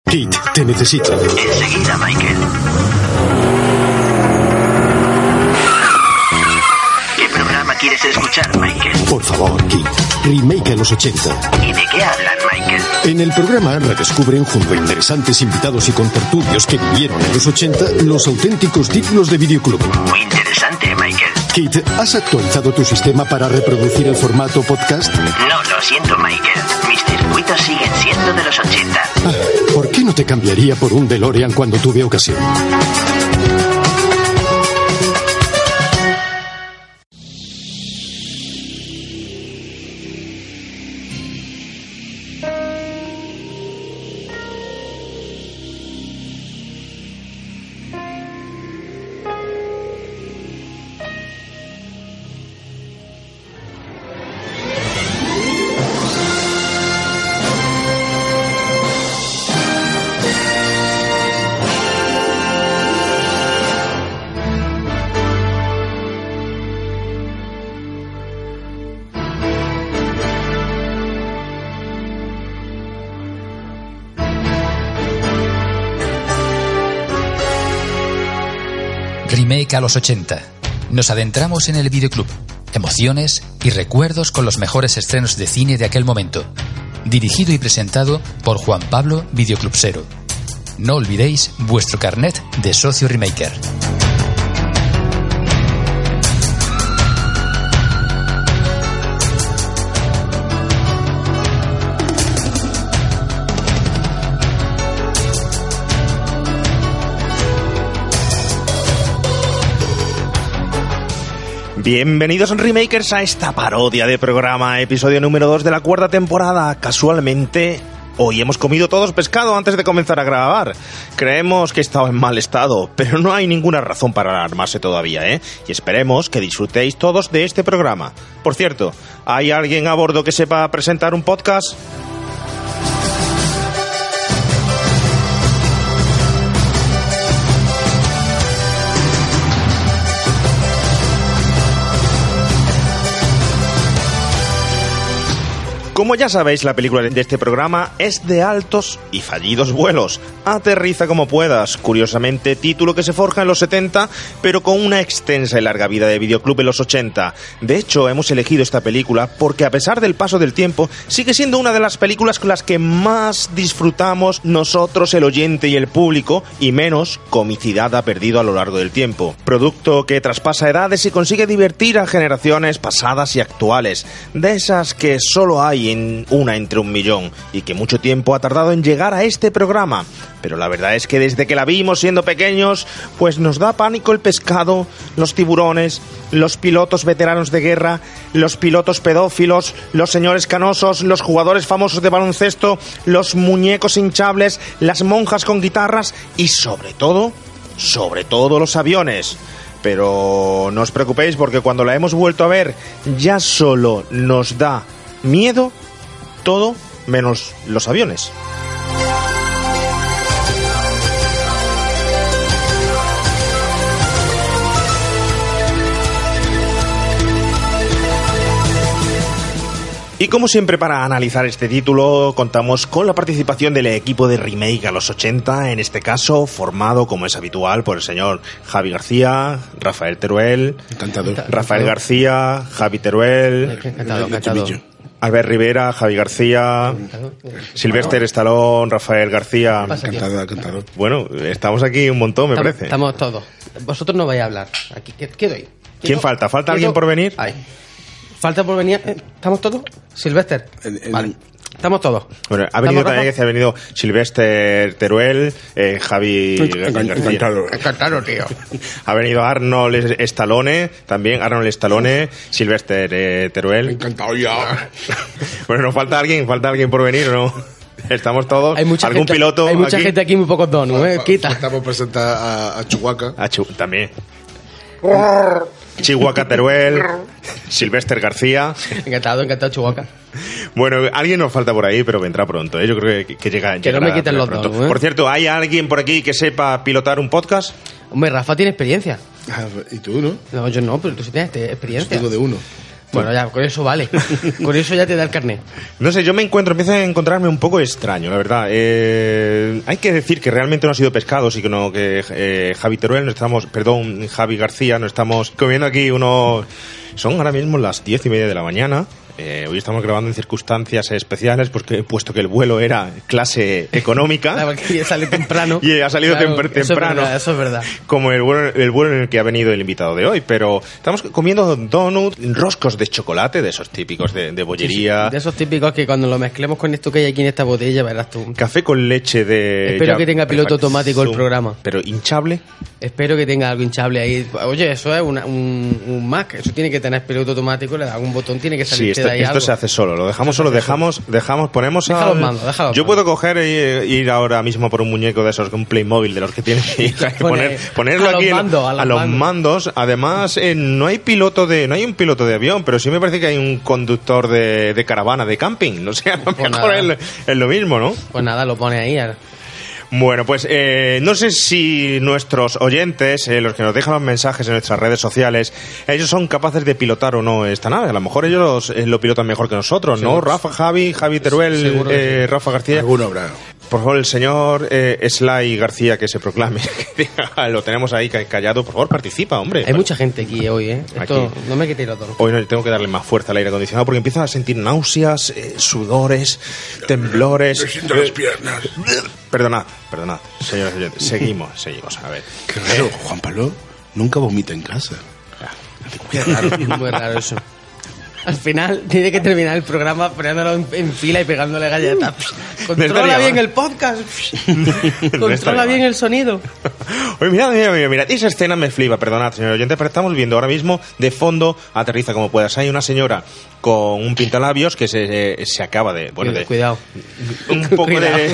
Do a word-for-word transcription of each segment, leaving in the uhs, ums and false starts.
Kate, te necesito. Enseguida, Michael. ¿Qué programa quieres escuchar, Michael? Por favor, Kate. Remake a los ochenta. ¿Y de qué hablan, Michael? En el programa redescubren, junto a interesantes invitados y contertulios que vivieron en los ochenta, los auténticos títulos de videoclub. Muy interesante, Michael. Kate, ¿has actualizado tu sistema para reproducir el formato podcast? No, lo siento, Michael. Mis circuitos siguen siendo de los ochenta. Ah, ¿por qué no te cambiaría por un DeLorean cuando tuve ocasión? Remake a los ochenta. Nos adentramos en el videoclub. Emociones y recuerdos con los mejores estrenos de cine de aquel momento. Dirigido y presentado por Juan Pablo Videoclubsero. No olvidéis vuestro carnet de socio remaker. Bienvenidos Remakers a esta parodia de programa, episodio número dos de la cuarta temporada. Casualmente, hoy hemos comido todos pescado antes de comenzar a grabar. Creemos que estaba en mal estado, pero no hay ninguna razón para alarmarse todavía, ¿eh? Y esperemos que disfrutéis todos de este programa. Por cierto, ¿hay alguien a bordo que sepa presentar un podcast? Como ya sabéis, la película de este programa es de altos y fallidos vuelos. Aterriza como puedas, curiosamente título que se forja en los setenta, pero con una extensa y larga vida de videoclub en los ochenta. De hecho, hemos elegido esta película porque a pesar del paso del tiempo, sigue siendo una de las películas con las que más disfrutamos nosotros, el oyente y el público, y menos comicidad ha perdido a lo largo del tiempo. Producto que traspasa edades y consigue divertir a generaciones pasadas y actuales, de esas que solo hay en una entre un millón y que mucho tiempo ha tardado en llegar a este programa. Pero la verdad es que desde que la vimos siendo pequeños, pues nos da pánico el pescado, los tiburones, los pilotos veteranos de guerra, los pilotos pedófilos, los señores canosos, los jugadores famosos de baloncesto, los muñecos hinchables, las monjas con guitarras y sobre todo, sobre todo los aviones. Pero no os preocupéis porque cuando la hemos vuelto a ver ya solo nos da miedo todo menos los aviones. Y como siempre, para analizar este título contamos con la participación del equipo de Remake a los ochenta, en este caso formado, como es habitual, por el señor Javi García, Rafael Teruel, encantado, Rafael encantado. García, Javi Teruel, encantado, encantado. Albert Rivera, Javi García, Sylvester Stallone, Rafael García. Encantado, encantado. Bueno, estamos aquí un montón, me estamos, parece. Estamos todos. Vosotros no vais a hablar. Aquí, ¿qué, qué doy? ¿Quién falta? ¿Falta alguien por venir? Ay. ¿Falta por venir? ¿Estamos todos? Silvester. En, en, vale. Estamos todos. Bueno, ha venido también, Rafa? que ha venido Sylvester Teruel, eh, Javi García. Encantado. Encantado, tío. Ha venido Arnold Stallone, también Arnold Stallone, Sylvester eh, Teruel. Encantado ya. Bueno, ¿nos falta alguien? ¿Falta alguien por venir o no? Estamos todos. Hay mucha ¿Algún gente, piloto Hay mucha aquí? gente aquí, muy pocos donos, ¿eh? Quita. Estamos presentar a, a Chihuahua. Ah, Chu- también. Chihuahua Teruel, Sylvester García. Encantado, encantado, Chihuahua. Bueno, alguien nos falta por ahí, pero vendrá pronto, ¿eh? Yo creo que, que llega. Que no me quiten los pronto. dos, ¿eh? Por cierto, ¿hay alguien por aquí que sepa pilotar un podcast? Hombre, Rafa tiene experiencia. Ah, ¿y tú, no? No, yo no, pero tú sí tienes Yo experiencia. tengo de uno. Bueno, ya, con eso vale. Con eso ya te da el carnet. No sé, yo me encuentro, empiezo a encontrarme un poco extraño, la verdad. Eh, hay que decir que realmente no ha sido pescado, sí que no, que eh, Javi Teruel, no estamos, perdón, Javi García, no estamos comiendo aquí unos... Son ahora mismo las diez y media de la mañana. Eh, hoy estamos grabando en circunstancias especiales, porque puesto que el vuelo era clase económica. Claro, que ya sale temprano. Y ha salido Claro, tem- eso es temprano. verdad, eso es verdad. Como el vuelo, el vuelo en el que ha venido el invitado de hoy. Pero estamos comiendo donuts, roscos de chocolate, de esos típicos de, de bollería. De esos típicos que cuando lo mezclemos con esto que hay aquí en esta botella, verás tú. Café con leche de... Espero ya- que tenga piloto automático el Zoom. programa. Pero hinchable. Espero que tenga algo hinchable ahí. Oye, eso es una- un, un Mac. Eso tiene que tener piloto automático. Le da un botón, tiene que Sí, salir esto, de ahí esto algo. se hace solo. Lo dejamos solo, dejamos, dejamos, ponemos Deja al- los mandos, deja los Yo mandos. puedo coger e ir ahora mismo por un muñeco de esos, un Playmobil de los que tiene y Pone- poner, ponerlo a los aquí en- mandos, a a los los mandos. mandos. Además, eh, no hay piloto de, no hay un piloto de avión, pero sí me parece que hay un conductor de, de caravana, de camping. No sé, a lo Pues mejor nada. es, es lo mismo, ¿no? Pues nada, lo pone ahí. ahora. Bueno, pues eh, no sé si nuestros oyentes, eh, los que nos dejan los mensajes en nuestras redes sociales, ellos son capaces de pilotar o no esta nave. A lo mejor ellos eh, lo pilotan mejor que nosotros, ¿no? Rafa, Javi, Javi Teruel, Seguro que eh, Rafa García. Alguno habrá. Por favor, el señor eh, Sly García que se proclame. Lo tenemos ahí ca- callado. Por favor, participa, hombre. Hay mucha gente aquí hoy, ¿eh? Esto, Aquí. no me quitéis los tonos. Hoy no tengo que darle más fuerza al aire acondicionado porque empiezo a sentir náuseas, eh, sudores, temblores. Me siento las piernas. Perdonad, perdonad, señores oyentes. Seguimos, seguimos. A ver. Qué raro, Juan Pablo nunca vomita en casa. Qué raro, muy raro eso. Al final tiene que terminar el programa poniéndolo en, en fila y pegándole galletas. Controla estaría bien mal. el podcast. estaría Controla bien mal. el sonido. Oye, mirad, mirad, mirad, mirad, esa escena me flipa, perdonad, señor oyente, pero estamos viendo ahora mismo de fondo, aterriza como puedas, hay una señora con un pintalabios que se, se acaba de... Bueno, de Cuidado. un poco de,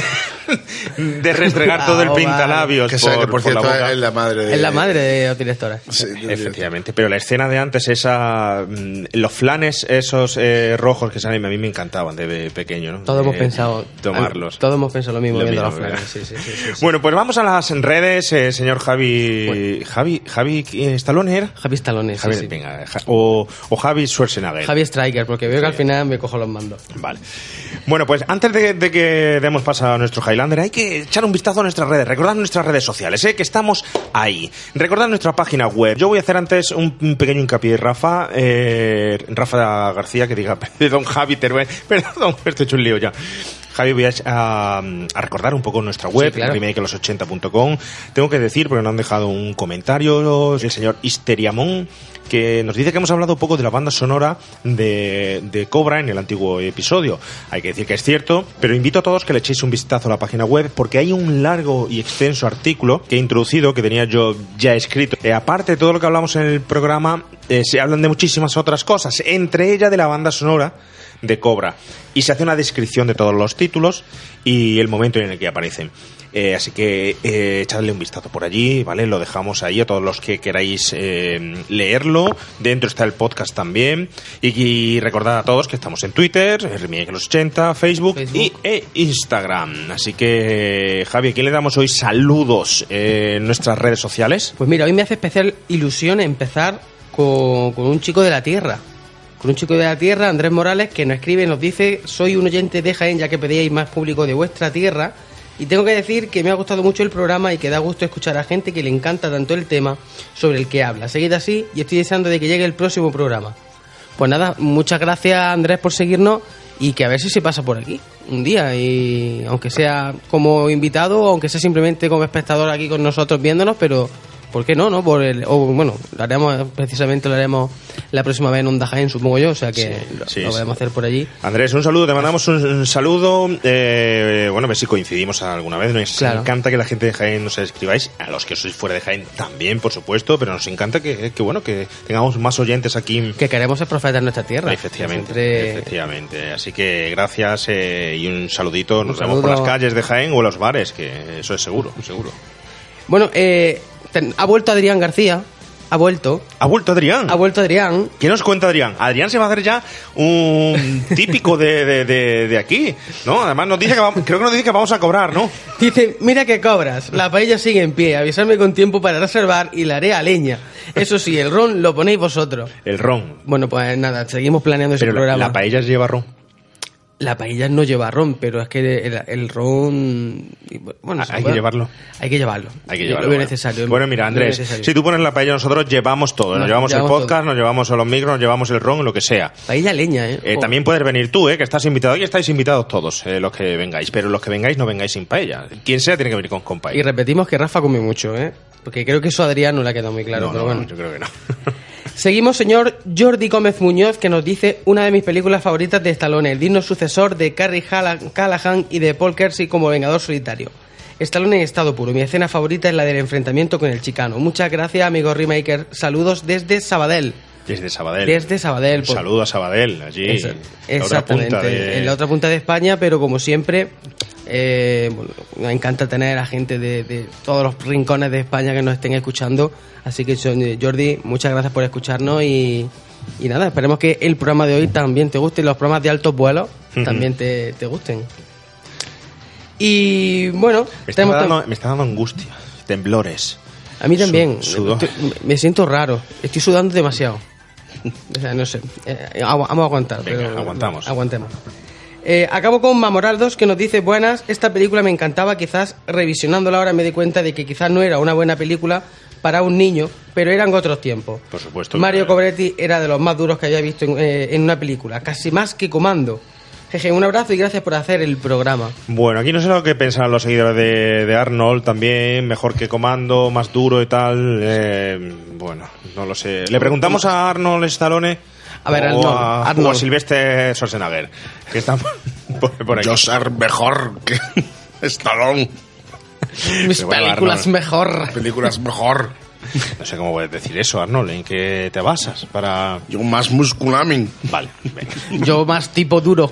de restregar todo el Cuidado, pintalabios Que, por, sabe que por por la cierto boca. es la madre de... Es la madre de los directores. Sí, de- Efectivamente, pero la escena de antes, esa mm, los flanes esos eh, rojos que salen, a mí me encantaban de, de pequeño, ¿no? Todos hemos Eh, pensado. Tomarlos. Todos hemos pensado lo mismo Lo viendo mismo, los ¿verdad? flanes. Sí, sí, sí, sí, sí. Bueno, pues vamos a las redes, eh, señor Javi... Javi, Javi eh, Stallone era. Javi Stallone, sí, Javi, sí. venga, Ja- o, o Javi Schwarzenegger. Javi Striker, porque veo que al final me cojo los mandos. Vale. Bueno, pues antes de, de que demos paso a nuestro Highlander, hay que echar un vistazo a nuestras redes. Recordad nuestras redes sociales, ¿eh? Que estamos ahí. Recordad nuestra página web. Yo voy a hacer antes un, un pequeño hincapié, Rafa. Eh, Rafa García, que diga, perdón, Javi Teruel. Perdón, estoy hecho un lío ya. Javi, voy a, a, a recordar un poco nuestra web, Sí, claro. remake los ochenta punto com. Tengo que decir, porque nos han dejado un comentario, el señor Histeriamón, que nos dice que hemos hablado un poco de la banda sonora de, de Cobra en el antiguo episodio. Hay que decir que es cierto, pero invito a todos que le echéis un vistazo a la página web, porque hay un largo y extenso artículo que he introducido, que tenía yo ya escrito. Eh, aparte de todo lo que hablamos en el programa, eh, se hablan de muchísimas otras cosas, entre ellas de la banda sonora de Cobra, y se hace una descripción de todos los títulos y el momento en el que aparecen. Eh, así que eh, echadle un vistazo por allí, ¿vale? Lo dejamos ahí a todos los que queráis eh, leerlo. Dentro está el podcast también. Y, y recordad a todos que estamos en Twitter, Remake los ochenta, Facebook, Facebook. y e Instagram. Así que, Javi, ¿a quién le damos hoy saludos eh, en nuestras redes sociales? Pues mira, hoy me hace especial ilusión empezar con, con un chico de la Tierra. Con un chico de la Tierra, Andrés Morales, que nos escribe y nos dice: soy un oyente de Jaén, ya que pedíais más público de vuestra tierra. Y tengo que decir que me ha gustado mucho el programa y que da gusto escuchar a gente que le encanta tanto el tema sobre el que habla. Seguid así y estoy deseando de que llegue el próximo programa. Pues nada, muchas gracias, Andrés, por seguirnos y que a ver si se pasa por aquí un día, y aunque sea como invitado o aunque sea simplemente como espectador aquí con nosotros viéndonos, pero ¿por qué no? no? Por el, o bueno, lo haremos, precisamente lo haremos la próxima vez en Onda Jaén, supongo yo, o sea que Sí, lo, sí, lo podemos sí. hacer por allí. Andrés, un saludo, te mandamos un, un saludo. Eh, bueno, a ver si coincidimos alguna vez. Nos Claro. encanta que la gente de Jaén nos escribáis, a los que sois fuera de Jaén también, por supuesto, pero nos encanta que, que bueno, que tengamos más oyentes aquí. Que queremos ser profetas en nuestra tierra. Efectivamente, Siempre- efectivamente. Así que gracias eh, y un saludito. Nos Un vemos por saludo. las calles de Jaén o en los bares, que eso es seguro, seguro. Bueno, eh, ten- ha vuelto Adrián García, ha vuelto. ¿Ha vuelto Adrián? Ha vuelto Adrián. ¿Qué nos cuenta Adrián? Adrián se va a hacer ya un típico de, de, de, de aquí, ¿no? Además nos dice que vamos, creo que nos dice que vamos a cobrar, ¿no? Dice, mira que cobras, la paella sigue en pie, avisarme con tiempo para reservar y la haré a leña. Eso sí, el ron lo ponéis vosotros. El ron. Bueno, pues nada, seguimos planeando ese Pero programa. la, la paella lleva ron. La paella no lleva ron, pero es que el, el ron... Bueno, Hay que llevarlo. Hay que llevarlo. Hay que llevarlo. Lo Bueno. necesario. Bueno, mira, Andrés, si tú pones la paella, nosotros llevamos todo. Nos, Nos llevamos, llevamos el podcast, todo. nos llevamos los micros, nos llevamos el ron, lo que sea. Paella leña, ¿eh? Eh, Oh. también puedes venir tú, ¿eh? Que estás invitado. Hoy estáis invitados todos, eh, los que vengáis. Pero los que vengáis, no vengáis sin paella. Quien sea, tiene que venir con, con paella. Y repetimos que Rafa come mucho, ¿eh? Porque creo que eso a Adrián no le ha quedado muy claro, no, pero no, bueno. yo creo que no. Seguimos, señor Jordi Gómez Muñoz, que nos dice una de mis películas favoritas de Stallone, el digno sucesor de Carrie Halla- Callahan y de Paul Kersey como Vengador Solitario. Stallone en estado puro. Mi escena favorita es la del enfrentamiento con el Chicano. Muchas gracias, amigo Remaker. Saludos desde Sabadell. Desde Sabadell. Desde Sabadell. Un por- saludo a Sabadell, allí. Esa- en la otra Exactamente, punta de... en la otra punta de España, pero como siempre, eh, bueno, me encanta tener a gente de, de todos los rincones de España que nos estén escuchando. Así que, Jordi, muchas gracias por escucharnos y, y nada, esperemos que el programa de hoy también te guste y los programas de altos vuelos Ujú. también te, te gusten. Y bueno, Me está, tenemos dando, tam- me está dando angustia, temblores. a mí también. Su- sudor. Estoy- me siento raro, estoy sudando demasiado. O sea, no sé. Eh, agu- vamos a aguantar. Venga, pero- aguantamos. Aguantemos. Eh, acabo con Mamoraldos, que nos dice: buenas, esta película me encantaba, quizás revisionándola ahora me di cuenta de que quizás no era una buena película para un niño, pero eran otros tiempos. Por supuesto. Mario que- Cobretti era de los más duros que había visto en, eh, en una película, casi más que Comando. Jeje, un abrazo y gracias por hacer el programa. Bueno, aquí no sé lo que pensarán los seguidores de, de Arnold también, mejor que Comando, más duro y tal. Eh, bueno, no lo sé. Le preguntamos a Arnold Stallone A ver, o, Arnold, a, Arnold. o a Sylvester Schwarzenegger, que están por, por aquí. Yo ser mejor que Stallone. Mis Pero bueno, películas Arnold. mejor. Películas mejor. No sé cómo puedes decir eso, Arnold. ¿En qué te basas para...? Yo más musculamin. Vale, venga. Yo más tipo duro.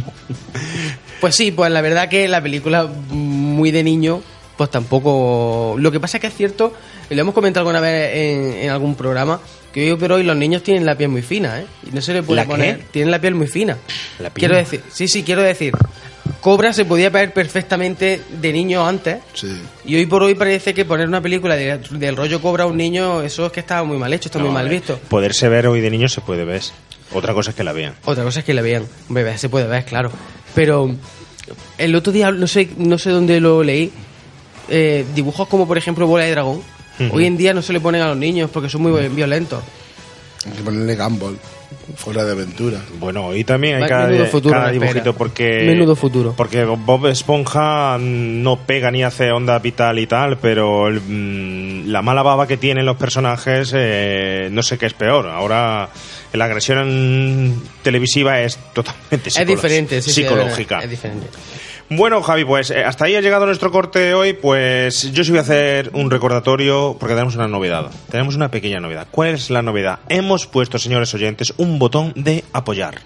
Pues sí, pues la verdad que la película muy de niño, pues tampoco... Lo que pasa es que es cierto, y lo hemos comentado alguna vez en, en algún programa, que hoy por hoy los niños tienen la piel muy fina, ¿eh? Y no se le puede ¿La qué? poner... Tienen la piel muy fina. ¿La piel? Quiero decir, sí, sí, quiero decir... Cobra se podía ver perfectamente de niño antes. Sí. Y hoy por hoy parece que poner una película de- del rollo Cobra a un niño, eso es que está muy mal hecho, está No, muy mal eh, visto. Poderse ver hoy de niño se puede ver. Otra cosa es que la vean. Otra cosa es que la vean. Hombre, ver, se puede ver, claro. Pero el otro día, no sé, no sé dónde lo leí, eh, dibujos como por ejemplo Bola de Dragón, Ujú. hoy en día no se le ponen a los niños porque son muy violentos. Hay que ponerle Gumball. Fuera de aventura. Bueno, hoy también hay Va- cada, menudo futuro cada me espera. dibujito porque... Menudo futuro. Porque Bob Esponja no pega ni hace onda vital y tal, pero el, mm, la mala baba que tienen los personajes, eh, no sé qué es peor. Ahora la agresión televisiva es totalmente Es psicolo- diferente, sí, sí, psicológica. es diferente. Bueno, Javi, pues eh, hasta ahí ha llegado nuestro corte de hoy. Pues yo sí voy a hacer un recordatorio porque tenemos una novedad. Tenemos una pequeña novedad. ¿Cuál es la novedad? Hemos puesto, señores oyentes, un botón de apoyar.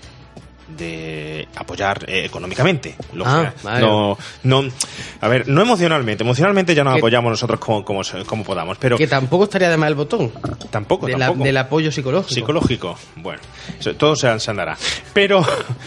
De apoyar eh, económicamente. Lo Ah, que- vale. no, no, a ver, no emocionalmente. Emocionalmente ya nos Que- apoyamos nosotros como, como, como podamos, pero Que tampoco estaría de mal el botón. tampoco, de la- tampoco. del apoyo psicológico. Psicológico. Bueno, eso, todo se, se andará. Pero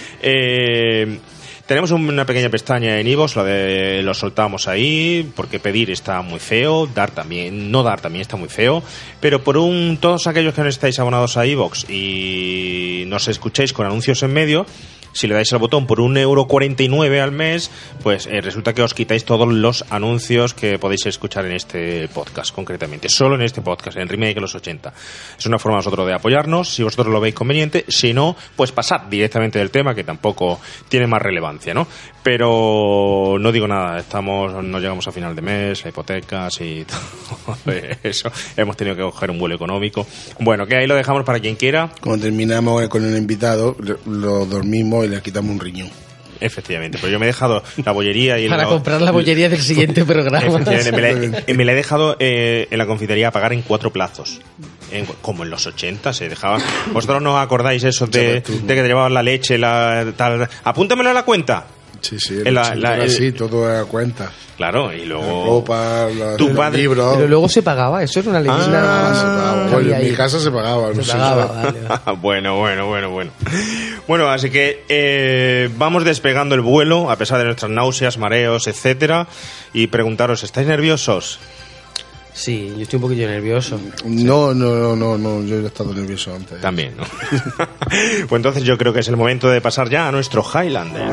eh, tenemos una pequeña pestaña en iVoox, la de lo soltamos ahí, porque pedir está muy feo, dar también, no dar también está muy feo, pero por un todos aquellos que no estáis abonados a iVoox y nos escucháis con anuncios en medio, si le dais al botón por un euro cuarenta y nueve al mes, pues eh, resulta que os quitáis todos los anuncios que podéis escuchar en este podcast, concretamente. Solo en este podcast, en Remake de los ochenta. Es una forma nosotros de apoyarnos, si vosotros lo veis conveniente. Si no, pues pasad directamente del tema, que tampoco tiene más relevancia, ¿no? Pero no digo nada, estamos, no llegamos a final de mes, hipotecas y todo eso. Hemos tenido que coger un vuelo económico. Bueno, que ahí lo dejamos para quien quiera. Cuando terminamos con el invitado, lo- lo dormimos y le quitamos un riñón. Efectivamente, pero yo me he dejado la bollería y Para la- comprar la bollería del siguiente programa. Efectivamente, me la, he- me la he dejado eh, en la confitería a pagar en cuatro plazos. En- como en los ochenta se dejaba. ¿Vosotros no acordáis eso de, de que te llevaban la leche, la tal? Apúntamelo a la cuenta. Sí, sí, En la- la- el- sí, todo a cuenta. Claro, y La luego... ropa, la- Tu los padre- libros. Pero luego se pagaba, eso era una leyenda. Ah, se pagaba. que Bueno, había en mi ahí. casa se pagaba. no Se sé, pagaba, ¿sabes? vale, vale. bueno, bueno, bueno, bueno. Bueno, así que eh, vamos despegando el vuelo, a pesar de nuestras náuseas, mareos, etcétera, y preguntaros, ¿estáis nerviosos? Sí, yo estoy un poquillo nervioso. No, no, no, no, no, yo he estado nervioso antes. También, ¿no? Pues entonces yo creo que es el momento de pasar ya a nuestro Highlander.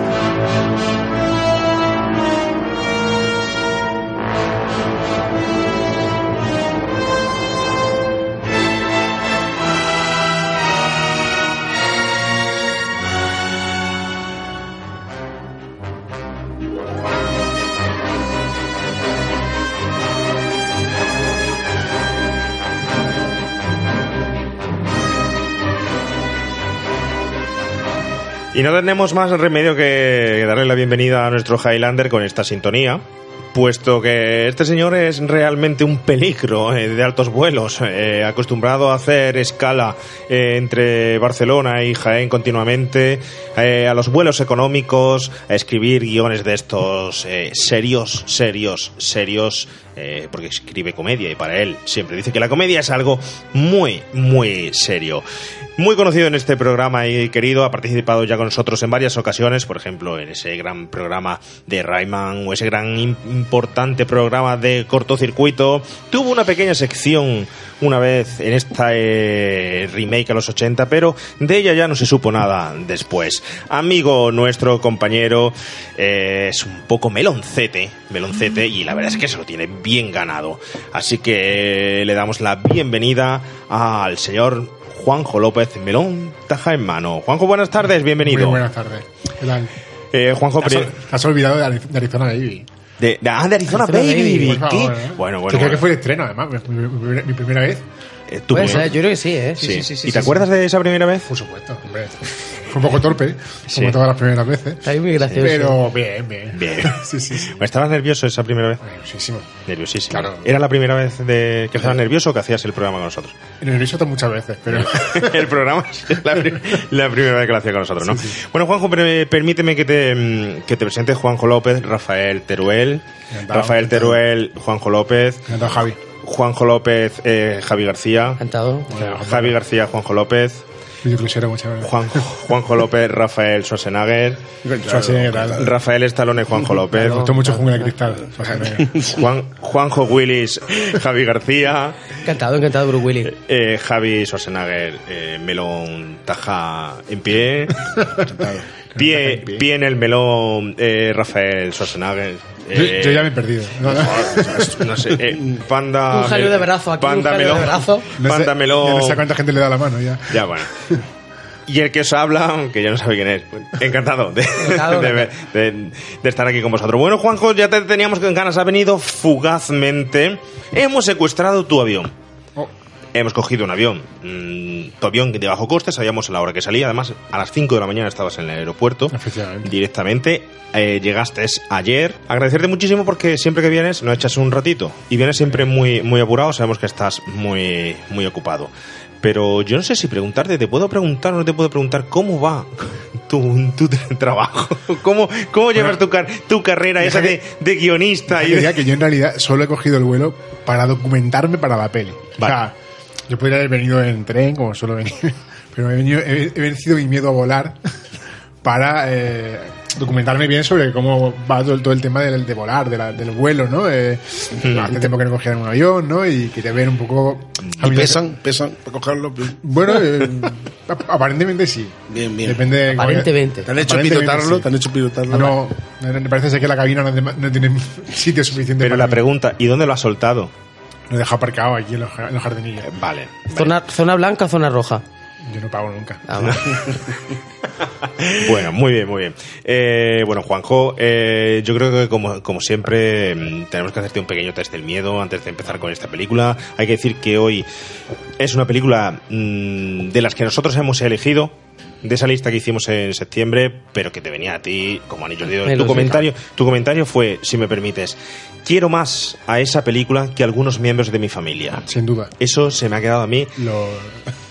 Y no tenemos más remedio que darle la bienvenida a nuestro Highlander con esta sintonía, puesto que este señor es realmente un peligro eh, de altos vuelos, eh, acostumbrado a hacer escala eh, entre Barcelona y Jaén continuamente, eh, a los vuelos económicos, a escribir guiones de estos eh, serios, serios, serios, eh, porque escribe comedia y para él siempre dice que la comedia es algo muy, muy serio. Muy conocido en este programa y querido, ha participado ya con nosotros en varias ocasiones, por ejemplo, en ese gran programa de Rayman o ese gran importante programa de Cortocircuito. Tuvo una pequeña sección una vez en esta eh, remake a los ochenta, pero de ella ya no se supo nada después. Amigo nuestro, compañero, eh, es un poco meloncete, meloncete, y la verdad es que se lo tiene bien ganado. Así que le damos la bienvenida al señor Juanjo López Melón, taja en mano. Juanjo, buenas tardes, bienvenido. Muy buenas tardes. ¿Qué tal? Eh, Juanjo, Has, pri- has olvidado de, Ari- de Arizona Baby. de, de, ah, de Arizona, Arizona Baby. Baby, Por ¿Qué? favor, ¿eh? Bueno, bueno. Que creo bueno. que fue el estreno, además. Mi, mi- mi primera- mi primera vez. Eh, tú Puede muy- ser, yo creo que sí, ¿eh? Sí. sí, sí, sí, ¿Y te sí, acuerdas de esa primera vez? Por supuesto, hombre. Fue un poco torpe, Sí. como todas las primeras veces. Está ahí muy gracioso. Pero bien, bien. Bien. Sí, sí, sí. ¿Estabas nervioso esa primera vez? Nerviosísimo. Nerviosísimo. Claro. ¿Era la primera vez de que estabas nervioso o que hacías el programa con nosotros? Nervioso hasta muchas veces, pero... El programa es la, pri- la primera vez que lo hacía con nosotros, ¿no? Sí, sí. Bueno, Juanjo, per- permíteme que te, mm, que te presente Juanjo López, Rafael Teruel. Encantado. Rafael Teruel, Juanjo López. Me ha dado Javi. Juanjo López, eh, Javi García. Encantado. Javi García, Juanjo López. Yo crucero muchas veces. Juan, Juanjo López, Rafael Schwarzenegger. Schwarzenegger, tal. Rafael Stallone, Juanjo López. Me gustó mucho Jungla de Cristal. Schwarzenegger. Juan, Juanjo Willis, Javi García. Encantado, encantado, Bruce Willis. Eh, Javi Schwarzenegger, eh, melón taja en pie. Pie, pie en el melón, eh, Rafael Schwarzenegger. Yo, Eh, yo ya me he perdido. No, no. no sé, eh, panda. Un jaleo de brazo aquí, Panda un jaleo melón. de brazo. No sé- Panda melón. ya no sé a cuánta gente le da la mano ya. Ya, bueno. Y el que os habla, aunque yo no sabe quién es. Encantado de, Encantado. de, ver- de- de estar aquí con vosotros. Bueno, Juanjo, ya te teníamos con ganas. Ha venido fugazmente. Hemos secuestrado tu avión. Oh, Hemos cogido un avión. Mm, tu avión de bajo coste. Sabíamos a la hora que salía. Además, a las cinco de la mañana estabas en el aeropuerto. Efectivamente. Directamente. Eh, llegaste ayer. Agradecerte muchísimo porque siempre que vienes no echas un ratito. Y vienes siempre muy, muy apurado. Sabemos que estás muy, muy ocupado. Pero yo no sé si preguntarte, ¿te puedo preguntar o no te puedo preguntar cómo va tu, tu trabajo? ¿Cómo, cómo llevas tu, car- tu carrera esa de, de guionista? Y que, diga de... que yo en realidad solo he cogido el vuelo para documentarme para la peli. Vale. O sea, yo podría haber venido en tren, como suelo venir, pero he, venido, he, he vencido mi miedo a volar para eh, documentarme bien sobre cómo va todo, todo el tema del, de volar, de la- del vuelo, ¿no? Eh, hace tiempo que no cogía un avión, ¿no? Y quería ver un poco... ¿Y pesan? ¿Pesan para cogerlo? Bueno, eh, ap- aparentemente sí. Bien, bien. Depende de... Aparentemente. ¿Te han hecho Aparentemente pilotarlo? sí. ¿Te han hecho pilotarlo? No, me parece ser que la cabina no, de- no tiene sitio suficiente Pero para la mí. pregunta, ¿y dónde lo has soltado? Lo he dejado aparcado aquí en los, en los jardinillos. Eh, Vale. vale. Zona, zona blanca, zona roja. Yo no pago nunca. Ah, vale. Bueno, muy bien, muy bien. Eh, bueno, Juanjo, eh, yo creo que como, como siempre mm, tenemos que hacerte un pequeño test del miedo antes de empezar con esta película. Hay que decir que hoy es una película mm, de las que nosotros hemos elegido, de esa lista que hicimos en septiembre, pero que te venía a ti como anillo de Me dedo. lo Tu sé. comentario, tu comentario fue, si me permites, quiero más a esa película que algunos miembros de mi familia. Sin duda. Eso se me ha quedado a mí Lo...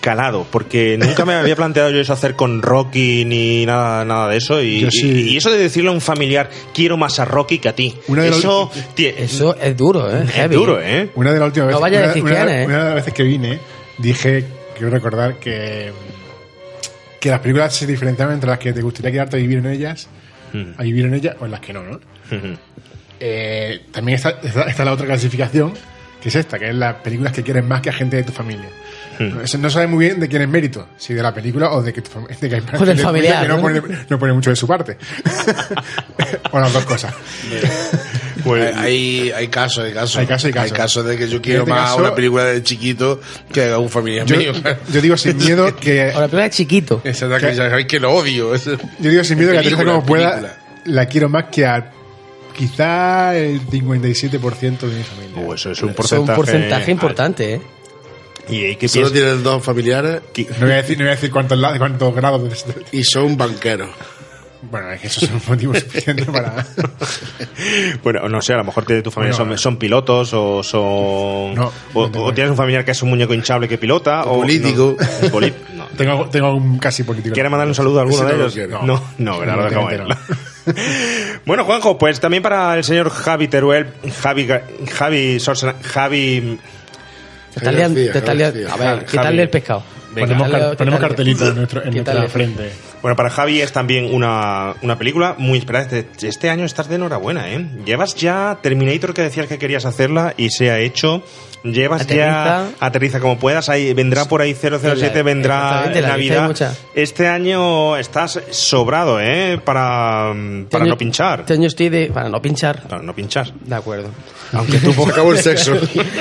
calado, porque nunca me había planteado yo eso hacer con Rocky ni nada nada de eso. Y, Yo sí. y, y eso de decirle a un familiar, quiero más a Rocky que a ti. Una de Eso, los- tie- Eso es duro, ¿eh? es Heavy. duro, ¿eh? Una de las últimas No veces, vaya a una, decir una- quién es. una de las veces que vine, dije, quiero recordar que, que las películas se diferenciaban entre las que te gustaría quedarte a vivir en ellas, a vivir en ellas, o en las que no, ¿no? Eh, también está, está, está la otra clasificación, que es esta, que es las películas que quieren más que a gente de tu familia. No, eso no sabe muy bien de quién es mérito, si de la película o de que, tu fam- de que hay gente del de tu familiar, que no, ¿no? pone, no pone mucho de su parte. O las dos cosas. Pues, Hay, hay casos, hay casos. Hay casos, hay casos. de que yo quiero este más caso- una película de chiquito que a un familiar Yo, mío. yo digo sin miedo que O la película de chiquito. Esa es la que ya sabéis que lo odio. Eso- yo digo sin miedo que a Teresa Película, como pueda película. la quiero más que a quizá el cincuenta y siete por ciento de mi familia. uh, eso es un Eso es porcentaje, un porcentaje importante, ¿eh? ¿Y eh, qué Solo piensas? tienes dos familiares No voy a decir, no voy a decir cuántos, la- cuántos grados de esto. y son banqueros. Bueno, es que eso es un motivo suficiente para. Bueno, no sé, a lo mejor de tu familia Bueno, son, son pilotos o son. No, o, no tengo. o tienes un familiar que es un muñeco hinchable que pilota. O O político. No, poli- no. Tengo, tengo un casi político. ¿Quieres mandarle un saludo a alguno Ese de no lo ellos? quiero. No, no, ¿verdad? Lo dejamos ahí. Evidentemente Bueno, Juanjo, pues también para el señor Javi Teruel, Javi, Ga- Javi Sorsena, Javi. Te estás liando- García, te estás liando- García. A ver, Javi. quitarle el pescado. Venga. Ponemos, Quitarle- car- ponemos quitarle- cartelitos en, nuestro, en nuestra quitarle- frente. Bueno, para Javi es también una, una película muy esperada. Este, este año estás de enhorabuena, ¿eh? Llevas ya Terminator, que decías que querías hacerla y se ha hecho. Llevas ya Aterriza. Aterriza como puedas. Ahí vendrá por ahí cero cero siete, La- vendrá exactamente, la lista hay Navidad. mucha. Este año estás sobrado, ¿eh? Para, para Este no año- pinchar. Este año estoy de. Para no pinchar. Para no pinchar. De acuerdo. Aunque tú Se acabó el sexo.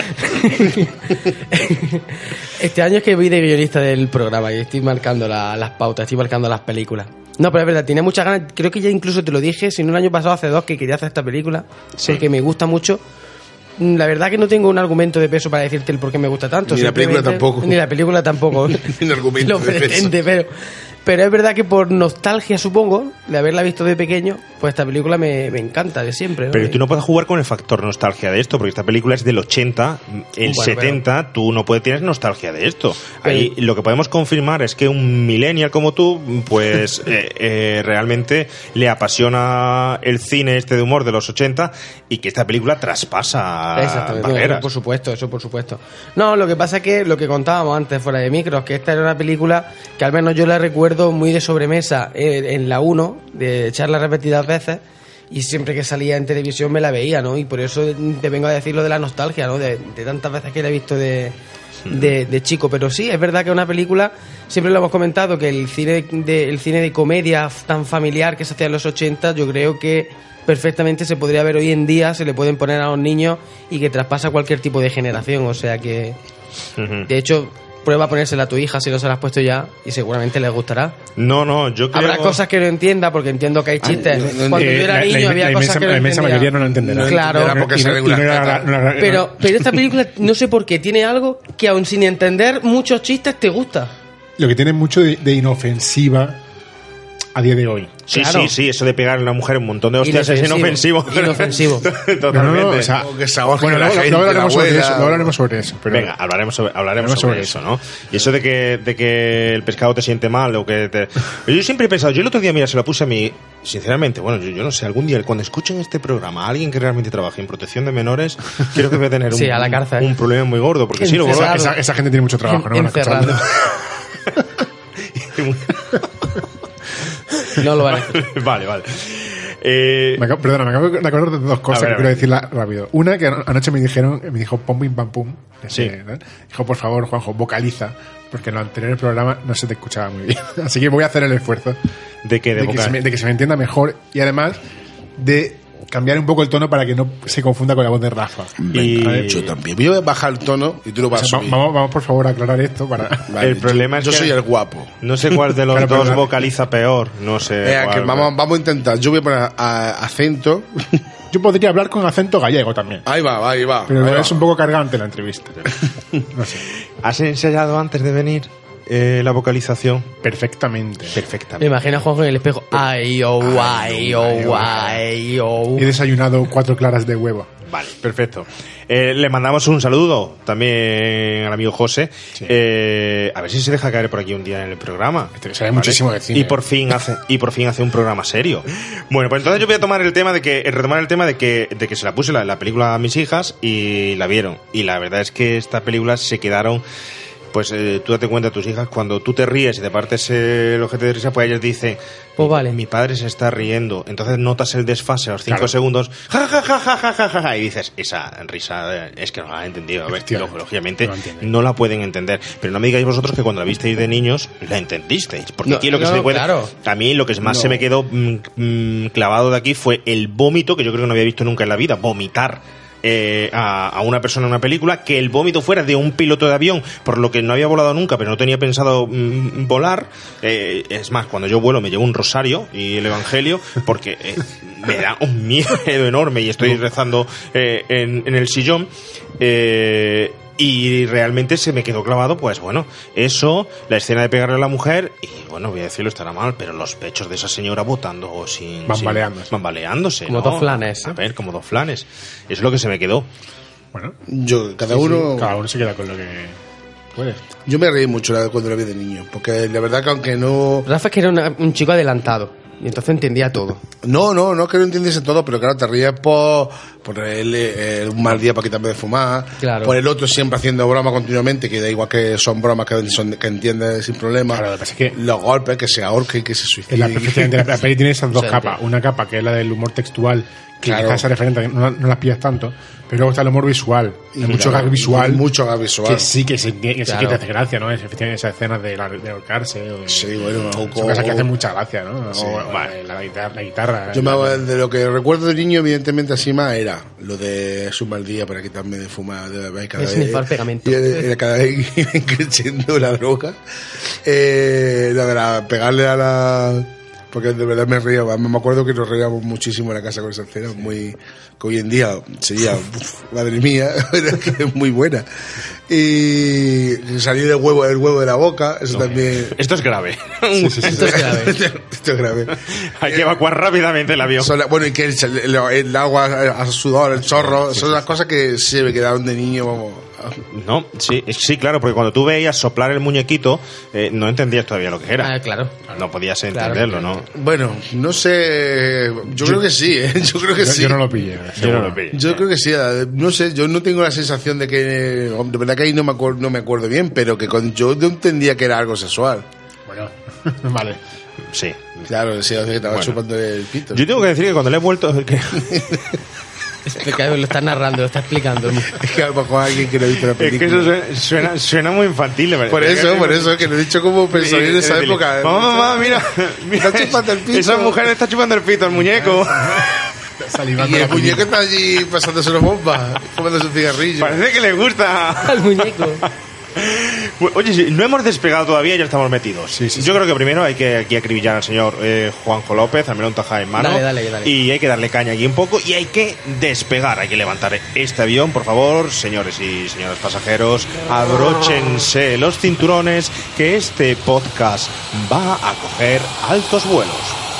Este año es que voy de guionista del programa y estoy marcando la- las pautas, estoy marcando las películas. No, pero es verdad, tenía muchas ganas. Creo que ya incluso te lo dije, si no el año pasado, hace dos, que quería hacer esta película. Sí. Porque me gusta mucho. Mm, La verdad que no tengo un argumento de peso para decirte el por qué me gusta tanto. Ni la película simplemente- tampoco. Ni la película tampoco. Ni un argumento Lo de peso. pretende, pero, pero es verdad que por nostalgia, supongo, de haberla visto de pequeño, pues esta película me, me encanta de siempre. ¿no? Pero tú no puedes jugar con el factor nostalgia de esto, porque esta película es del ochenta, el Bueno, setenta, tú no puedes tener nostalgia de esto. Pero- Ahí lo que podemos confirmar es que un millennial como tú, pues eh, eh, realmente le apasiona el cine este de humor de los ochenta y que esta película traspasa Exactamente, no, barreras. eso por supuesto, eso por supuesto. No, lo que pasa es que lo que contábamos antes fuera de micros, que esta era una película que al menos yo la recuerdo muy de sobremesa eh, en la uno, de echarla repetidas veces, y siempre que salía en televisión me la veía, ¿no? Y por eso te vengo a decir lo de la nostalgia, ¿no? De, de tantas veces que la he visto de, de, de chico. Pero sí, es verdad que es una película, siempre lo hemos comentado, que el cine de, el cine de comedia tan familiar que se hacía en los ochenta, yo creo que perfectamente se podría ver hoy en día, se le pueden poner a los niños y que traspasa cualquier tipo de generación. O sea que, Ujú. de hecho, prueba a ponérsela a tu hija si no se la has puesto ya y seguramente les gustará. No, no, yo creo... Habrá cosas que no entienda porque entiendo que hay chistes. no, no, Cuando Eh, yo era la- la niño inme- había la cosas inmensa, que no la inmensa entendía. mayoría no lo entenderá. No Claro. entenderá porque Y no- salen y no unas era tetas. la- no era- Pero, pero esta película, no sé por qué, tiene algo que aun sin entender muchos chistes te gusta. Lo que tiene mucho de, de inofensiva a día de hoy. Sí, Claro. sí, sí, eso de pegarle a una mujer un montón de hostias es inofensivo. Inofensivo. Totalmente. No, no, no, o sea, O que se ahogue bueno, la luego, gente, luego la hablaremos sobre abuela. eso, luego hablaremos sobre eso. Pero Venga, hablaremos sobre, hablaremos Hablaremos sobre, sobre eso, ¿no? Y eso de que, de que el pescado te siente mal o que te... Yo siempre he pensado, yo el otro día, mira, se lo puse a mí, sinceramente, bueno, yo, yo no sé, algún día cuando escuchen este programa a alguien que realmente trabaje en protección de menores, creo que voy a tener un, Sí, a la cárcel. un problema muy gordo, porque sí, lo Encerrado. esa, esa gente tiene mucho trabajo, ¿no? Van a Encerrado. escucharlo. No lo van a escuchar. Vale, vale. Eh, Me acabo- perdona, me acabo de acordar de dos cosas A ver, que a quiero ver. decirla rápido. Una, que ano- anoche me dijeron, me dijo pum, pim, pam, pum. Sí. Ese, ¿no? Dijo, por favor, Juanjo, vocaliza, porque en los anteriores programas no se te escuchaba muy bien. Así que voy a hacer el esfuerzo ¿De qué? De de, que vocal. se me, de que se me entienda mejor y además de cambiar un poco el tono para que no se confunda con la voz de Rafa. Y- Venga, yo también. Yo voy a bajar el tono y tú lo O vas sea, a va- subir. vamos, vamos, por favor, a aclarar esto para... Vale, el problema yo, es yo que- soy el guapo. No sé cuál de los Claro, pero dos la- vocaliza peor, no sé. Venga, cuál, que vamos, vamos a intentar. Yo voy a poner a- acento. Yo podría hablar con acento gallego también. Ahí va, ahí va. Pero ahí va. es un poco cargante la entrevista. No sé. ¿Has ensayado antes de venir? eh, la vocalización? Perfectamente. Me Perfectamente. imagino a Juanjo en el espejo. Ay, oh, ay, oh, ay, oh. He desayunado cuatro claras de huevo. Vale, perfecto. Eh, le mandamos un saludo también al amigo José. Sí. Eh, a ver si se deja caer por aquí un día en el programa. Este que sabe muchísimo de cine. Y por fin hace y por fin hace un programa serio. Bueno, pues entonces yo voy a tomar el tema de que retomar el tema de que de que se la puse la, la película a mis hijas y la vieron. Y la verdad es que esta película se quedaron. Pues eh, tú date cuenta, tus hijas, cuando tú te ríes y te partes eh, el ojete de risa, pues ellas dicen, Pues vale. mi padre se está riendo. Entonces notas el desfase a los cinco Claro. segundos, ja, ja, ja, ja, ja, ja, ja, ja, y dices, esa risa eh, es que no la han entendido. A ver, Efectivamente, lógicamente no la entienden. no la pueden entender. Pero no me digáis vosotros que cuando la visteis de niños la entendisteis. Porque No, aquí lo que no, se me puede... claro. A mí lo que más No. se me quedó mm, mm, clavado de aquí fue el vómito, que yo creo que no había visto nunca en la vida, vomitar. Eh, a, a una persona en una película, que el vómito fuera de un piloto de avión, por lo que no había volado nunca, pero no tenía pensado mm, volar. Eh, es más, cuando yo vuelo me llevo un rosario y el evangelio, porque eh, me da un miedo enorme y estoy rezando eh, en, en el sillón. Eh, y realmente se me quedó clavado, pues bueno, eso, la escena de pegarle a la mujer, y bueno, voy a decirlo, estará mal, pero los pechos de esa señora botando sin... Bambaleándose. sin- bambaleándose, Como ¿no? dos flanes, ¿eh? A ver, como dos flanes. Eso es lo que se me quedó. Bueno, Yo, cada sí, uno. sí, cada uno se queda con lo que puede. Yo me reí mucho la- cuando la vi de niño, porque la verdad que aunque no. Rafa es que era una- un chico adelantado. Y entonces entendía todo. No, no, no que no entiendiese todo, pero claro, te ríes por, por el, eh, un mal día para quitarme de fumar, Claro. por el otro siempre haciendo broma continuamente, que da igual que son bromas que, son, que entiendes sin problema, Claro, lo que pasa es que- los golpes, que se ahorque y que se Es suicide. la, perfectamente, la, la peli tiene esas dos Sí, capas. sí. Una capa que es la del humor textual, que Claro. quizás esa referente que no, no las pillas tanto, pero luego está el humor visual. Hay mucho Claro, gag visual. mucho gag visual. Que sí que, se, que, sí Claro. que te hace gracia, ¿no? Es, efectivamente, esas escenas de, la, de ahorcarse. O de, Sí, bueno, son o- cosas que o- hacen mucha gracia, ¿no? Sí. O, o Vale. la, guitarra, la guitarra. Yo me, la- de lo que recuerdo de niño, evidentemente, así más era lo de su mal día para quitarme de fumar. De, de, cada De snifar pegamento. y era cada vez iba creciendo la droga. Eh, lo de la, pegarle a la. Porque de verdad me reía. Me acuerdo que nos reíamos muchísimo en la casa con esa escena. Muy, que hoy en día sería, uf, madre mía, era que es muy buena. Y salir el huevo, el huevo de la boca, eso también. Esto es grave. Esto es grave. Esto es grave. Hay que evacuar rápidamente el avión. Son la- bueno, y que el, el- el agua, a sudor, el chorro, son las cosas que se me quedaron de niño, vamos. No, sí, sí, claro, porque cuando tú veías soplar el muñequito, eh, no entendías todavía lo que era. Ah, claro. No podías Claro. entenderlo, ¿no? Bueno, no sé, yo, creo que sí, ¿eh? yo creo que yo, sí. yo no lo pillé. Yo no seguro. lo pillé. Yo creo que sí, no sé, yo no tengo la sensación de que, de verdad que ahí no me acuerdo, no me acuerdo bien, pero que con, yo no entendía que era algo sexual. Bueno, vale. Sí. Claro, sí, que estaba Bueno. chupando el pito. Yo tengo que decir que cuando le he vuelto... que- Este que lo está narrando, lo está explicando. Es que a lo mejor alguien que no ha visto la Es que película. eso suena, suena, suena muy infantil, de verdad. Por eso, por eso, que lo he dicho como pensé en esa época. Mamá, mamá, mira. mira Está chupando el pito. Esa mujer está chupando el pito, el muñeco. Salivando Y la el muñeco está allí pasándose una bomba, fumándose un cigarrillo. Parece que le gusta. Al muñeco. Oye, sí, no hemos despegado todavía y ya estamos metidos. Sí, sí, Yo creo que primero hay que aquí acribillar al señor eh, Juanjo López, al melón taja en mano. Dale, dale, dale. Y hay que darle caña aquí un poco y hay que despegar, hay que levantar este avión, por favor, señores y señores pasajeros, abróchense los cinturones que este podcast va a coger altos vuelos.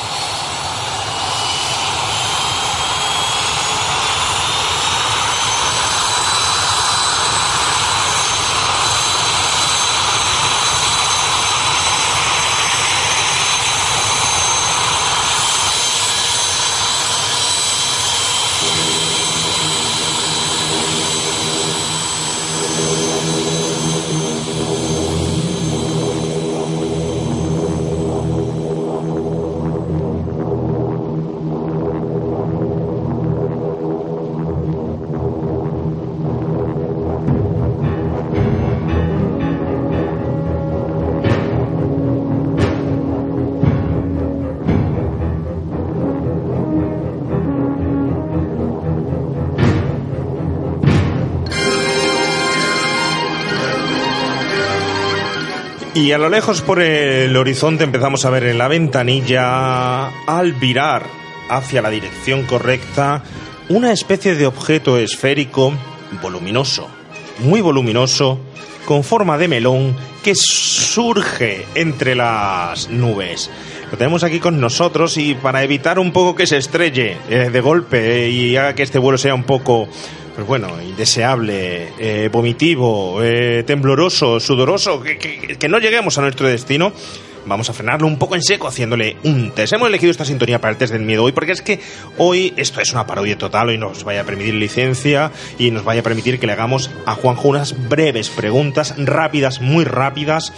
Y a lo lejos por el horizonte empezamos a ver en la ventanilla, al virar hacia la dirección correcta, una especie de objeto esférico voluminoso, muy voluminoso, con forma de melón, que surge entre las nubes. Lo tenemos aquí con nosotros y para evitar un poco que se estrelle eh, de golpe eh, y haga que este vuelo sea un poco, pues bueno, indeseable, eh, vomitivo, eh, tembloroso, sudoroso, que, que, que no lleguemos a nuestro destino, vamos a frenarlo un poco en seco haciéndole un test. Hemos elegido esta sintonía para el test del miedo hoy porque es que hoy esto es una parodia total. Hoy nos vaya a permitir licencia y nos vaya a permitir que le hagamos a Juanjo unas breves preguntas rápidas, muy rápidas,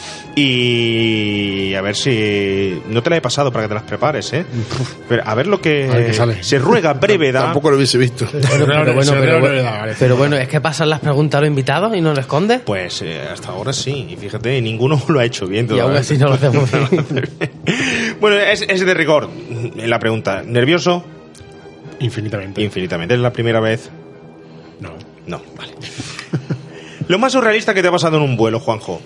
y a ver si no te la he pasado para que te las prepares, ¿eh? Pero a ver lo que, a ver qué sale. Se ruega brevedad. Tampoco lo hubiese visto. Pero, pero, bueno, pero, bueno, pero bueno, es que pasan las preguntas a los invitados y no lo escondes. Pues eh, hasta ahora sí, y fíjate, ninguno lo ha hecho bien todavía. Y aún así no lo hacemos bien. Bueno, es, es de rigor la pregunta. ¿Nervioso? Infinitamente. Infinitamente. ¿Es la primera vez? No. No, vale. Lo más surrealista que te ha pasado en un vuelo, Juanjo.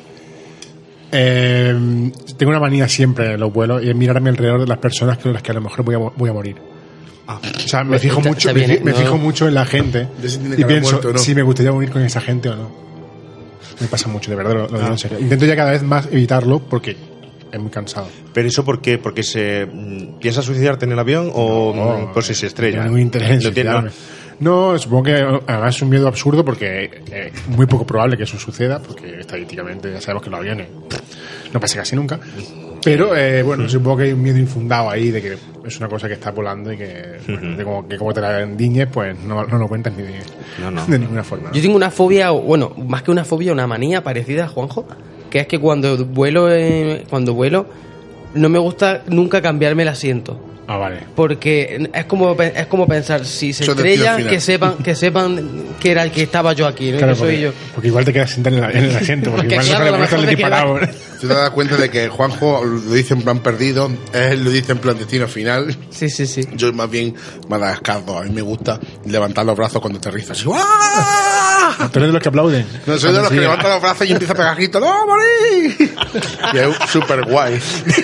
Eh, tengo una manía siempre en los vuelos y es mirar a mi alrededor de las personas con las que a lo mejor voy a, voy a morir. Ah. O sea, me fijo Está- mucho, está me, bien, ¿eh? me No. fijo mucho en la gente De si tiene y que haber pienso muerto o no. si me gustaría morir con esa gente o no. Me pasa mucho, de verdad, lo, lo digo Ah. en serio. Intento ya cada vez más evitarlo porque es muy cansado. ¿Pero eso por qué? ¿Porque se mm, piensas suicidarte en el avión o No, mm, por si se estrella? No tengo interés en No tiene- suicidarme. No, supongo que además es un miedo absurdo porque es muy poco probable que eso suceda, porque estadísticamente ya sabemos que los aviones no pasa casi nunca. Pero eh, bueno, supongo que hay un miedo infundado ahí de que es una cosa que está volando y que, bueno, de como, que como te la endiñes, pues no, no lo cuentas ni de, No, no. de ninguna forma, ¿no? Yo tengo una fobia, bueno, más que una fobia, una manía parecida a Juanjo, que es que cuando vuelo, eh, cuando vuelo, no me gusta nunca cambiarme el asiento. Ah, vale. Porque es como pe- es como pensar, si se Eso es destino estrella, final. que sepan que sepan que era el que estaba yo aquí, ¿no? Claro, que soy porque, yo. porque igual te quedas sentado en, la- en el asiento, porque, Porque igual claro, no a lo sale mejor el te aquí parado. Tú te das cuenta de que Juanjo lo dice en plan perdido, él lo dice en plan destino final. Sí, sí, sí. Yo más bien Madagascar dos. A mí me gusta levantar los brazos cuando aterrizas. Así, ¡ah! Tú eres de los que aplauden. No soy de los que Sí. levantan los brazos y empieza a pegar gritos. ¡No, morí! Y es súper guay.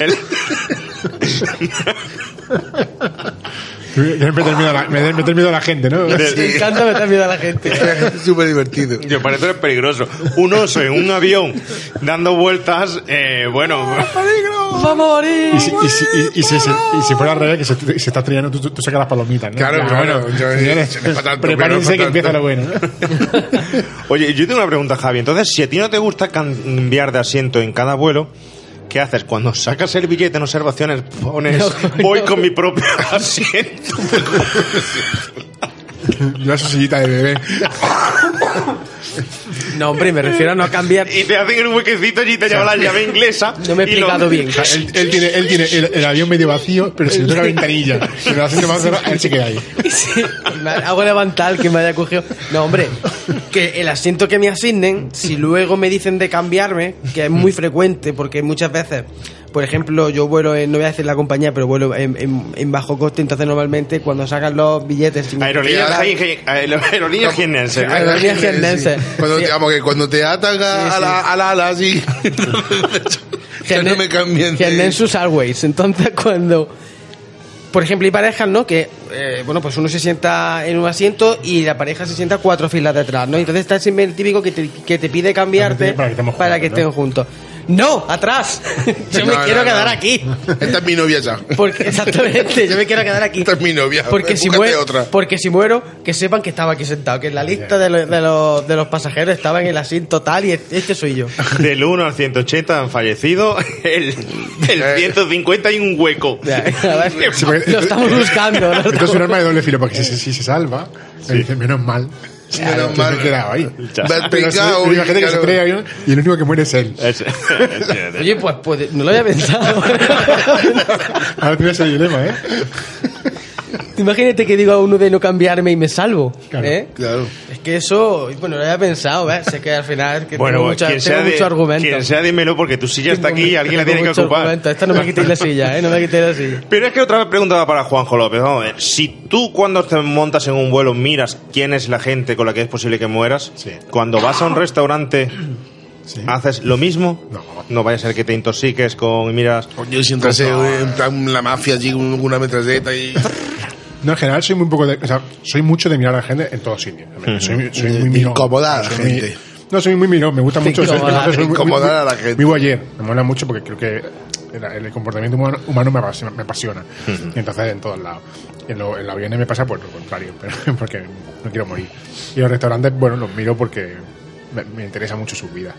Quieres meter miedo a la, meter- meter miedo a la gente, ¿no? Me encanta meter miedo a la gente. Es súper divertido. Yo parece que es peligroso. Un oso en un avión dando vueltas, eh, bueno... ¡Vamos a morir! Y si, y, si, y, y si, si- y si fuera al revés, que se, se está estrellando, tú, tú, tú sacas las palomitas, ¿no? Claro, Ya, claro. bueno, Yo- señores, no es para tanto, prepárense pero no que es para empieza lo bueno, ¿no? Oye, yo tengo una pregunta, Javi. Entonces, si a ti no te gusta cambiar de asiento en cada vuelo, ¿qué haces? Cuando sacas el billete en observaciones, pones No, voy no. con mi propio asiento. Yo a su sillita de bebé. No, hombre, me refiero a no cambiar. Y te hacen un huequecito y te llevan la llave inglesa. No me he y lo- explicado bien. O sea, él, él tiene, él tiene el, el avión medio vacío, pero si le toca ventanilla, si lo hace más cerrado, él se queda ahí. Sí, me hago levantar que me haya cogido. No, hombre, que el asiento que me asignen, si luego me dicen de cambiarme, que es muy frecuente, porque muchas veces, por ejemplo, yo vuelo, en, no voy a decir la compañía, pero vuelo en, en- en bajo coste, entonces normalmente cuando sacan los billetes... sin- Aerolíneas aer- aerolíneas jiennense. Aerolíneas jiennense. Cuando, Sí. te- vamos, que cuando te atan a, Sí, a la, a la ala así. Que no me cambien. de- Genensus Airways. Entonces, cuando. Por ejemplo, hay parejas, ¿no? Que, eh, bueno, pues uno se sienta en un asiento y la pareja se sienta cuatro filas detrás, ¿no? Entonces está siempre el típico que te, que te pide cambiarte Para que estemos para juntos, que estén ¿no? juntos. ¡No! ¡Atrás! Yo me No, quiero no, quedar no. aquí. Esta es mi novia ya. Porque, exactamente, yo me quiero quedar aquí. Esta es mi novia. Porque si, Búscate muero, otra. porque si muero, que sepan que estaba aquí sentado, que en la lista de, los- de, los, de los pasajeros estaba en el asiento tal y este soy yo. Del uno al ciento ochenta han fallecido. El, el ciento cincuenta y un hueco. Ya, a ver, Sí, porque- lo estamos buscando. lo Esto es estamos- un arma de doble filo, porque si, si se salva, me dice, menos mal. Menos que mal. me he quedado ahí. Ya. Me has Pero, si- picado, pero imagínate que se claro. estrella el avión y el único que muere es él. Es- es- Oye, pues, pues no lo había pensado. Ahora tienes el dilema, ¿eh? Imagínate que digo a uno de no cambiarme y me salvo. Claro. ¿eh? Claro. Es que eso, bueno, no lo había pensado, ¿ves? Sé que al final que Bueno, tengo, mucha, quien, tengo sea de, mucho argumento. quien sea, dímelo, porque tu silla está aquí y alguien la tiene que ocupar. Esta no me quitéis la silla, ¿eh? No me quitéis la silla. Pero es que otra vez preguntaba para Juanjo López. Vamos a ver, si tú cuando te montas en un vuelo miras quién es la gente con la que es posible que mueras, Sí. cuando vas a un restaurante, Sí. ¿haces lo mismo? No. No vaya a ser que te intoxiques con y miras... Yo siempre sé, en plan, la mafia allí con una metralleta y. No, en general soy muy poco de, o sea, soy mucho de mirar a la gente en todos sitios. Soy, soy muy De mirón. incomodar a la Soy muy- gente. No, soy muy mirón, me gusta mucho. Incomodar, soy- soy muy- incomodar muy- a la gente. Vivo ayer, me mola mucho porque creo que el, el comportamiento humano, humano me, apasiona, me apasiona. Y entonces en todos lados. En, lo, en los aviones me pasa por lo contrario, pero, porque no quiero morir. Y los restaurantes, bueno, los miro porque me, me interesa mucho su vida.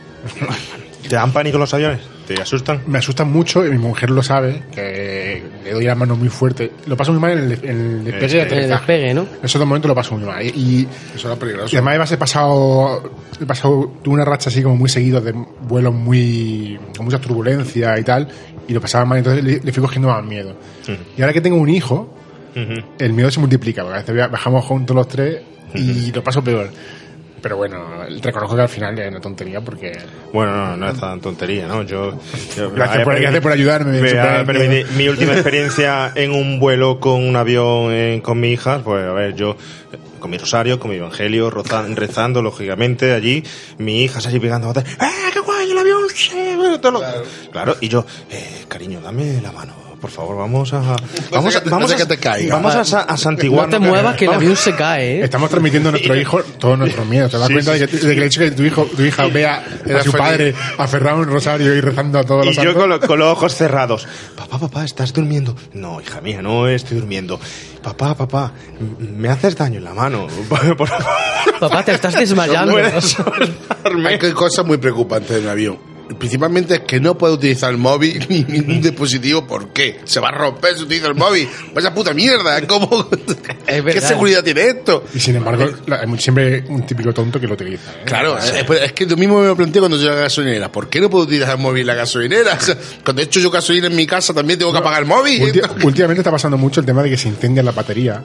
¿Te dan pánico los aviones? ¿Te asustan? Me asustan mucho y mi mujer lo sabe, que le doy la mano muy fuerte. Lo paso muy mal en el, en el despegue y En el aterrizaje. despegue, ¿no? En esos dos momentos lo paso muy mal. Y, y Eso era peligroso. Y además he pasado, he pasado tuve una racha así como muy seguido de vuelos muy con mucha turbulencia y tal, y lo pasaba mal, entonces le, le fui cogiendo más miedo. Ujú. Y ahora que tengo un hijo, Ujú. el miedo se multiplica, porque a veces via- bajamos juntos los tres y lo paso peor. Pero bueno, reconozco que al final es una tontería porque... Bueno, no, no es tan tontería, ¿no? Yo, yo Gracias por- gracias por ayudarme, Me- super- pero mi, mi última experiencia en un vuelo con un avión eh, con mi hija, pues a ver, yo eh, con mi rosario, con mi evangelio, roza- rezando, lógicamente, allí, mi hija se allí pegando, ¡eh, qué guay el avión! Sí, bueno, todo lo- Claro. Claro, y yo, eh, cariño, dame la mano. Por favor, vamos a... Vamos a, que te- vamos no a, sé que te caiga. vamos a, sa- a No santiguar. te muevas que el avión se cae, ¿eh? Estamos transmitiendo a nuestro hijo todos nuestros miedos. ¿Te das Sí, cuenta sí, de, que, de que el hecho de que tu hijo, tu hija vea a Era su feliz. padre aferrado a un rosario y rezando a todos Y los yo santos? con, lo- con los ojos cerrados. Papá, papá, ¿estás durmiendo? No, hija mía, no estoy durmiendo. Papá, papá, m- me haces daño en la mano. Por favor. Papá, te estás desmayando. ¿Puedes soltarme? Hay cosas muy preocupantes en un avión. Principalmente es que no puede utilizar el móvil ni ningún dispositivo. ¿Por qué? Se va a romper si utiliza el móvil. Vaya puta mierda. ¿Cómo? ¿Qué verdad. seguridad tiene esto? Y sin embargo, la- hay siempre un típico tonto que lo utiliza. ¿eh? Claro, es, es que lo mismo me lo planteo cuando yo a la gasolinera. ¿Por qué no puedo utilizar el móvil en la gasolinera? O sea, cuando he hecho yo gasolina en mi casa también tengo que apagar el móvil. Ulti- últimamente está pasando mucho el tema de que se incendian las baterías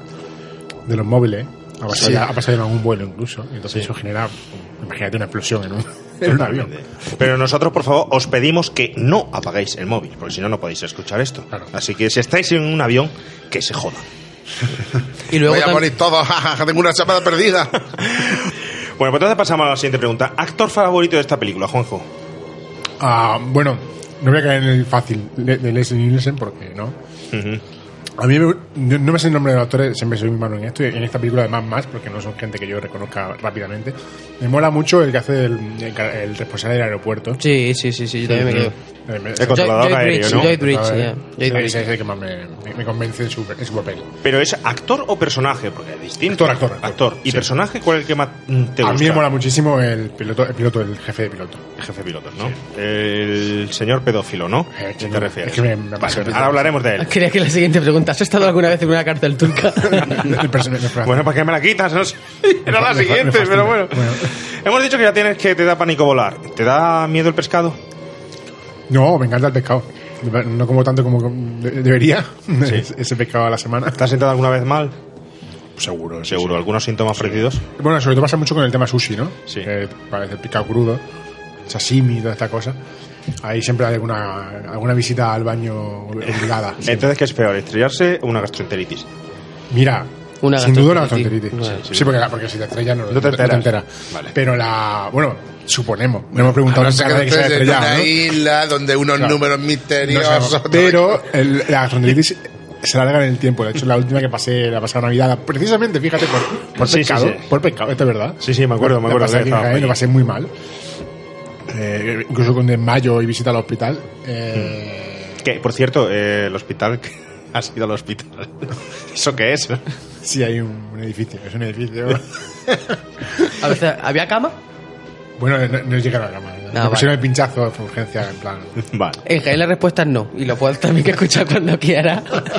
de los móviles. Ha pasado, Sí. ya- ha pasado en algún vuelo incluso. Y entonces eso genera, imagínate, una explosión en un, en un avión. Pero nosotros, por favor, os pedimos que no apaguéis el móvil, porque si no, no podéis escuchar esto. Claro. Así que si estáis en un avión, que se jodan. Y luego Voy a tam- morir todos. Tengo una llamada perdida. Bueno, pues entonces pasamos a la siguiente pregunta. ¿Actor favorito de esta película, Juanjo? Ah, bueno, no voy a caer en el fácil de, de Leslie Nielsen porque no. Ujú. A mí me- yo no me sé el nombre de los actores, siempre soy muy malo en esto, y en esta película además más, porque no son gente que yo reconozca rápidamente. Me mola mucho el que hace el, el, el responsable del aeropuerto. Sí, sí, sí, sí, yo también me quedo. Eh, me- El controlador Joy- Joy aéreo, Bridge, ¿no? Joy Bridge, A ver, yeah. Joy ese- Bridge. ese es el que más me, me- me convence en su, en su papel. ¿Pero es actor o personaje? Porque es distinto. Actor, actor, actor. ¿Y Sí. personaje cuál es el que más mm, te A gusta? mí me mola muchísimo el piloto, el piloto, el jefe de piloto. El jefe de pilotos, ¿no? El señor pedófilo, ¿no? Eh, ¿A qué que te no, refieres? es que me- me apasiona. Ahora hablaremos de él. Quería que la siguiente pregunta. ¿Has estado alguna vez en una cárcel turca? El perso- me- me- Bueno, ¿para qué me la quitas? No sé. Era la Me fa- me siguiente, fascina. pero bueno. Bueno. Hemos dicho que ya tienes que te da pánico volar. ¿Te da miedo el pescado? No, me encanta el pescado. No como tanto como de- debería. Ese pescado a la semana. ¿Te has sentado alguna vez mal? Seguro, sí, Seguro. ¿Algunos síntomas parecidos? Bueno, sobre todo pasa mucho con el tema sushi, ¿no? Sí. Que parece el pescado crudo, sashimi, toda esta cosa. Ahí siempre hay alguna, alguna visita al baño obligada. siempre. Entonces, ¿qué es peor? ¿Estrellarse o una gastroenteritis? Mira, Una sin duda una gastroenteritis. gastroenteritis. Bueno, Sí, porque, porque si te estrellas no, No te enteras. enteras. Vale. Pero la... Bueno, suponemos. No hemos preguntado No nunca sé a que nadie que se haya estés en estrellado, una ¿no? isla donde unos Claro. números No misteriosos. sabemos. Pero el- la gastroenteritis se larga en el tiempo. De hecho, la última que pasé, la pasada Navidad, precisamente, fíjate, por, por Sí, sí, pescado. sí. Por pescado, esto es verdad. Sí, sí, me acuerdo, me La acuerdo pasé que aquí en estaba Jaén, allí. lo pasé muy mal. Eh, incluso con desmayo y visita al hospital. Eh, Que, por cierto, eh, el hospital... ¿Has ido al hospital? ¿Eso qué es? Sí, hay un, un edificio. Es un edificio. A veces, ¿había cama? Bueno, no, no llega a la cama. Ah, Me pusieron vale. el pinchazo de urgencia, en plan. Vale. En Jaén la respuesta es no. Y lo puedes también que escuchar cuando quiera.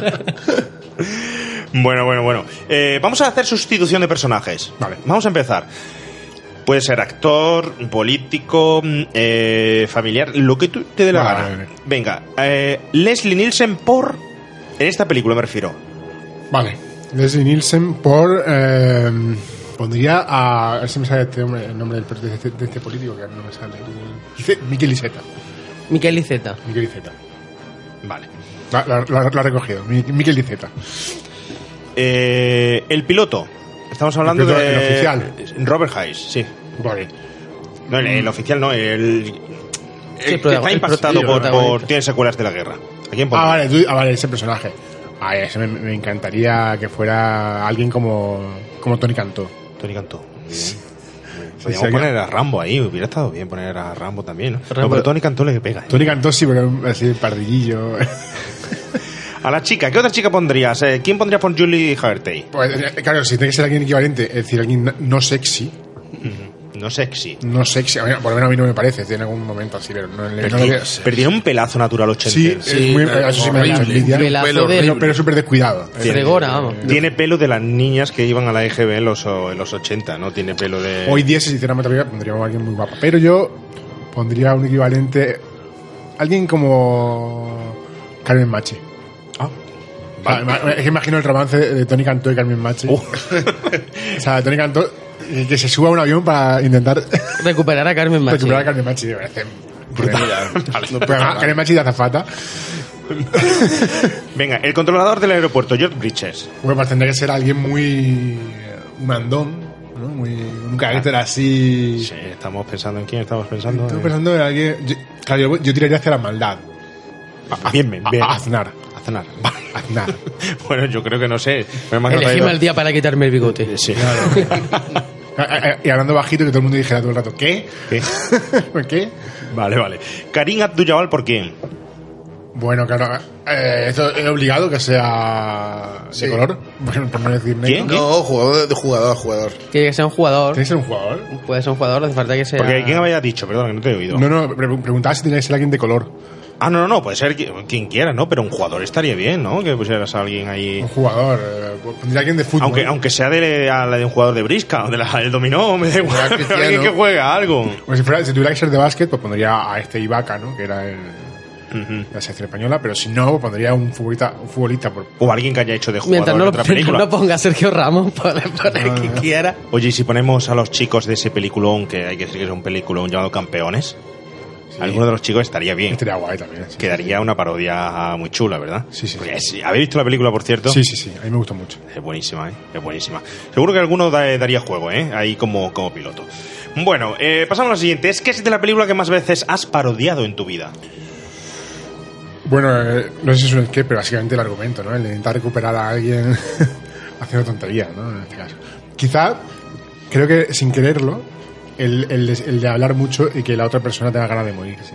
Bueno, bueno, bueno. Eh, vamos a hacer sustitución de personajes. Vale. Vamos a empezar. Puede ser actor, político, mm, eh, familiar, lo que tú te dé la Vale, gana. vale, vale. Venga, eh, Leslie Nielsen por... En esta película me refiero. Vale. Leslie Nielsen por. Eh, pondría a. A ver si me sale este hombre, el nombre del, de, este, de este político que no me sale. Dice Miquel Iceta. Miquel Iceta. Miquel Iceta. Vale. La, la, la- la ha recogido. Mi- Miquel Iceta. Eh, el piloto. Estamos hablando El piloto, de... el oficial. Robert Hayes, sí. Vale. No, el, el oficial no, el... el que protagon- está el impactado pro- por, el protagonista. por... Tiene secuelas de la guerra. ¿A quién Ah, pondría? vale, tú- ah, vale, ese personaje. Ay, ese me, me encantaría que fuera alguien como, como Tony Cantó. Tony Cantó. Muy bien. Podríamos sí, poner a Rambo ahí, hubiera estado bien poner a Rambo también, ¿no? Rambo. No, pero Tony Cantó le pega. ¿eh? Tony Cantó sí, porque así pardillillo. A la chica, ¿qué otra chica pondrías? Eh, ¿Quién pondrías por Julie Haggerty? Pues, eh, claro, si tiene que ser alguien equivalente, es decir, alguien no sexy. No sexy. No sexy, a mí, por lo menos a mí no me parece, tiene algún momento así, pero no, Pero, no le veo- pero tiene un pelazo natural Sí, ochentero. es muy, eso sí me da horrible. envidia. Pelazo Pero- de- pero, pero súper descuidado. Fregora, vamos. Tiene pelo de las niñas que iban a la E G B en los, en los ochenta, ¿no? Tiene pelo de... Hoy día, si sinceramente pondríamos a alguien muy guapo. Pero yo pondría un equivalente. Alguien como Carmen Machi. Ah, Ah, ima- Es que imagino el romance de Tony Cantó y Carmen Machi. Uh. O sea, Tony Cantó eh, que se suba a un avión para intentar Recuperar a Carmen Machi. recuperar a Carmen Machi. Me parece brutal. Vale. No puede más. Carmen Machi de azafata. Venga, el controlador del aeropuerto, George Bridges. Bueno, pues tendría que ser alguien muy mandón, ¿no? Muy, un carácter así. Sí, estamos pensando en quién estamos pensando. Estoy Eh, pensando en alguien. Yo, claro, yo, yo tiraría hacia la maldad. Bien, bien, bien. A, a Aznar. Aznar. Aznar. Bueno, yo creo que no sé. Me imagino que ha Elegí ido- mal día para quitarme el bigote. Sí. A- a- y hablando bajito, que todo el mundo dijera todo el rato, ¿qué? ¿Qué? ¿Qué? Vale, vale. Karim Abdul-Jabbar, ¿por quién? Bueno, claro, eh, esto es obligado que sea de Sí. color. Bueno, por no decir negro. ¿Quién? No, jugador de jugador, jugador. Tiene que ser un jugador. ¿Tiene que ser un jugador? Puede ser un jugador, no hace falta que sea. Porque ¿quién había dicho? Perdón, que no te he oído. No, no, pre- preguntaba si tenía que ser alguien de color. Ah, no, no, no, puede ser qui- quien quiera, ¿no? Pero un jugador estaría bien, ¿no? Que pusieras a alguien ahí... Un jugador. Eh, pondría alguien de fútbol. Aunque, aunque sea de, a la de un jugador de brisca o de la, del dominó, me da igual. Era cristiano. Alguien que juega algo. Bueno, si, fuera, si tuviera que ser de básquet, pues pondría a este Ibaka, ¿no? Que era el, Ujú. la selección española. Pero si no, pues pondría un futbolista, un futbolista por, O alguien que haya hecho de jugador Mientras no, en lo, otra mientras película. no ponga a Sergio Ramos, pone, pone el que quiera. Oye, y si ponemos a los chicos de ese peliculón, que hay que decir que es un peliculón llamado Campeones, alguno de los chicos estaría bien. estaría guay también. Sí, Quedaría una parodia muy chula, ¿verdad? Sí, sí, Porque sí. es- ¿Habéis visto la película, por cierto? sí, sí, sí. A mí me gustó mucho. Es buenísima, ¿eh? Es buenísima. Seguro que alguno da- daría juego, ¿eh? Ahí como, como piloto. Bueno, eh, pasamos a lo siguiente. Es que es de la película que más veces has parodiado en tu vida. Bueno, eh, no sé si es un qué, pero básicamente el argumento, ¿no? El de intentar recuperar a alguien haciendo tonterías, ¿no? En este caso. Quizá, creo que sin quererlo, el, el, de, el de hablar mucho y que la otra persona tenga ganas de morirse.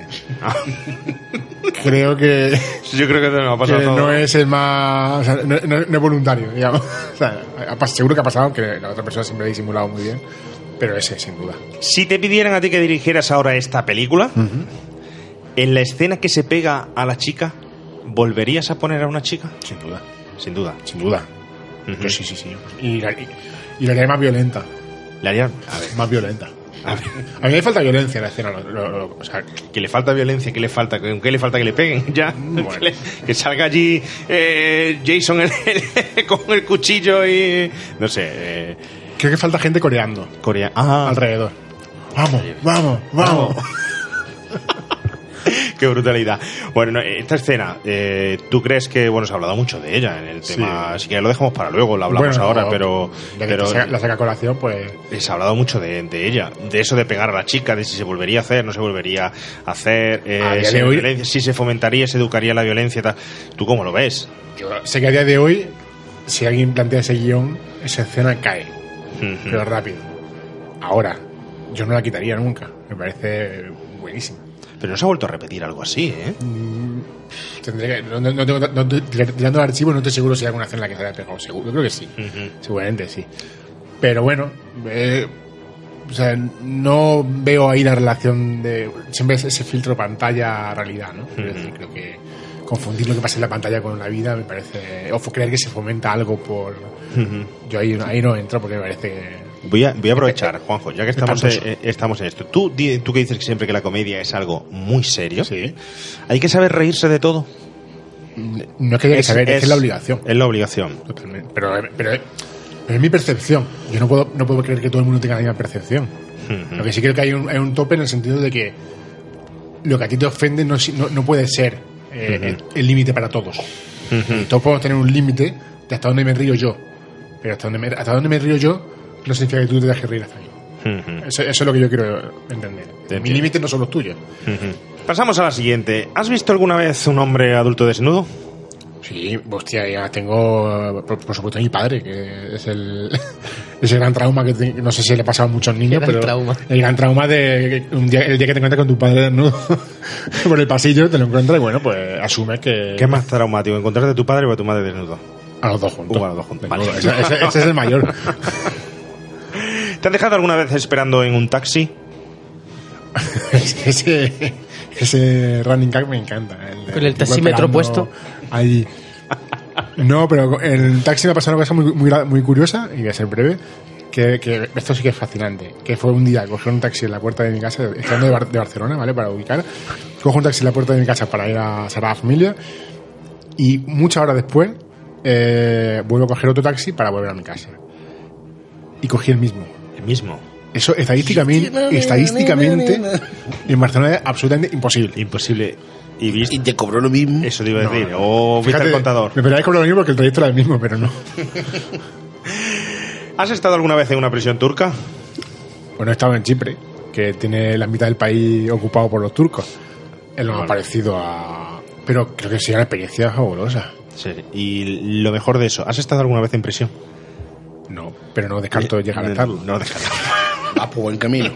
Creo que, Yo creo que te lo ha pasado que todo. no es el más... O sea, no, no- no es voluntario, digamos. O sea, ha pas- seguro que ha pasado, que la otra persona siempre ha disimulado muy bien, pero ese, sin duda. Si te pidieran a ti que dirigieras ahora esta película, en la escena que se pega a la chica, ¿volverías a poner a una chica? Sin duda. Sin duda. Sin duda. Ujú. Yo sí, sí, sí. Y la, y, y la haría más violenta. Le haría... A ver, Más violenta. a ver. A mí me falta violencia en la escena. lo- lo- lo- o sea, Que le falta violencia, que le falta, que ¿qué le falta que le peguen ya, Bueno. que, le- que salga allí eh, Jason el- el- con el cuchillo y no sé, eh, creo que falta gente coreando Corea, ah, alrededor. Vamos, vamos, vamos. qué brutalidad. Bueno, no, esta escena, eh, ¿tú crees que bueno se ha hablado mucho de ella en el Sí. tema? Así que lo dejamos para luego, lo hablamos Bueno, ahora, no, pero ya que pero te saca- la saca a colación, pues. se ha hablado mucho de, de ella, de eso de pegar a la chica, de si se volvería a hacer, no se volvería a hacer, eh, A día si, de hoy- violencia- si se fomentaría, se educaría la violencia. Tal. ¿Tú cómo lo ves? Yo sé que a día de hoy, si alguien plantea ese guión, esa escena cae. Ujú. Pero rápido. Ahora, yo no la quitaría nunca. Me parece buenísimo. Pero no se ha vuelto a repetir algo así, ¿eh? Tendría que, no, no, no tengo- no- no- tirando al archivo, no estoy seguro si hay alguna escena en la que se haya pegado. Seguro, yo creo que sí. Ujú. Seguramente sí. Pero bueno, eh, o sea, no veo ahí la relación de. Siempre es ese filtro pantalla-realidad, ¿no? Es decir, creo que confundir lo que pasa en la pantalla con la vida me parece. O creer que se fomenta algo por. Yo ahí, ahí no entro porque me parece que. Voy a, voy a aprovechar, Juanjo, ya que estamos, Espantoso. eh, estamos en esto. Tú, di- tú que dices que siempre que la comedia es algo muy serio, Sí. hay que saber reírse de todo. No es que haya que saber, es, que es la obligación. Es la obligación. Totalmente. Pero, pero, pero es mi percepción. Yo no puedo, no puedo creer que todo el mundo tenga la misma percepción. Ujú. Lo que sí creo que hay un, hay un tope en el sentido de que lo que a ti te ofende no, no, no puede ser eh, Ujú. el- el límite para todos. Y todos podemos tener un límite de hasta dónde me río yo. Pero hasta dónde me, hasta dónde me río yo no significa que tú te dejes reír hasta ahí. Ujú. Eso, eso es lo que yo quiero entender. Te Mis entiendo. límites no son los tuyos. Ujú. Pasamos a la siguiente. ¿Has visto alguna vez un hombre adulto desnudo? Sí, hostia, ya tengo, por, por supuesto, mi padre, que es el, ese gran trauma que te- no sé si le pasaba a muchos niños, Gran pero trauma. el gran trauma de un día, el día que te encuentras con tu padre desnudo por el pasillo, te lo encuentras y bueno, pues asumes que ¿Qué es más traumático, encontrarte a tu padre o a tu madre desnudo? a los dos juntos. Uh, a los dos juntos. Desnudo. Vale. Ese, ese- ese es el mayor. ¿Te han dejado alguna vez esperando en un taxi? ese, ese running gag me encanta. El, Con el tipo taxímetro esperando puesto. Ahí. No, pero en el taxi me ha pasado una cosa muy, muy, gra- muy curiosa, y voy a ser breve, que, que esto sí que es fascinante. Que fue un día, cogí un taxi en la puerta de mi casa, estando de, Bar- de Barcelona, ¿vale? Para ubicar. Cojo un taxi en la puerta de mi casa para ir a Sagrada Familia, y muchas horas después eh, vuelvo a coger otro taxi para volver a mi casa. Y cogí el mismo. El mismo. Eso estadísticamente, estadísticamente en Barcelona es absolutamente imposible. Imposible. Y viste. Y te cobró lo mismo. Eso te iba a No, decir. no. O viste Fíjate, el contador. Me esperaba que lo mismo porque el trayecto era el mismo, pero no. ¿Has estado alguna vez en una prisión turca? Bueno, he estado en Chipre, que tiene la mitad del país ocupado por los turcos. Es lo más parecido a... Pero creo que sería una experiencia fabulosa. Sí. Y lo mejor de eso, ¿has estado alguna vez en prisión? No, pero no descarto llegar a estarlo. No, déjalo. Va por buen camino.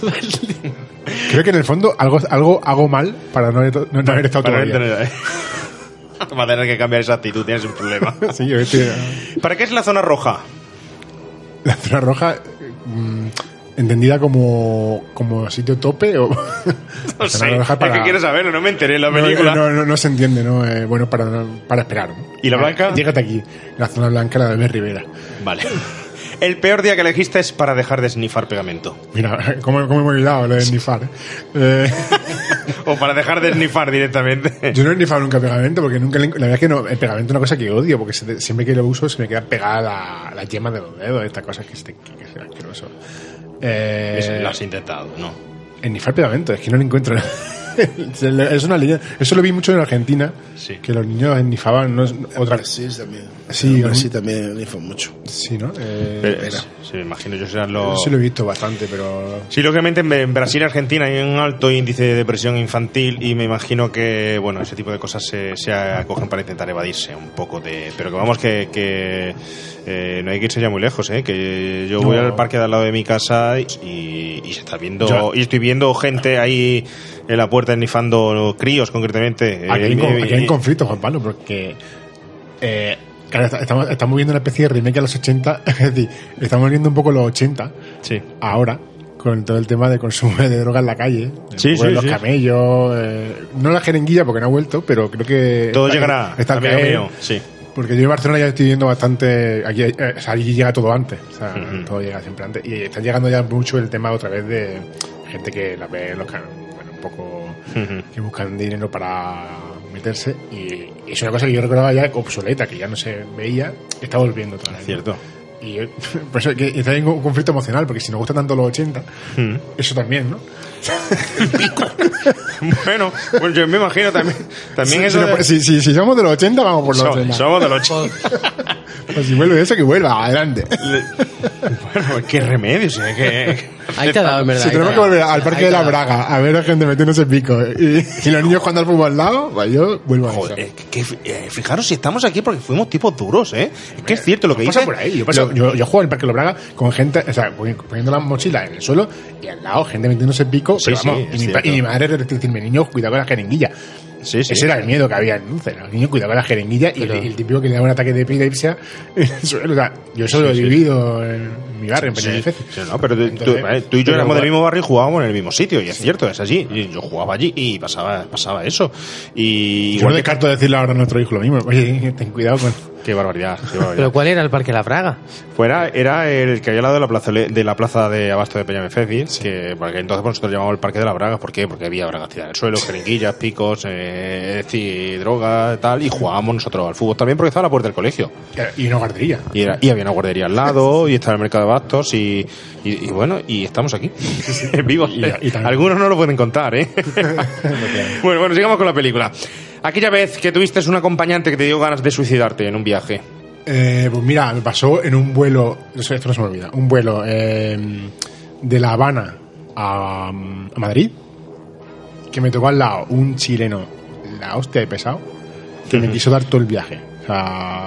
Creo que en el fondo algo, algo hago mal para no, haber- no, no haber estado Para no todavía. tener- Va a tener que cambiar esa actitud, tienes un problema. Sí, yo estoy... ¿Para qué es la zona roja? La zona roja, mm, entendida como, como sitio tope o... No La sé. zona roja Es que quiero saberlo, no me enteré en la No, película. no, no, no se entiende, ¿no? Eh, bueno, para, para esperar. ¿no? ¿Y la blanca? Eh, llégate aquí. La zona blanca, la de Albert Rivera. Vale. El peor día que elegiste es para dejar de snifar pegamento. Mira, ¿cómo, cómo hemos hilado lo de snifar? Eh, O para dejar de snifar directamente. yo no he snifado nunca pegamento porque nunca... le- La verdad es que no, el pegamento es una cosa que odio porque se te- siempre que lo uso se me queda pegada la, la yema de los dedos, estas cosas que, este, que, que es asqueroso. Eh, Eso lo has intentado, ¿no? Snifar pegamento, es que no lo encuentro. Es una leyenda. Eso lo vi mucho en Argentina, Sí. que los niños snifaban no es- otra Brasil también. Sí, en Brasil un- también le fue mucho. Sí, ¿no? Eh, Pero, era. sí, me imagino yo serán los... Sí lo he visto bastante, pero... Sí, lógicamente en en Brasil y Argentina hay un alto índice de depresión infantil y me imagino que, bueno, ese tipo de cosas se, se acogen para intentar evadirse un poco de... Pero que vamos, que, que eh, no hay que irse ya muy lejos, ¿eh? Que yo voy No. al parque de al lado de mi casa y, y se está viendo... Yo- Y estoy viendo gente ahí en la puerta snifando críos, concretamente. Aquí hay, Eh, un- eh, aquí hay un eh, conflicto, Juan Pablo, porque... Eh, claro, está- estamos, estamos viendo una especie de remake a los ochenta, es decir, estamos viendo un poco los ochenta Sí. ahora, con todo el tema de consumo de droga en la calle, un Sí, poco de sí, los sí. camellos, eh, no la jeringuilla porque no ha vuelto, pero creo que... Todo está- llegará, está al amigo caer. mío. Sí. Porque yo en Barcelona ya estoy viendo bastante. Aquí, eh, o sea, allí llega todo antes. O sea, Ujú. todo llega siempre antes. Y están llegando ya mucho el tema otra vez de gente que la ve en los canales. Bueno, un poco. Ujú. Que buscan dinero para meterse. Y es una cosa que yo recordaba ya obsoleta, que ya no se veía. Está volviendo otra vez. ¿no? Cierto. Y eh, por eso que está en un conflicto emocional, porque si nos gusta tanto los ochenta, Mm. eso también, ¿no? Bueno, pues yo me imagino también, también Si, eso si, de- no- si, si- si somos de los ochenta, vamos por los So- ochenta. somos de los Pues si vuelve eso, que vuelva, adelante. Bueno, qué remedio, o sea, que... Ahí te ha dado, en verdad. Si ahí te tenemos ha que dado. volver al Parque Ahí de te ha la dado. Braga a ver a gente metiéndose pico y, y los niños jugando al fútbol al lado, pues yo vuelvo a Joder, eso. eh, que, eh, fijaros si estamos aquí porque fuimos tipos duros, ¿eh? Es que es cierto lo que Pasa dice. por ahí. Yo, paso- Lo- yo, yo juego en el Parque de la Braga con gente, o sea, poni- poniendo la mochila en el suelo y al lado gente metiéndose pico. Sí, pero sí, vamos, es y, mi, pa- cierto. y mi madre decirme, niño, cuidado con la jeringuilla. Sí, sí. Ese era el miedo que había en Dulce. Los niños cuidado con la jeringuilla y, el, y el típico que le daba un ataque de epilepsia en el suelo. O sea, yo eso lo he sí. vivido en mi barrio, en Sí, Peña sí, no, pero tú, Entonces, tú- eh, tú y yo pero éramos del bueno. mismo barrio y jugábamos en el mismo sitio, y es cierto, es así. Y yo jugaba allí y pasaba, pasaba eso. Y Yo no igual que- descarto decirle ahora a nuestro hijo lo mismo. Oye, ten cuidado con... Qué barbaridad, qué barbaridad. ¿Pero cuál era el Parque La Braga? Fuera era el que había al lado de la plaza de la plaza de Abasto de Peñamefeci, que porque entonces pues, nosotros llamábamos el Parque de la Braga. ¿Por qué? Porque había bragas tiradas en el suelo, jeringuillas, picos, eh, es decir, droga, tal, y jugábamos nosotros al fútbol también porque estaba a la puerta del colegio. Y una guardería. Y, era- y había una guardería al lado, y estaba el mercado de Abastos, y, y, y bueno, y estamos aquí, vivos. Y- y también. Algunos no lo pueden contar, ¿eh? bueno, bueno, sigamos con la película. Aquella vez que tuviste un acompañante que te dio ganas de suicidarte en un viaje. Eh, pues mira, me pasó en un vuelo, no sé, esto no se me olvida, un vuelo eh, de La Habana a, a Madrid, que me tocó al lado un chileno, la hostia de pesado, que me quiso dar todo el viaje. O sea,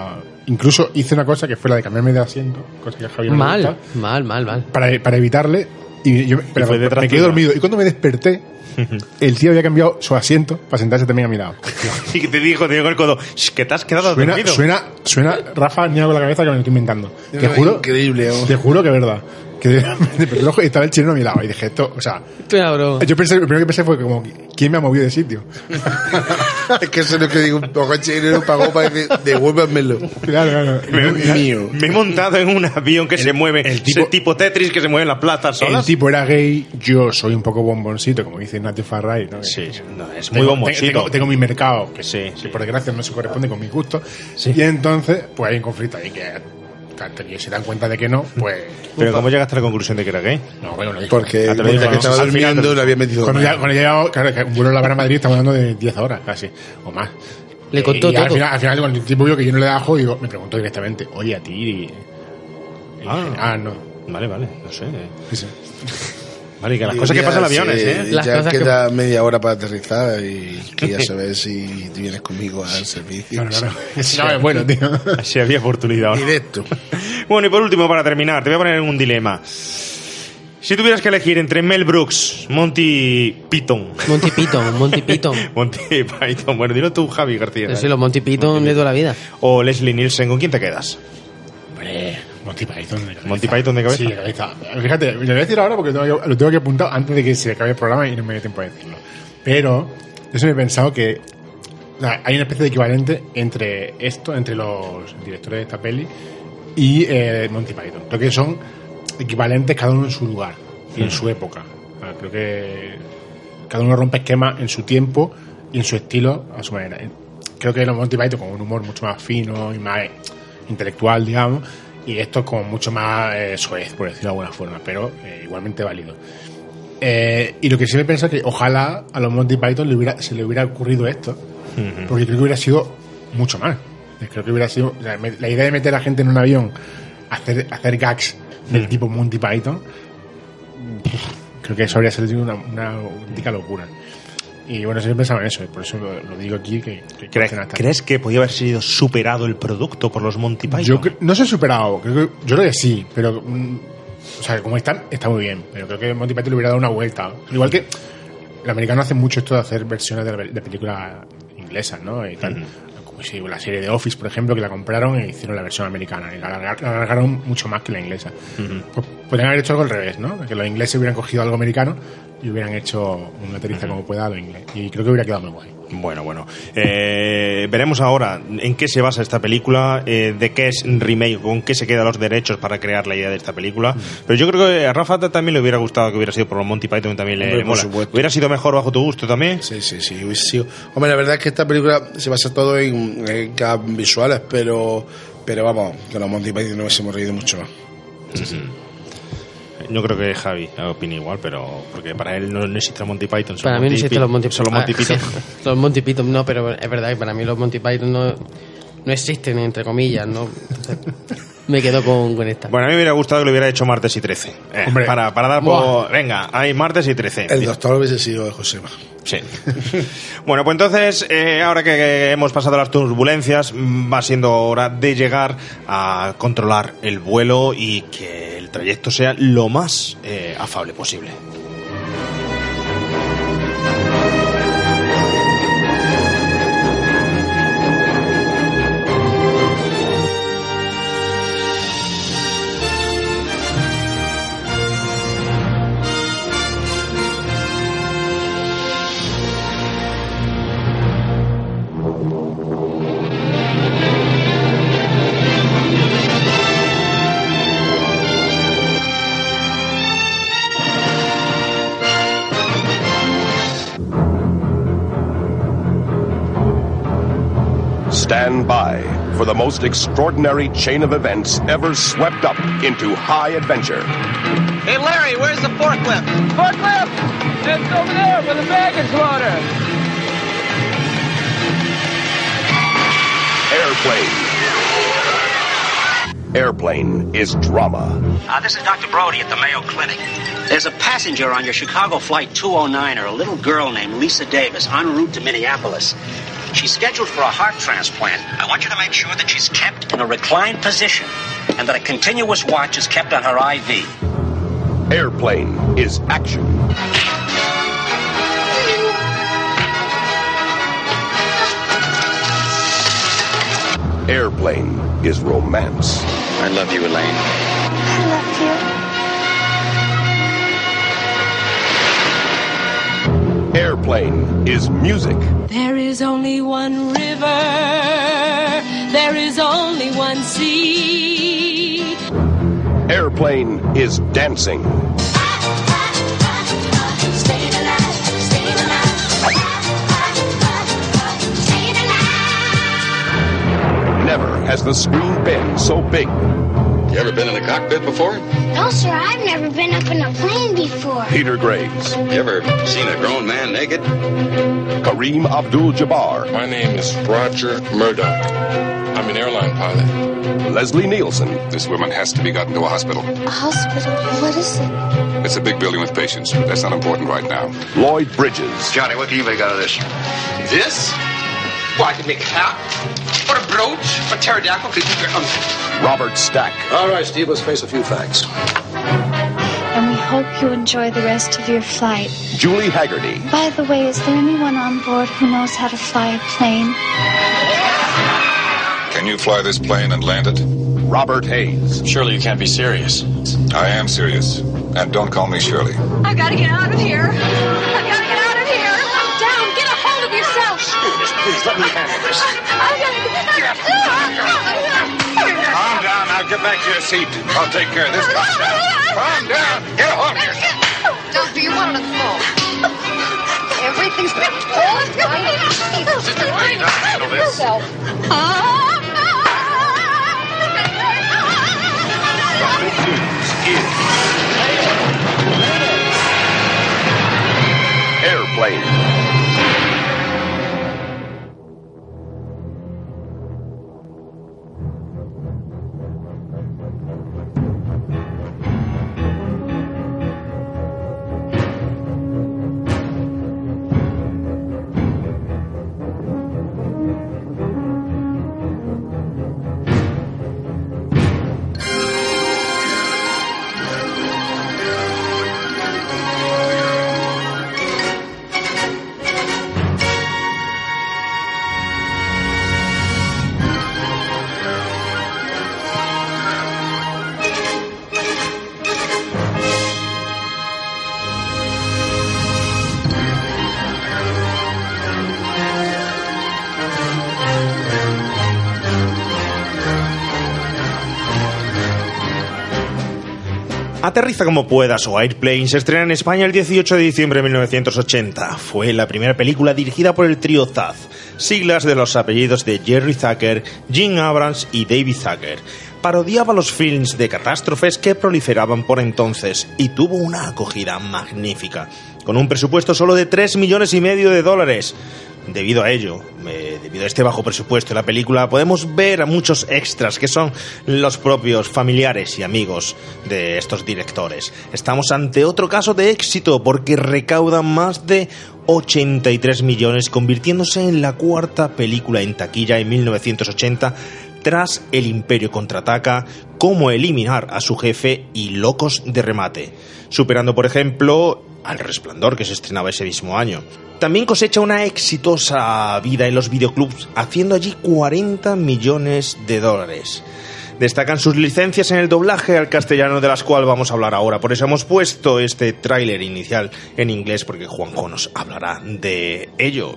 incluso hice una cosa que fue la de cambiarme de asiento, cosa que a Javier no le Mal, gusta, mal, mal, mal. para, para evitarle. Y yo pero fue detrás me quedé tuya. dormido. Y cuando me desperté, el tío había cambiado su asiento para sentarse también a mi lado. Y que te dijo, te dijo el codo, "Shh, que te has quedado Suena, dormido". suena, suena, Rafa niega con la cabeza que me lo estoy inventando. No, Te juro, increíble, ¿no? te juro que es verdad. Que me desperté ojo y estaba el chileno a mi lado. Y dije, esto, o sea, Esto es una broma. yo pensé, lo primero que pensé fue como, ¿quién me ha movido de sitio? Es que eso es lo que digo, un poco dinero pagó para decir, devuélvanmelo. Claro, claro. Me, Es mío. me he montado en un avión que se mueve, el ese tipo- tipo Tetris que se mueve en las plazas El solas. tipo era gay, yo soy un poco bomboncito, como dice Nati Farray, ¿no? Sí, no, es muy Tengo, bomboncito. tengo, tengo mi mercado, que, Sí, que sí. por desgracia no se corresponde con mis gustos. Y entonces, pues hay un conflicto ahí que, tanto que se dan cuenta de que no, pues. Pero ¿cómo llegaste a la conclusión de que era gay? No, bueno, lo dijo. Porque Ah, te lo digo, mientras que ¿no? estaba Al final durmiendo te- le había metido Cuando ya, mano. cuando ya llegado, claro, que un vuelo a La Habana a Madrid estamos hablando de diez horas casi, o más. Le contó y todo. Al final, al final, cuando el tipo vio que yo no le daba juego, digo, me preguntó directamente, oye, a ti. Y, y Ah. dije, ah, no. Vale, vale, no sé. Sí, sí. Vale, y que las Digo, cosas que ya, pasan en sí, aviones, ¿eh? Las Ya cosas que- queda media hora para aterrizar y quería saber si tú vienes conmigo al servicio. Claro, claro. Eso no es bueno, tío. Si había oportunidad. Directo. Bueno, y por último, para terminar, te voy a poner en un dilema. Si tuvieras que elegir entre Mel Brooks, Monty Python. Monty Python, Monty Python. Monty Python, bueno, dilo tú, Javi García. Yo soy los Monty Python de toda la vida. O Leslie Nielsen, ¿con quién te quedas? Hombre, Monty Python de cabeza. Monty Python de cabeza. Sí, de cabeza. Fíjate, lo voy a decir ahora porque lo tengo que, lo tengo que apuntar antes de que se acabe el programa y no me dé tiempo a decirlo. Pero yo siempre he pensado que o sea, hay una especie de equivalente entre esto, entre los directores de esta peli y eh, Monty Python. Creo que son equivalentes cada uno en su lugar y en su época. O sea, creo que cada uno rompe esquemas en su tiempo y en su estilo a su manera. Creo que los Monty Python con un humor mucho más fino y más intelectual, digamos, y esto es como mucho más eh, soez, por decirlo de alguna forma, pero eh, igualmente válido. Eh, y lo que sí me pienso es que ojalá a los Monty Python le hubiera, se le hubiera ocurrido esto, porque creo que hubiera sido mucho más. Creo que hubiera sido la, la idea de meter a gente en un avión, hacer, hacer gags del tipo Monty Python, creo que eso habría sido una, una auténtica locura. Y bueno, siempre pensaba en eso, y por eso lo, lo digo aquí. Que, que ¿Crees, que hasta- ¿Crees que podía haber sido superado el producto por los Monty Python? Yo cre- no se ha superado, creo que, yo creo que sí, pero mm, o sea, como están, está muy bien, pero creo que Monty Python le hubiera dado una vuelta. Igual que el americano hace mucho esto de hacer versiones de, la- de películas inglesas, ¿no? Y tal. Como si la serie de Office, por ejemplo, que la compraron e hicieron la versión americana y la alargar- la alargaron mucho más que la inglesa. Pues podrían haber hecho algo al revés, ¿no? Que los ingleses hubieran cogido algo americano y hubieran hecho una aterriza como pueda a lo inglés. Y creo que hubiera quedado muy guay. Bueno, bueno. Eh, veremos ahora en qué se basa esta película, eh, de qué es remake, con qué se quedan los derechos para crear la idea de esta película. Pero yo creo que a Rafa también le hubiera gustado que hubiera sido por los Monty Python, también le, Hombre, le por mola. supuesto. ¿Hubiera sido mejor bajo tu gusto también? Sí, sí, sí, hubiese sido. Hombre, la verdad es que esta película se basa todo en, en gags visuales, pero, pero vamos, con los Monty Python nos hubiésemos reído mucho más. Yo creo que Javi opina igual, pero porque para él no, no existe el Monty Python. son Para mí no Monty existen Pi- los Monty Son los Monty Ah, Python. los Monty Python no, pero es verdad que para mí los Monty Python no, no existen, entre comillas, ¿no? Entonces, me quedo con, con esta. Bueno, a mí me hubiera gustado que lo hubiera hecho martes y trece. Eh, Hombre. para, para dar por... Venga, hay martes y trece. El doctor hubiese sido Josema. Sí. Bueno, pues entonces, eh, ahora que hemos pasado las turbulencias, mm, va siendo hora de llegar a controlar el vuelo y que el trayecto sea lo más eh, afable posible. Stand by for the most extraordinary chain of events ever swept up into high adventure. Hey, Larry, where's the forklift? Forklift? It's over there with the baggage loader. Airplane. Airplane is drama. Uh, this is Doctor Brody at the Mayo Clinic. There's a passenger on your Chicago Flight two oh nine, or a little girl named Lisa Davis, en route to Minneapolis. She's scheduled for a heart transplant. I want you to make sure that she's kept in a reclined position and that a continuous watch is kept on her I V. Airplane is action. Airplane is romance. I love you, Elaine. I love you. Airplane is music. There is only one river. There is only one sea. Airplane is dancing. Never has the screen been so big. You ever been in a cockpit before? No, sir, I've never been up in a plane before. Peter Graves. You ever seen a grown man naked? Kareem Abdul-Jabbar. My name is Roger Murdoch. I'm an airline pilot. Leslie Nielsen. This woman has to be gotten to a hospital. A hospital? What is it? It's a big building with patients. That's not important right now. Lloyd Bridges. Johnny, what can you make out of this? This? Well, I can make a hat. Or a brooch. A pterodactyl could keep your... Um... Robert Stack. All right, Steve, let's face a few facts. And we hope you enjoy the rest of your flight. Julie Haggerty. By the way, is there anyone on board who knows how to fly a plane? Can you fly this plane and land it? Robert Hayes. Surely you can't be serious. I am serious. And don't call me Shirley. I've got to get out of here. I've got to get out of here. I'm down. Get a hold of yourself. Please, please, let me handle this. I've got to get Calm down. Now get back to your seat. I'll take care of this. Calm down. Calm down. Get a hold of yourself. Doctor, you wanted to fall. Everything's been Sister, please don't handle this. Airplane. Aterriza como puedas o Airplane se estrena en España el dieciocho de diciembre de mil novecientos ochenta. Fue la primera película dirigida por el trío Zaz, siglas de los apellidos de Jerry Zucker, Gene Abrams y David Zucker. Parodiaba los films de catástrofes que proliferaban por entonces y tuvo una acogida magnífica, con un presupuesto solo de tres millones y medio de dólares. Debido a ello, eh, debido a este bajo presupuesto de la película, podemos ver a muchos extras que son los propios familiares y amigos de estos directores. Estamos ante otro caso de éxito porque recaudan más de ochenta y tres millones, convirtiéndose en la cuarta película en taquilla en mil novecientos ochenta tras El Imperio Contraataca, Cómo eliminar a su jefe y Locos de remate, superando por ejemplo Al Resplandor, que se estrenaba ese mismo año. También cosecha una exitosa vida en los videoclubs, haciendo allí cuarenta millones de dólares. Destacan sus licencias en el doblaje al castellano, de las cuales vamos a hablar ahora. Por eso hemos puesto este tráiler inicial en inglés, porque Juanjo nos hablará de ello.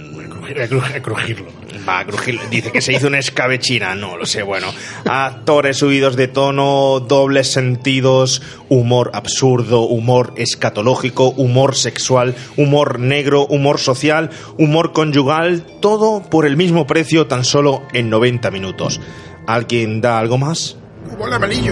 A crujirlo. Va a crujirlo. Dice que se hizo una escabechina. No lo sé, bueno. Actores subidos de tono, dobles sentidos, humor absurdo, humor escatológico, humor sexual, humor negro, humor social, humor conyugal, todo por el mismo precio, tan solo en noventa minutos. ¿Alguien da algo más? Humor amarillo.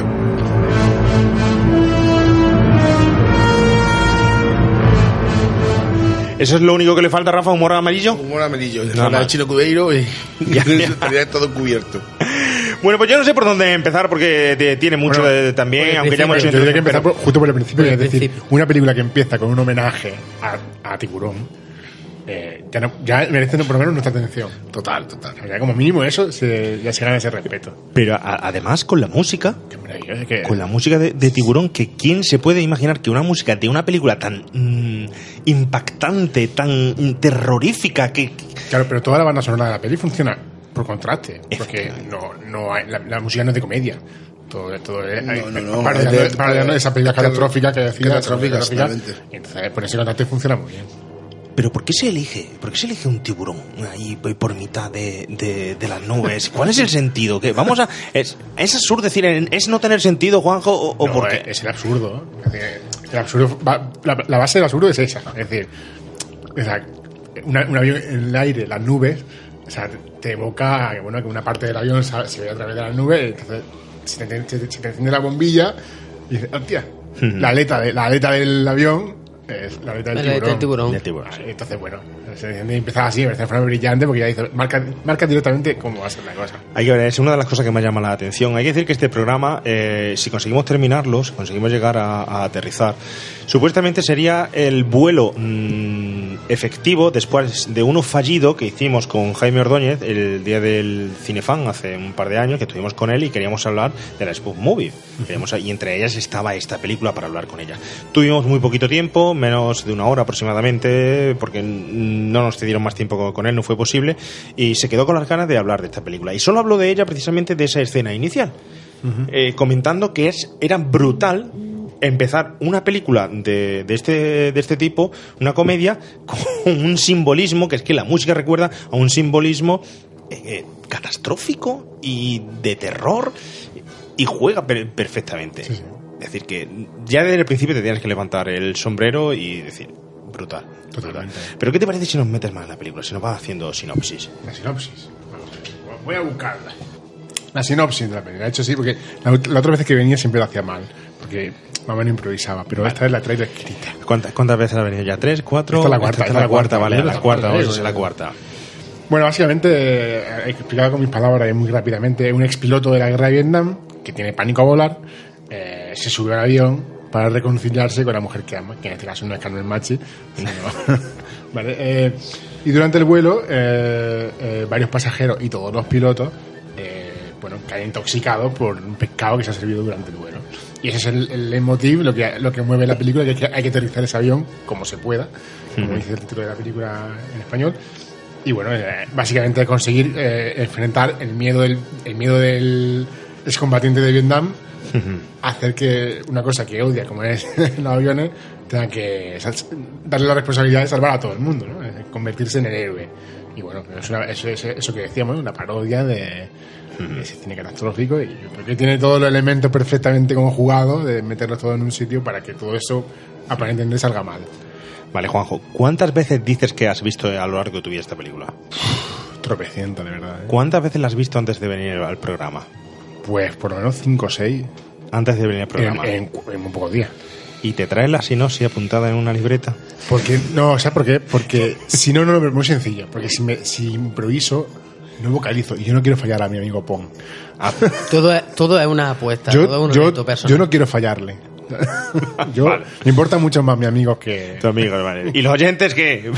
¿Eso es lo único que le falta, Rafa? ¿Humor amarillo? Humor amarillo. Nada La más. Chino Cubeiro y Ya, ya. estaría todo cubierto. Bueno, pues yo no sé por dónde empezar, porque te- tiene mucho Bueno, de- también, por el aunque ya hemos hecho Yo tendría que introducción, empezar por- justo por el principio, Por el es decir, principio. una película que empieza con un homenaje a, a Tiburón eh, ya, no, ya merecen por lo menos nuestra atención. Total, total. Ya como mínimo eso se, ya se gana ese respeto. Pero a, además con la música, que... con la música de, de Tiburón, que quién se puede imaginar que una música de una película tan mmm, impactante, tan terrorífica, que... Claro, pero toda la banda sonora de la peli funciona por contraste, porque no, no hay, la, la música no es de comedia. Todo, todo es, no, hay, no, no, para, es de, para, para esa película catastrófica que decía, catastrófica, y entonces por ese contraste funciona muy bien. Pero ¿por qué se elige? ¿Por qué se elige un tiburón ahí por mitad de, de, de las nubes? ¿Cuál es el sentido? ¿Que vamos a es, es absurdo decir, es no tener sentido, Juanjo, o, o no, por qué? Es el absurdo. Es decir, el absurdo va, la, la base del absurdo es esa. Es decir, o sea, una, un avión en el aire, las nubes, o sea, te evoca que, bueno, que una parte del avión se, se ve a través de las nubes, entonces si te, si te, si te enciende la bombilla y dices, hostia, la aleta, de, la aleta del avión es la aleta del la tiburón. tiburón. Del tiburón. Entonces, bueno, se empezaba así, de forma brillante, porque ya dice, marca, marca directamente cómo va a ser la cosa. Hay que ver, es una de las cosas que me llama la atención. Hay que decir que este programa, eh, si conseguimos terminarlo, si conseguimos llegar a, a aterrizar, supuestamente sería el vuelo mmm, efectivo después de uno fallido que hicimos con Jaime Ordóñez el día del Cinefan hace un par de años, que estuvimos con él y queríamos hablar de la Spoof Movie. Queríamos, y entre ellas estaba esta película para hablar con ella. Tuvimos muy poquito tiempo, menos de una hora aproximadamente, porque no nos cedieron más tiempo con él, no fue posible, y se quedó con las ganas de hablar de esta película. Y solo habló de ella precisamente de esa escena inicial, uh-huh. eh, comentando que es, era brutal empezar una película de, de, este, de este tipo, una comedia, con un simbolismo, que es que la música recuerda a un simbolismo eh, catastrófico y de terror, y juega per- perfectamente. Sí, sí. Es decir, que ya desde el principio te tienes que levantar el sombrero y decir, brutal. Totalmente. Pero ¿qué te parece si nos metes más en la película? Si nos vas haciendo sinopsis. La sinopsis. Vamos a ver. Voy a buscarla. La sinopsis de la película. De hecho, sí, porque la, la otra vez que venía siempre lo hacía mal. Porque más o menos improvisaba. Pero vale. Esta vez la traigo escrita. ¿Cuántas, ¿Cuántas veces ha venido ya? ¿Tres? ¿Cuatro? Esta es la cuarta. Esta es la cuarta, vale. La cuarta, vamos a hacer la cuarta. Bueno, básicamente, he explicado con mis palabras y muy rápidamente, un expiloto de la guerra de Vietnam que tiene pánico a volar, eh, se sube al avión para reconciliarse con la mujer que ama, que en este caso no es Carmen Machi, sino... vale, eh, y durante el vuelo, eh, eh, varios pasajeros y todos los pilotos, eh, bueno, caen intoxicados por un pescado que se ha servido durante el vuelo. Y ese es el, el leitmotiv, lo que, lo que mueve la película, que es que hay que aterrizar ese avión como se pueda, como dice el título de la película en español. Y bueno, eh, básicamente conseguir eh, enfrentar el miedo del el miedo del excombatiente de Vietnam, uh-huh. hacer que una cosa que odia, como es los aviones, tenga que sal- darle la responsabilidad de salvar a todo el mundo, ¿no? Eh, convertirse en el héroe. Y bueno, es una, eso, eso, eso que decíamos, una parodia de, uh-huh. de ese cine catastrófico, y yo creo que tiene todos los elementos perfectamente conjugados de meterlos todo en un sitio para que todo eso aparentemente salga mal. Vale, Juanjo, ¿cuántas veces dices que has visto a lo largo de tu vida esta película? Tropecientas, de verdad. ¿eh? ¿Cuántas veces la has visto antes de venir al programa? Pues por lo menos cinco o seis. Antes de venir al programa. En, en, en muy pocos días. ¿Y te traes la sinopsis apuntada en una libreta? Porque, no, o sea, ¿por qué? Porque si no, no, no, es muy sencillo. Porque si, me, si improviso, no vocalizo. Y yo no quiero fallar a mi amigo Pong. Ah. todo, es, todo es una apuesta. Yo, todo es un yo, reto personal. yo no quiero fallarle. Yo, vale. Me importa mucho más mi amigo que... Tu amigo, vale. ¿Y los oyentes qué?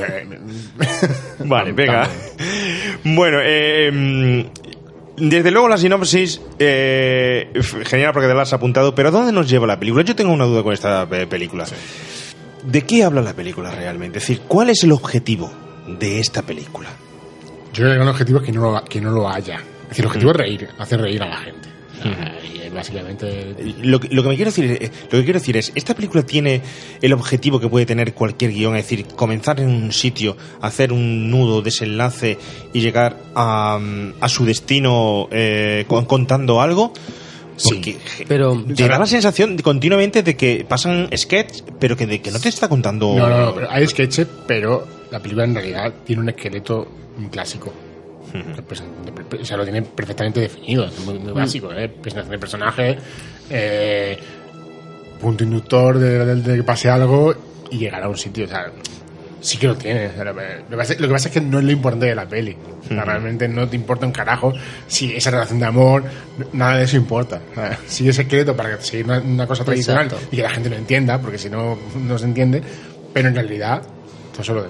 Vale, venga. Bueno, eh, desde luego la sinopsis, eh, genial porque te la has apuntado, pero ¿a dónde nos lleva la película? Yo tengo una duda con esta película. Sí. ¿De qué habla la película realmente? Es decir, ¿cuál es el objetivo de esta película? Yo creo que el objetivo es que no lo, que no lo haya. Es decir, el objetivo uh-huh. es reír, hacer reír a la gente. Uh-huh. Y básicamente lo, lo que me quiero decir es, lo que quiero decir es esta película tiene el objetivo que puede tener cualquier guión, es decir, comenzar en un sitio, hacer un nudo, desenlace y llegar a, a su destino eh, contando algo. Porque sí, pero te da la sensación de, continuamente de que pasan sketches, pero que de que no te está contando. No, no, no, pero hay sketches, pero la película en realidad tiene un esqueleto clásico. Uh-huh. O sea, lo tiene perfectamente definido, es muy, muy básico, ¿eh? Presentación de personaje, eh, punto inductor de, de, de que pase algo y llegar a un sitio, o sea, sí que lo tiene. O sea, lo, que pasa, lo que pasa es que no es lo importante de la peli. O sea, uh-huh. realmente no te importa un carajo si esa relación de amor, nada de eso importa. O sea, sigue ese secreto para que siga una, una cosa tradicional. Exacto. Y que la gente lo entienda, porque si no, no se entiende, pero en realidad, todo eso es lo de menos.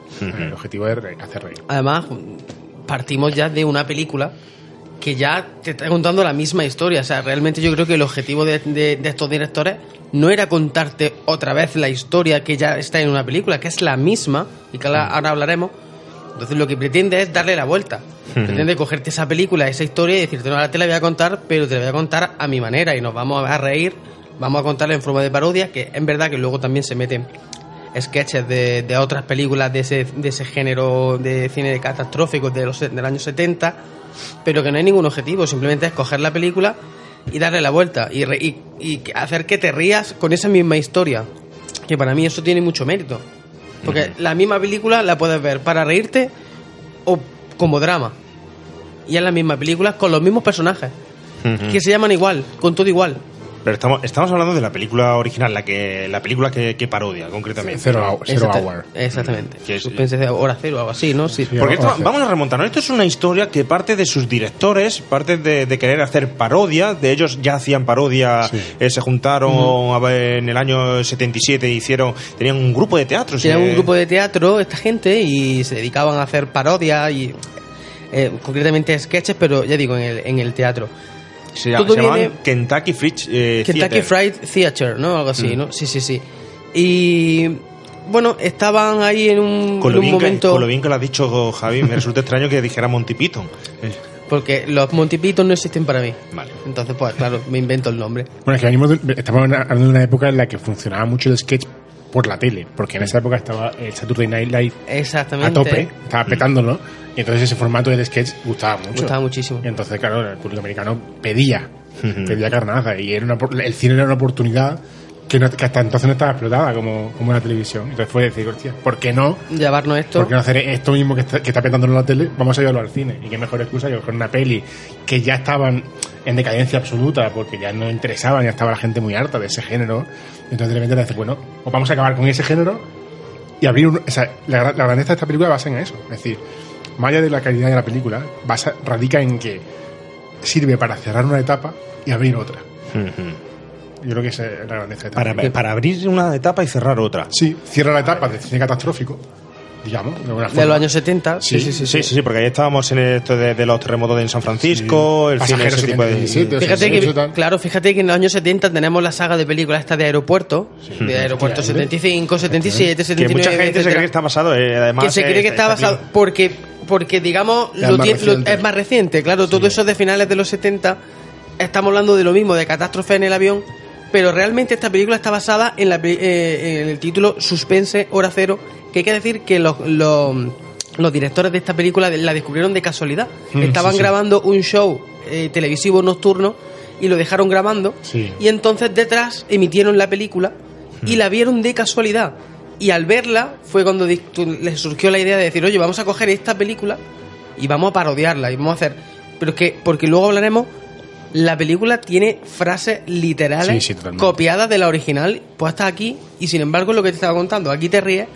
Uh-huh. El objetivo es re- hacer reír. Además, partimos ya de una película que ya te está contando la misma historia. O sea, realmente yo creo que el objetivo de, de, de estos directores no era contarte otra vez la historia que ya está en una película, que es la misma, y que ahora, ahora hablaremos. Entonces lo que pretende es darle la vuelta. Uh-huh. Pretende cogerte esa película, esa historia y decirte, no, ahora te la voy a contar, pero te la voy a contar a mi manera y nos vamos a reír, vamos a contarla en forma de parodia, que es verdad que luego también se meten sketches de, de otras películas de ese, de ese género de cine catastrófico de los, del año setenta, pero que no hay ningún objetivo, simplemente es coger la película y darle la vuelta y, re, y, y hacer que te rías con esa misma historia, que para mí eso tiene mucho mérito, porque uh-huh. la misma película la puedes ver para reírte o como drama, y es la misma película con los mismos personajes uh-huh. que se llaman igual, con todo igual. Pero estamos, estamos hablando de la película original, la que la película que, que parodia, concretamente. Zero, zero Exacta, Hour. Exactamente. Que es, Suspense de hora cero o algo así, ¿no? Sí. Porque esto, vamos a remontarnos. Esto es una historia que parte de sus directores, parte de, de querer hacer parodia. De ellos ya hacían parodia, sí. eh, se juntaron uh-huh. a ver, en el año setenta y siete, hicieron, tenían un grupo de teatro. Tenían eh. un grupo de teatro, esta gente, y se dedicaban a hacer parodia y eh, concretamente sketches, pero ya digo, en el, en el teatro. Se, llama, se llamaban Kentucky Fried eh, Kentucky Theater. Fried Theater, ¿no? Algo así, mm. ¿no? Sí, sí, sí. Y bueno, estaban ahí en un, con en un momento... Que, con lo bien que lo has dicho, Javi, me resulta extraño que dijera Monty Python. Porque los Monty Python no existen para mí. Vale. Entonces, pues claro, me invento el nombre. Bueno, es que venimos de, estamos hablando de una época en la que funcionaba mucho el sketch por la tele, porque en esa época estaba el Saturday Night Live Exactamente. a tope, estaba petándolo, y entonces ese formato del sketch gustaba mucho. Gustaba muchísimo. Y entonces, claro, el público americano pedía, uh-huh. pedía carnaza, y era una, el cine era una oportunidad que, no, que hasta entonces no estaba explotada como, como la televisión. Entonces fue decir, hostia, ¿por qué no? Llevarnos esto. ¿Por qué no hacer esto mismo que está, que está petando en la tele? Vamos a llevarlo al cine. Y qué mejor excusa que coger una peli que ya estaban en decadencia absoluta porque ya no interesaban, ya estaba la gente muy harta de ese género. Entonces de repente le dice, bueno, pues vamos a acabar con ese género y abrir un, o sea, la, la grandeza de esta película basa en eso. Es decir, más allá de la calidad de la película, basa, radica en que sirve para cerrar una etapa y abrir otra. Uh-huh. Yo creo que esa es la grandeza de esta para, película. Para abrir una etapa y cerrar otra. Sí, cierra la etapa del cine catastrófico, digamos, de alguna forma. De los años setenta. Sí, sí, sí, sí, sí, sí, porque ahí estábamos en esto de, de los terremotos en San Francisco, sí. el cine, ese tipo de... Fíjate que, claro, fíjate que en los años setenta tenemos la saga de películas esta de Aeropuerto, sí. de Aeropuerto sí, setenta y cinco, setenta y siete, setenta y nueve... Que mucha gente etcétera, se cree que está basado, eh, además... Que se cree que está basado, porque, porque digamos, es, lo más lo, es más reciente, claro, sí. todo eso de finales de los setenta, estamos hablando de lo mismo, de catástrofe en el avión, pero realmente esta película está basada en, la, eh, en el título Suspense Hora Cero, que hay que decir que los, los, los directores de esta película la descubrieron de casualidad. Mm, Estaban sí, sí. grabando un show eh, televisivo nocturno y lo dejaron grabando sí. y entonces detrás emitieron la película mm. y la vieron de casualidad. Y al verla fue cuando les surgió la idea de decir, oye, vamos a coger esta película y vamos a parodiarla y vamos a hacer... Pero es que, porque luego hablaremos... La película tiene frases literales sí, sí, copiadas de la original, puestas aquí, y sin embargo es lo que te estaba contando. Aquí te ríes,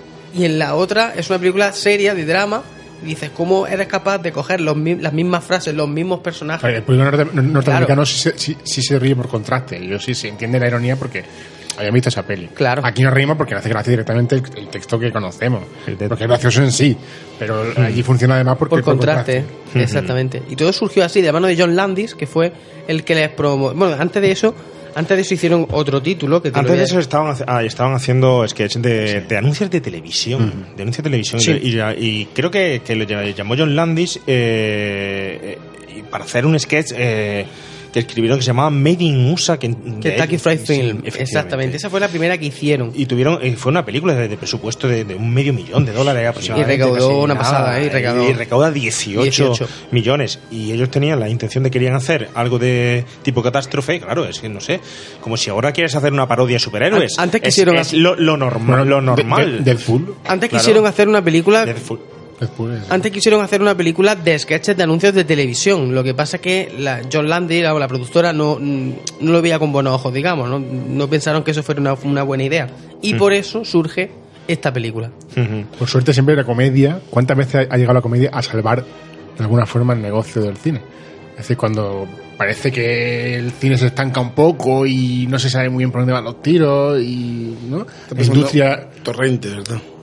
y en la otra es una película seria, de drama, y dices, ¿cómo eres capaz de coger los, las mismas frases, los mismos personajes? El público norteamericano claro. sí, sí, sí se ríe por contraste. Yo sí se entiende la ironía porque habían visto esa peli. Claro. Aquí nos reímos porque hace gracia directamente el, el texto que conocemos, porque es gracioso en sí, pero mm. allí funciona además porque por contraste. Por contraste. Exactamente. Y todo surgió así, de la mano de John Landis, que fue el que les promovió. Bueno, antes de eso, antes de eso hicieron otro título. Que antes de eso estaban, ah, estaban haciendo sketch de, sí. de anuncios de televisión. Mm. De anuncios de televisión. Sí. Y, y creo que, que lo llamó John Landis eh, eh, para hacer un sketch. Eh, que escribieron que se llamaba Made in U S A que, Kentucky Fried Film, sí, exactamente, esa fue la primera que hicieron y tuvieron y fue una película de, de presupuesto de, de un medio millón de dólares aproximadamente, y recaudó casi, una pasada, ¿eh? y, recaudó. y recauda dieciocho, dieciocho millones y ellos tenían la intención de querían hacer algo de tipo catástrofe, claro, es que no sé, como si ahora quieres hacer una parodia de superhéroes, antes quisieron es, es lo, lo normal, lo normal. De, de, Deadpool. Antes claro. quisieron hacer una película Deadpool. Después, Antes quisieron hacer una película de sketches de anuncios de televisión. Lo que pasa es que la John Landis, la, la productora, no, no lo veía con buenos ojos, digamos. No, no pensaron que eso fuera una, una buena idea. Y mm. por eso surge esta película. Mm-hmm. Por suerte siempre la comedia, ¿cuántas veces ha llegado la comedia a salvar de alguna forma el negocio del cine? Es decir, cuando parece que el cine se estanca un poco y no se sabe muy bien por dónde van los tiros y ¿no? La industria... Torrente, ¿verdad?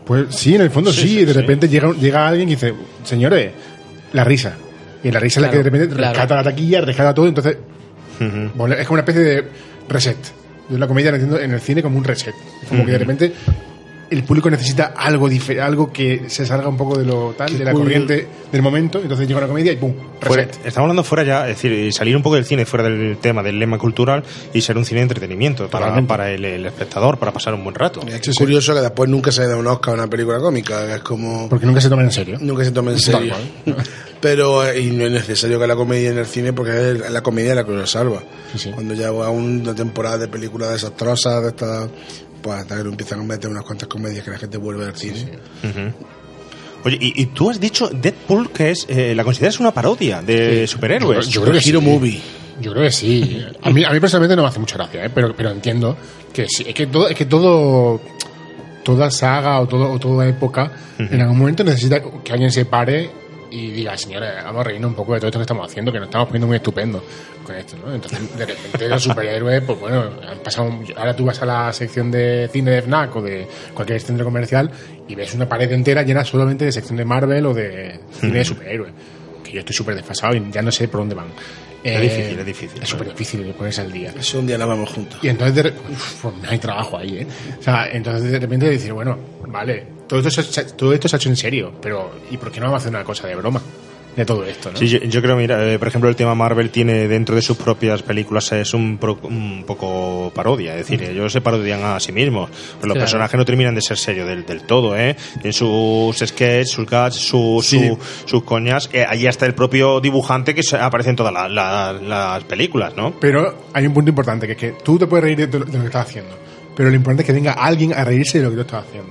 Pues sí, en el fondo sí, Sí, sí, de sí. repente llega, llega alguien y dice, señores, la risa. Y la risa es la que de repente claro. rescata la taquilla, rescata todo, entonces bueno, es como una especie de reset. Yo la comedia la entiendo en el cine como un reset. Como que de repente el público necesita algo diferente, algo que se salga un poco de lo tal, de la corriente del momento, entonces llega una comedia y pum, Fuera- reset. estamos hablando fuera ya, es decir, salir un poco del cine, fuera del tema del lema cultural y ser un cine de entretenimiento para, Totalmente. para el, el espectador, para pasar un buen rato. Es que es curioso que después nunca se le da un Oscar a una película cómica, es como... Porque nunca se toman en serio. Nunca se toma en Tal serio. cual. Pero, eh, y no es necesario que la comedia en el cine, porque es la comedia la que lo salva. Sí, sí. Cuando ya va una temporada de películas desastrosas, de estas, pues hasta que lo empiezan a meter unas cuantas comedias que la gente vuelve al cine. Ujú. Oye, y, y tú has dicho Deadpool, que es eh, la consideras una parodia de superhéroes. Yo, yo creo que Hero sí. Movie. Yo creo que sí. A mí, a mí personalmente no me hace mucha gracia, ¿eh? pero, pero entiendo que sí. Es que todo, es que todo, toda saga o, todo, o toda época, en algún momento necesita que alguien se pare y diga, señores, vamos a reírnos un poco de todo esto que estamos haciendo, que nos estamos poniendo muy estupendo con esto, ¿no? Entonces, de repente los superhéroes, pues bueno, han pasado. Ahora tú vas a la sección de cine de FNAC o de cualquier centro comercial y ves una pared entera llena solamente de sección de Marvel o de cine de superhéroes. Que yo estoy súper desfasado y ya no sé por dónde van. Es difícil, es difícil. Es súper difícil ponerse al día. Eso un día la vamos juntos. Y entonces, de re- uf, pues no hay trabajo ahí, ¿eh? O sea, entonces de repente decir, bueno, vale, todo esto, se, todo esto se ha hecho en serio, pero ¿y por qué no vamos a hacer una cosa de broma de todo esto, no? Sí, yo, yo creo, mira, eh, por ejemplo, el tema Marvel tiene dentro de sus propias películas es un, pro- un poco parodia, es decir, ellos se parodian a sí mismos. Pues los Claro. personajes no terminan de ser serios del, del todo, ¿eh? Tienen sus sketches, sus gags, su, Sí. su- sus coñas. Eh, ahí está el propio dibujante que se- aparece en todas la- la- las películas, ¿no? Pero hay un punto importante, que es que tú te puedes reír de, lo- de lo que estás haciendo, pero lo importante es que venga alguien a reírse de lo que tú estás haciendo.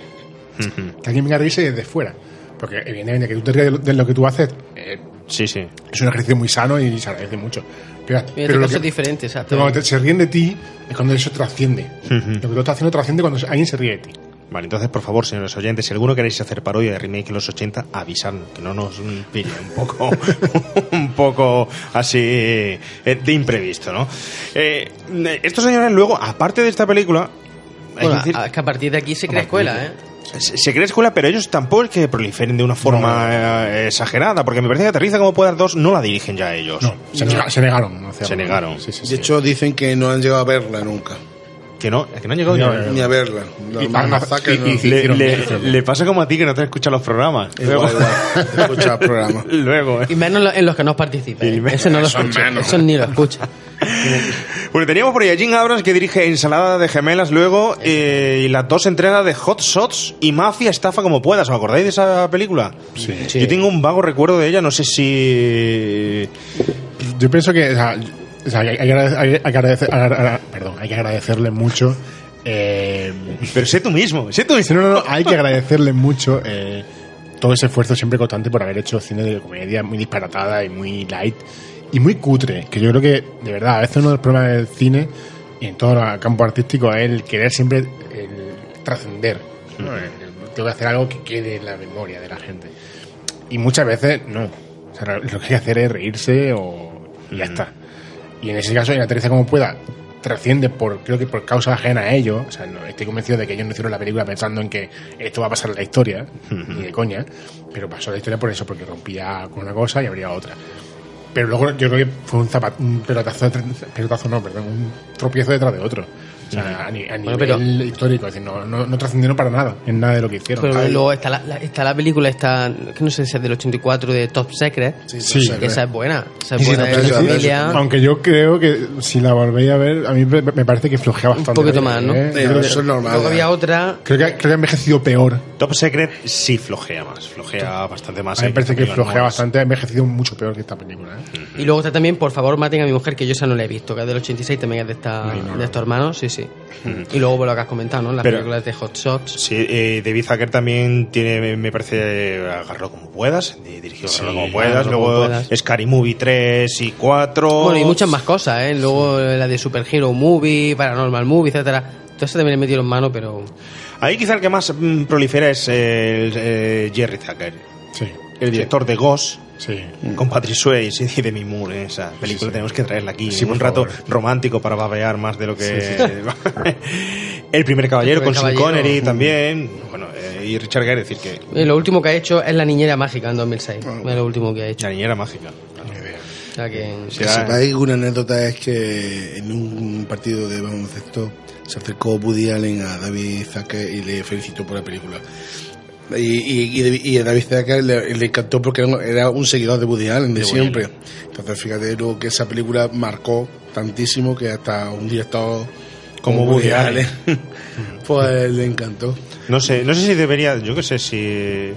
Ujú. Que alguien venga a reírse desde fuera. Porque evidentemente que tú te ríes de lo, de lo que tú haces eh, Sí, sí. es un ejercicio muy sano y se agradece mucho. Pero, En este pero lo caso que- es diferente, exacto. pero cuando te- se ríen de ti es cuando eso trasciende. Ujú. Lo que tú estás haciendo trasciende cuando alguien se ríe de ti. Vale, entonces, por favor, señores oyentes, si alguno queréis hacer parodia de remake en los ochenta, avisadnos, que no nos mm, pille un poco, un poco así eh, de imprevisto, ¿no? Eh, estos señores luego, aparte de esta película, hay Bueno, que decir, es que a partir de aquí se crea A partir de- escuela, ¿eh? se, se crea escuela, pero ellos tampoco es que proliferen de una forma eh, exagerada, porque me parece que Aterriza como puedas dos no la dirigen ya ellos. No, se, nega- se negaron. a hacerlo. Se negaron. Sí, sí, De sí. hecho, dicen que no han llegado a verla nunca. Que no, que no han llegado No, ni a- no, Ni a verla. Los Y- más y- mazaques no. y- y- Le, hicieron le- bien, hicieron bien. le pasa como a ti que no te escuchas los programas. Igual, igual. Te escuchas el programa. Luego, eh. Y menos lo- en los que no participa. Y ¿eh? menos- Eso no lo eso escucha. menos. Eso ni lo escucha. Bueno, teníamos por ahí a Jim Abrams, que dirige Ensalada de Gemelas luego, eh, y las dos entregas de Hot Shots y Mafia Estafa como puedas. ¿Os acordáis de esa película? Sí. Yo tengo un vago recuerdo de ella, no sé si... Yo pienso que o sea, o sea, hay, que agradecer, hay que agradecer- agra- agra- perdón, hay que agradecerle mucho. Eh, Pero sé tú mismo, sé tú sí, mismo. no, no, no, hay que agradecerle mucho eh, todo ese esfuerzo siempre constante por haber hecho cine de comedia muy disparatada y muy light y muy cutre. Que yo creo que, de verdad, a veces uno de los problemas del cine y en todo el campo artístico es el querer siempre el trascender. ¿no? El- el- tengo que hacer algo que quede en la memoria de la gente. Y muchas veces no. O sea, lo que hay que hacer es reírse o y ya está. Y en ese caso, en Aterriza como pueda, trasciende por, creo que por causa ajena a ellos. O sea, no, estoy convencido de que ellos no hicieron la película pensando en que esto va a pasar en la historia, ni de coña, pero pasó la historia por eso, porque rompía con una cosa y habría otra. Pero luego yo creo que fue un, zapat, un pelotazo, pelotazo no, perdón, un tropiezo detrás de otro. O sea, a, ni- a Bueno, nivel pero- histórico, es decir, no, no, no trascendieron para nada en nada de lo que hicieron. Pero Ay, luego está la, la- está la película, está, que no sé si es del ochenta y cuatro, de Top Secret. Sí, Sí. sí, Que esa es buena. Esa es Sí, sí, buena no, de pero la sí, familia. aunque yo creo que si la volvéis a ver, a mí me me parece que flojea bastante. poquito más, ¿no? ¿eh? Sí, Yo creo que- eso es normal. Luego había otra. Creo que, creo que ha envejecido peor. Top Secret sí flojea más, flojea bastante más. A mí me eh, parece que esta película flojea no es- bastante, ha envejecido mucho peor que esta película. ¿eh? Y luego está también, por favor, maten a mi mujer, que yo esa no la he visto, que es del ochenta y seis, también es de, esta, Sí, no, no. de estos hermanos, sí, sí. Y luego, por lo que has comentado, ¿no? Las Pero- películas de Hot Shots. Sí, eh, David Zucker también tiene, me parece, eh, Agárralo como puedas, di- dirigió Agárralo Sí, como puedas, Agárralo como luego puedas. Scary Movie tres y cuatro. Bueno, y muchas más cosas, ¿eh? Luego la de Super Hero Movie, Paranormal Movie, etcétera. Todo eso también le metieron mano, pero... Ahí quizá el que más mm, prolifera es el, eh, Jerry Zucker, Sí, el director de Ghost, sí. con Patrick Swayze y Demi Moore. Esa película Sí, sí. tenemos que traerla aquí. Sí, un por rato favor. romántico para babear más de lo que... El primer caballero El primer con Sean caballero. Connery también. Bueno, eh, y Richard Gere, decir que... Y lo último que ha hecho es La niñera mágica en dos mil seis. Es lo último que ha hecho. La niñera mágica. O sea que... Que sepáis, una anécdota es que en un partido de baloncesto se acercó Woody Allen a David Zucker y le felicitó por la película. Y, y, y, y a David Zucker le, le encantó porque era un, era un seguidor de Woody Allen de, de siempre. Allen. Entonces, fíjate luego que esa película marcó tantísimo que hasta un director como, como Woody Allen, Allen pues le encantó. No sé, no sé si debería, yo qué sé, si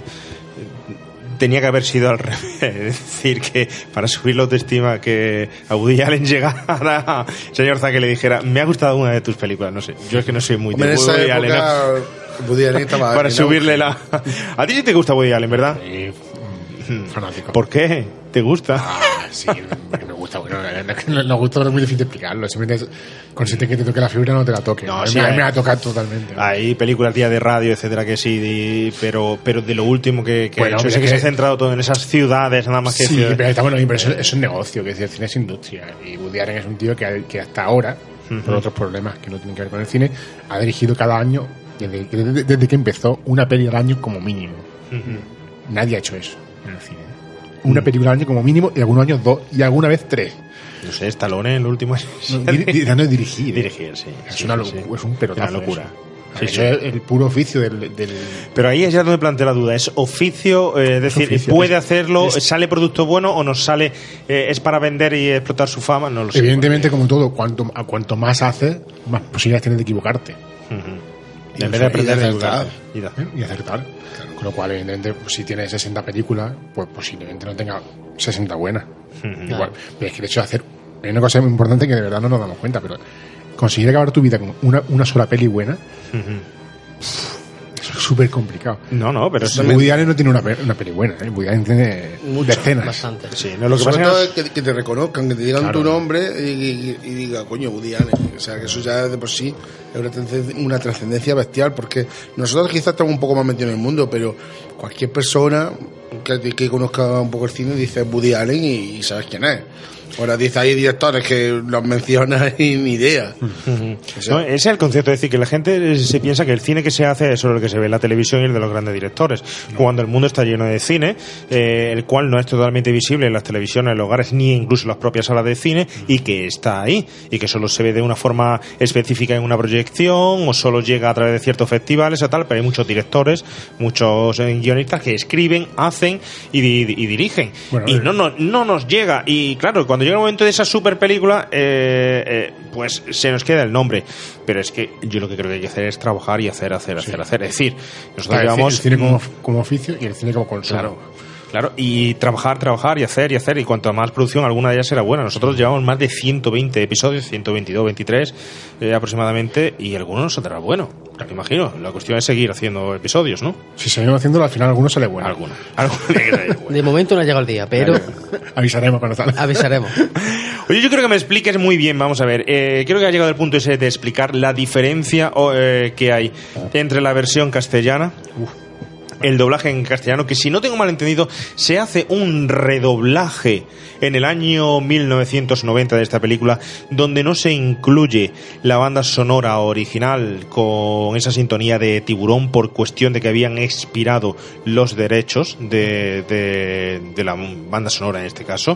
tenía que haber sido al revés, es decir, que para subir la autoestima que a Woody Allen llegara señor Zucker le dijera, me ha gustado una de tus películas, no sé, yo es que no soy muy de Woody Allen, ¿no? Woody Allen estaba para subirle la... A ti sí te gusta Woody Allen, ¿verdad? Sí, fanático. ¿Por qué? ¿Te gusta? Ah, sí, me gusta. Bueno, los gustos es muy difícil de explicarlo. Simplemente consiste que te toque la fibra, no te la toque. No, a mí sí, me, hay, me la toca totalmente. ¿No? Hay películas, día de radio, etcétera, que sí, y, pero pero de lo último que, que bueno, ha hecho es que, que se ha centrado todo en esas ciudades, nada más que... Sí, ciudades. pero está bueno, pero eso, eso es negocio, que es decir, el cine es industria. Y Woody Allen es un tío que, que hasta ahora, uh-huh. por otros problemas que no tienen que ver con el cine, ha dirigido cada año, desde, desde, desde que empezó, una peli al año como mínimo. Uh-huh. Nadie ha hecho eso en el cine. Una película al año como mínimo y algunos años dos y alguna vez tres. No sé, Stallone en el último año. No, dir, no, dirigir. Dirigir, sí. Es sí, una sí. locura, es un pelotazo. Una locura. Sí, eso sí. Es el puro oficio del, del... Pero ahí es ya donde planteo la duda. ¿Es oficio? Eh, es decir, oficio, ¿puede es, hacerlo? Es... ¿Sale producto bueno o no sale? Eh, ¿Es para vender y explotar su fama? No lo sé. Evidentemente, como todo, cuanto, a cuanto más haces, más posibilidades tienes de equivocarte. Uh-huh. Y en vez de aprender a acertar. Y, de, y acertar. Claro. Con lo cual, evidentemente, pues, si tienes sesenta películas, pues posiblemente no tenga sesenta buenas. Uh-huh. Igual. Pero es que el hecho de hacer... Hay una cosa muy importante que de verdad no nos damos cuenta, pero conseguir acabar tu vida con una, una sola peli buena... Uh-huh. Eso es súper complicado. No, no, pero eso Woody Allen no tiene una, una peli buena, ¿eh? Woody Allen tiene mucho, decenas. Bastante. Sí, no, lo que Sobre pasa todo es que, que te reconozcan, que te digan claro. tu nombre y, y, y diga, coño, Woody Allen. O sea, que eso ya de por sí es una, una trascendencia bestial, porque nosotros quizás estamos un poco más metidos en el mundo, pero cualquier persona que, que conozca un poco el cine dice Woody Allen y, y sabes quién es. Ahora dice hay directores que los mencionan y ni idea. Uh-huh. O sea, no, ese es el concepto, es decir, que la gente se piensa que el cine que se hace es solo el que se ve en la televisión y el de los grandes directores. No. Cuando el mundo está lleno de cine, eh, el cual no es totalmente visible en las televisiones, en los hogares, ni incluso en las propias salas de cine, uh-huh. y que está ahí, y que solo se ve de una forma específica en una proyección, o solo llega a través de ciertos festivales o tal, pero hay muchos directores, muchos eh, guionistas que escriben, hacen y, y, y dirigen. Bueno, y eh. no, no, no nos llega, y claro, cuando llega el momento de esa super película, eh, eh, pues se nos queda el nombre. Pero es que yo lo que creo que hay que hacer es trabajar y hacer, hacer, hacer, sí. hacer. Es decir, nosotros claro, llevamos... El cine como, como oficio y el cine como consumo. Claro. Claro, y trabajar, trabajar y hacer y hacer, y cuanto más producción, alguna de ellas será buena. Nosotros llevamos más de ciento veinte episodios, ciento veintidós, veintitrés eh, aproximadamente, y alguno no saldrá bueno, me imagino. La cuestión es seguir haciendo episodios, ¿no? Si seguimos haciéndolo, al final alguno sale bueno. Alguno. alguno bueno. De momento no ha llegado el día, pero... Avisaremos cuando salga. Avisaremos. Oye, yo creo que me expliques muy bien, vamos a ver. Eh, creo que ha llegado el punto ese de explicar la diferencia eh, que hay entre la versión castellana... Uf. El doblaje en castellano, que si no tengo mal entendido, se hace un redoblaje en el año mil novecientos noventa de esta película, donde no se incluye la banda sonora original con esa sintonía de Tiburón por cuestión de que habían expirado los derechos de, de, de la banda sonora en este caso.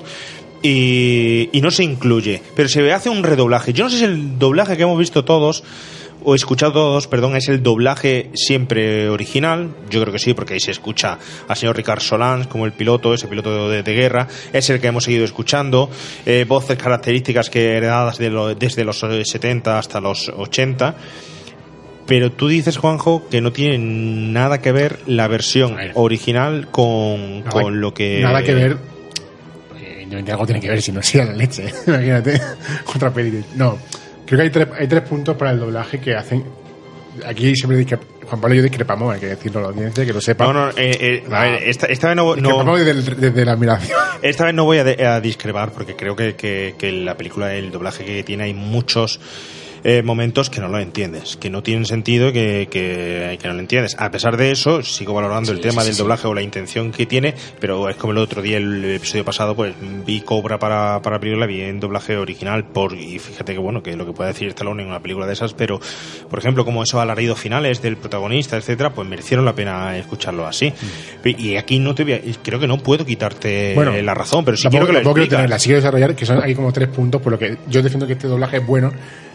Y, y no se incluye, pero se hace un redoblaje. Yo no sé si el doblaje que hemos visto todos o escuchado todos, perdón, es el doblaje siempre original. Yo creo que sí, porque ahí se escucha al señor Ricard Solans como el piloto, ese piloto de, de guerra. Es el que hemos seguido escuchando. Eh, voces características que heredadas de lo, desde los setenta hasta los ochenta. Pero tú dices, Juanjo, que no tiene nada que ver la versión original con, nada, con lo que... Nada que ver. Evidentemente algo tiene que ver, si no sea la leche. Imagínate, otra peli. No, creo que hay tres, hay tres puntos para el doblaje que hacen... Aquí siempre discrep... Juan Pablo y yo discrepamos, hay que decirlo a la audiencia, que lo sepa. No, no, eh, eh, a ver, esta, esta vez no... Discrepamos no, desde, desde la admiración. Esta vez no voy a, de, a discrepar, porque creo que, que, que la película, el doblaje que tiene, hay muchos... eh, momentos que no lo entiendes, que no tienen sentido, que, que, que no lo entiendes. A pesar de eso, sigo valorando Sí, el tema sí, del sí. doblaje o la intención que tiene, pero es como el otro día, el episodio pasado, pues vi Cobra para, para la película, vi en doblaje original, por y fíjate que bueno, que lo que puede decir Stallone en una película de esas, pero por ejemplo, como esos alaridos finales del protagonista, etcétera, pues merecieron la pena escucharlo así. Mm. Y aquí no te voy a, creo que no puedo quitarte bueno, la razón, pero sí tampoco, quiero que lo expliques. tenerla, sí quiero desarrollar, que son hay como tres puntos por lo que yo defiendo que este doblaje es bueno.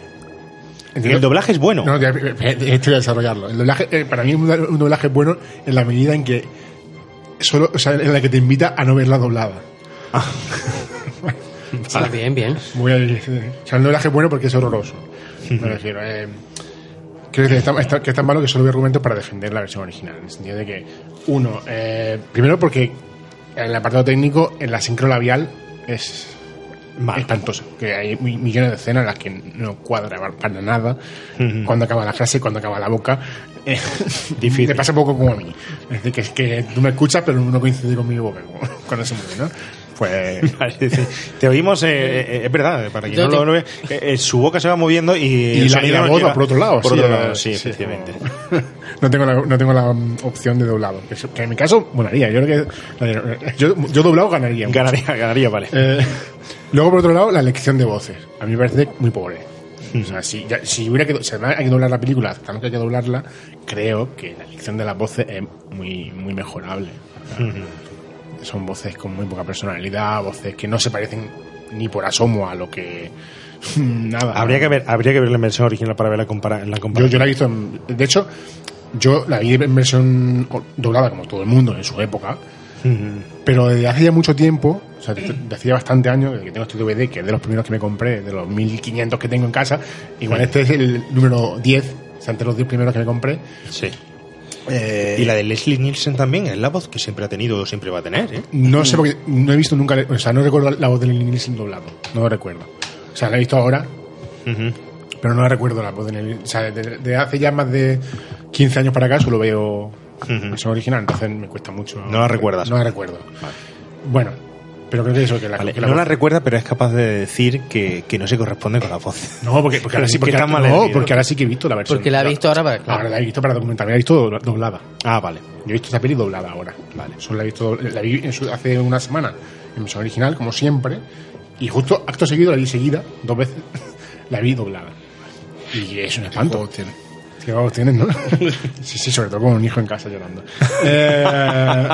¿El doblaje es bueno? No, estoy a desarrollarlo. El doblaje, eh, para mí un, un doblaje es bueno en la medida en que solo, o sea, en la que te invita a no verla doblada. Ah. Sí, bien, bien. Muy, o sea, el doblaje es bueno porque es horroroso. Me refiero, eh, creo que está, está, que es tan malo que solo veo argumentos para defender la versión original. En el sentido de que, uno, eh, primero porque en el apartado técnico, en la sincro labial es Mal. espantoso. Que hay millones de escenas en las que no cuadra para nada. Uh-huh. Cuando acaba la frase, cuando acaba la boca. Eh, Difícil. Te pasa un poco como a mí. Es decir, que, es que tú me escuchas, pero no coincide con mi boca cuando se mueve, ¿no? Pues te oímos, eh, eh, es verdad, para quien no lo ve, eh, su boca se va moviendo y, y la, y la voz va por otro lado. Por sí, otro lado, sí, sí, efectivamente. No, no tengo la, no tengo la um, opción de doblado, que, que en mi caso molaría. Yo creo que yo, yo doblado ganaría. Ganaría, ganaría, vale. Eh, luego, por otro lado, la elección de voces. A mí me parece muy pobre. Mm. O sea, si, ya, si hubiera que, si hay que doblar la película, aceptamos que hay que doblarla, creo que la elección de las voces es muy, muy mejorable. O sea, mm-hmm. Son voces con muy poca personalidad, voces que no se parecen ni por asomo a lo que nada. Habría que ver, habría que ver la versión original para ver la, compara la comparación. Yo, yo la he visto, en, de hecho, yo la vi en versión doblada como todo el mundo en su época, uh-huh. pero desde hace ya mucho tiempo, o sea, desde, desde hace ya bastante años que tengo este D V D, que es de los primeros que me compré, de los mil quinientos que tengo en casa, igual uh-huh. este es el número diez, o sea, entre los diez primeros que me compré. Sí. Eh, y la de Leslie Nielsen también es la voz que siempre ha tenido o siempre va a tener, ¿eh? No sé, porque no he visto nunca, o sea, no recuerdo la voz de Leslie Nielsen doblado, no lo recuerdo. O sea, la he visto ahora, uh-huh. pero no recuerdo la voz de Leslie. O sea, de, de hace ya más de quince años para acá solo veo uh-huh. versión original, entonces me cuesta mucho. No la recuerdas. No la recuerdo. Vale. Bueno, pero creo que eso, que la, vale, que la no voz... la recuerda, pero es capaz de decir que, que no se corresponde con la voz. No, porque, porque ahora sí, porque, ahora, no, porque ahora sí que he visto la versión. Porque la he visto ahora para... Claro. Ahora la he visto para documentar, la he visto doblada. Ah, vale. Yo he visto esta peli doblada ahora. Vale. Solo la he visto, la vi en su, hace una semana en versión original, como siempre, y justo acto seguido la vi seguida, dos veces, la vi doblada. Y es un espanto. Qué vagos tienes, ¿no? Sí, sí, sobre todo con un hijo en casa llorando. eh...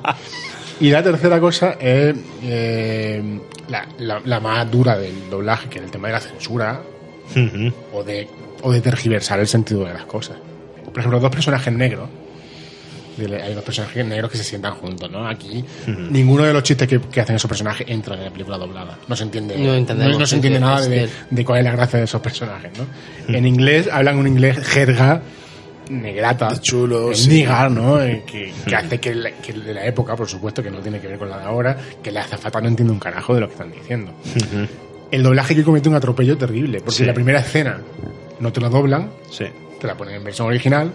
Y la tercera cosa es eh, la, la, la más dura del doblaje, que es el tema de la censura uh-huh. o, de, o de tergiversar el sentido de las cosas. Por ejemplo, dos personajes negros, hay dos personajes negros que se sientan juntos, ¿no? Aquí uh-huh. ninguno de los chistes que, que hacen esos personajes entra en la película doblada. No se entiende, no, no, no se entiende nada de, de cuál es la gracia de esos personajes, ¿no? Uh-huh. En inglés hablan un inglés jerga, negrata, chulo, sí. Nigar, ¿no? Eh, que, que hace que, la, que de la época, por supuesto, que no tiene que ver con la de ahora, que la azafata no entiende un carajo de lo que están diciendo. Uh-huh. El doblaje que comete un atropello terrible, porque sí. la primera escena no te la doblan, sí. te la ponen en versión original,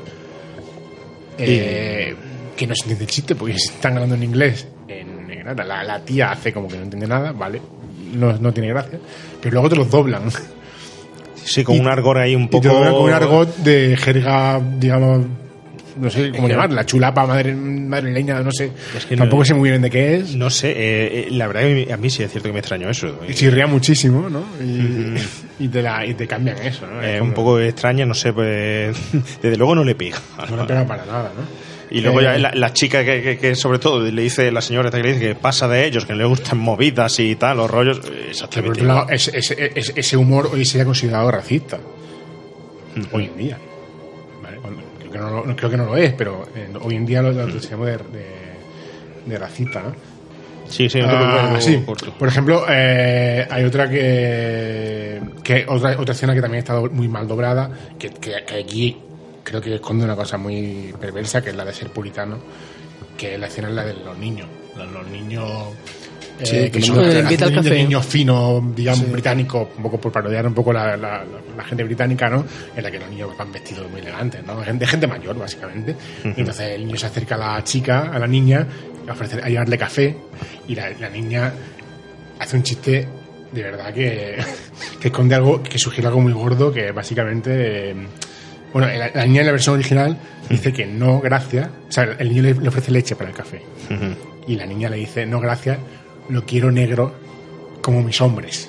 eh, y... que no se entiende el chiste, porque están hablando en inglés, en negrata, la, la tía hace como que no entiende nada, vale, no, no tiene gracia, pero luego te los doblan. Sí, con y, un argot ahí un poco... Y te con un argot de jerga, digamos, no sé cómo llamarla, chulapa, madre, madrileña, no sé. Es que tampoco no, sé muy bien de qué es. No sé, eh, la verdad que a mí sí es cierto que me extrañó eso. Y chirría muchísimo, ¿no? Y, uh-huh. y, te, la, y te cambian eso, ¿no? Es eh, como... un poco extraña, no sé, pues... Desde luego no le pega. No le pega para nada, ¿no? Y luego eh, ya la, la chica que, que, que sobre todo le dice la señora que le dice que pasa de ellos, que no le gustan movidas y tal, los rollos, exactamente. Pero por otro lado, ese, ese, ese, ese humor hoy sería considerado racista. Uh-huh. Hoy en día. ¿Vale? Creo, que no, creo que no lo es, pero eh, hoy en día lo consideramos de, de, de racista, ¿no? Sí, sí, no ah, sí. Por ejemplo, eh, hay otra que, que otra, otra escena que también está muy mal dobrada, que, que, que aquí creo que esconde una cosa muy perversa, que es la de ser puritano, que la escena es la de los niños. Los, los niños... Eh, sí, que son los niños, niños finos, digamos, sí. británicos, un poco por parodiar un poco la, la, la, la gente británica, ¿no? En la que los niños van vestidos muy elegantes, ¿no? Gente, gente mayor, básicamente. Uh-huh. Y entonces el niño se acerca a la chica, a la niña, a, ofrecer, a llevarle café, y la, la niña hace un chiste de verdad que, que esconde algo, que sugiere algo muy gordo, que básicamente... Eh, bueno, la, la niña en la versión original dice que no, gracias. O sea, el niño le, le ofrece leche para el café. Uh-huh. Y la niña le dice, no, gracias, lo quiero negro como mis hombres.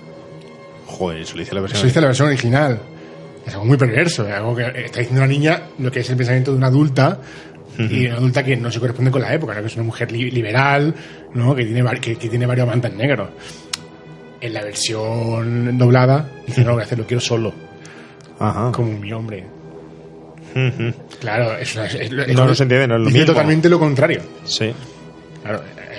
Joder, eso lo dice la versión, eso dice la versión original. Es algo muy perverso, es algo que está diciendo la niña lo que es el pensamiento de una adulta, uh-huh. y una adulta que no se corresponde con la época, ¿no? Que es una mujer li- liberal, ¿no? Que tiene, que, que tiene varios amantes negros. En la versión doblada dice, no, gracias, lo quiero solo. Ajá. Como mi hombre. Uh-huh. Claro, es, una, es, es no, no se entiende, no es lo dice mismo. Totalmente lo contrario. Sí. Claro,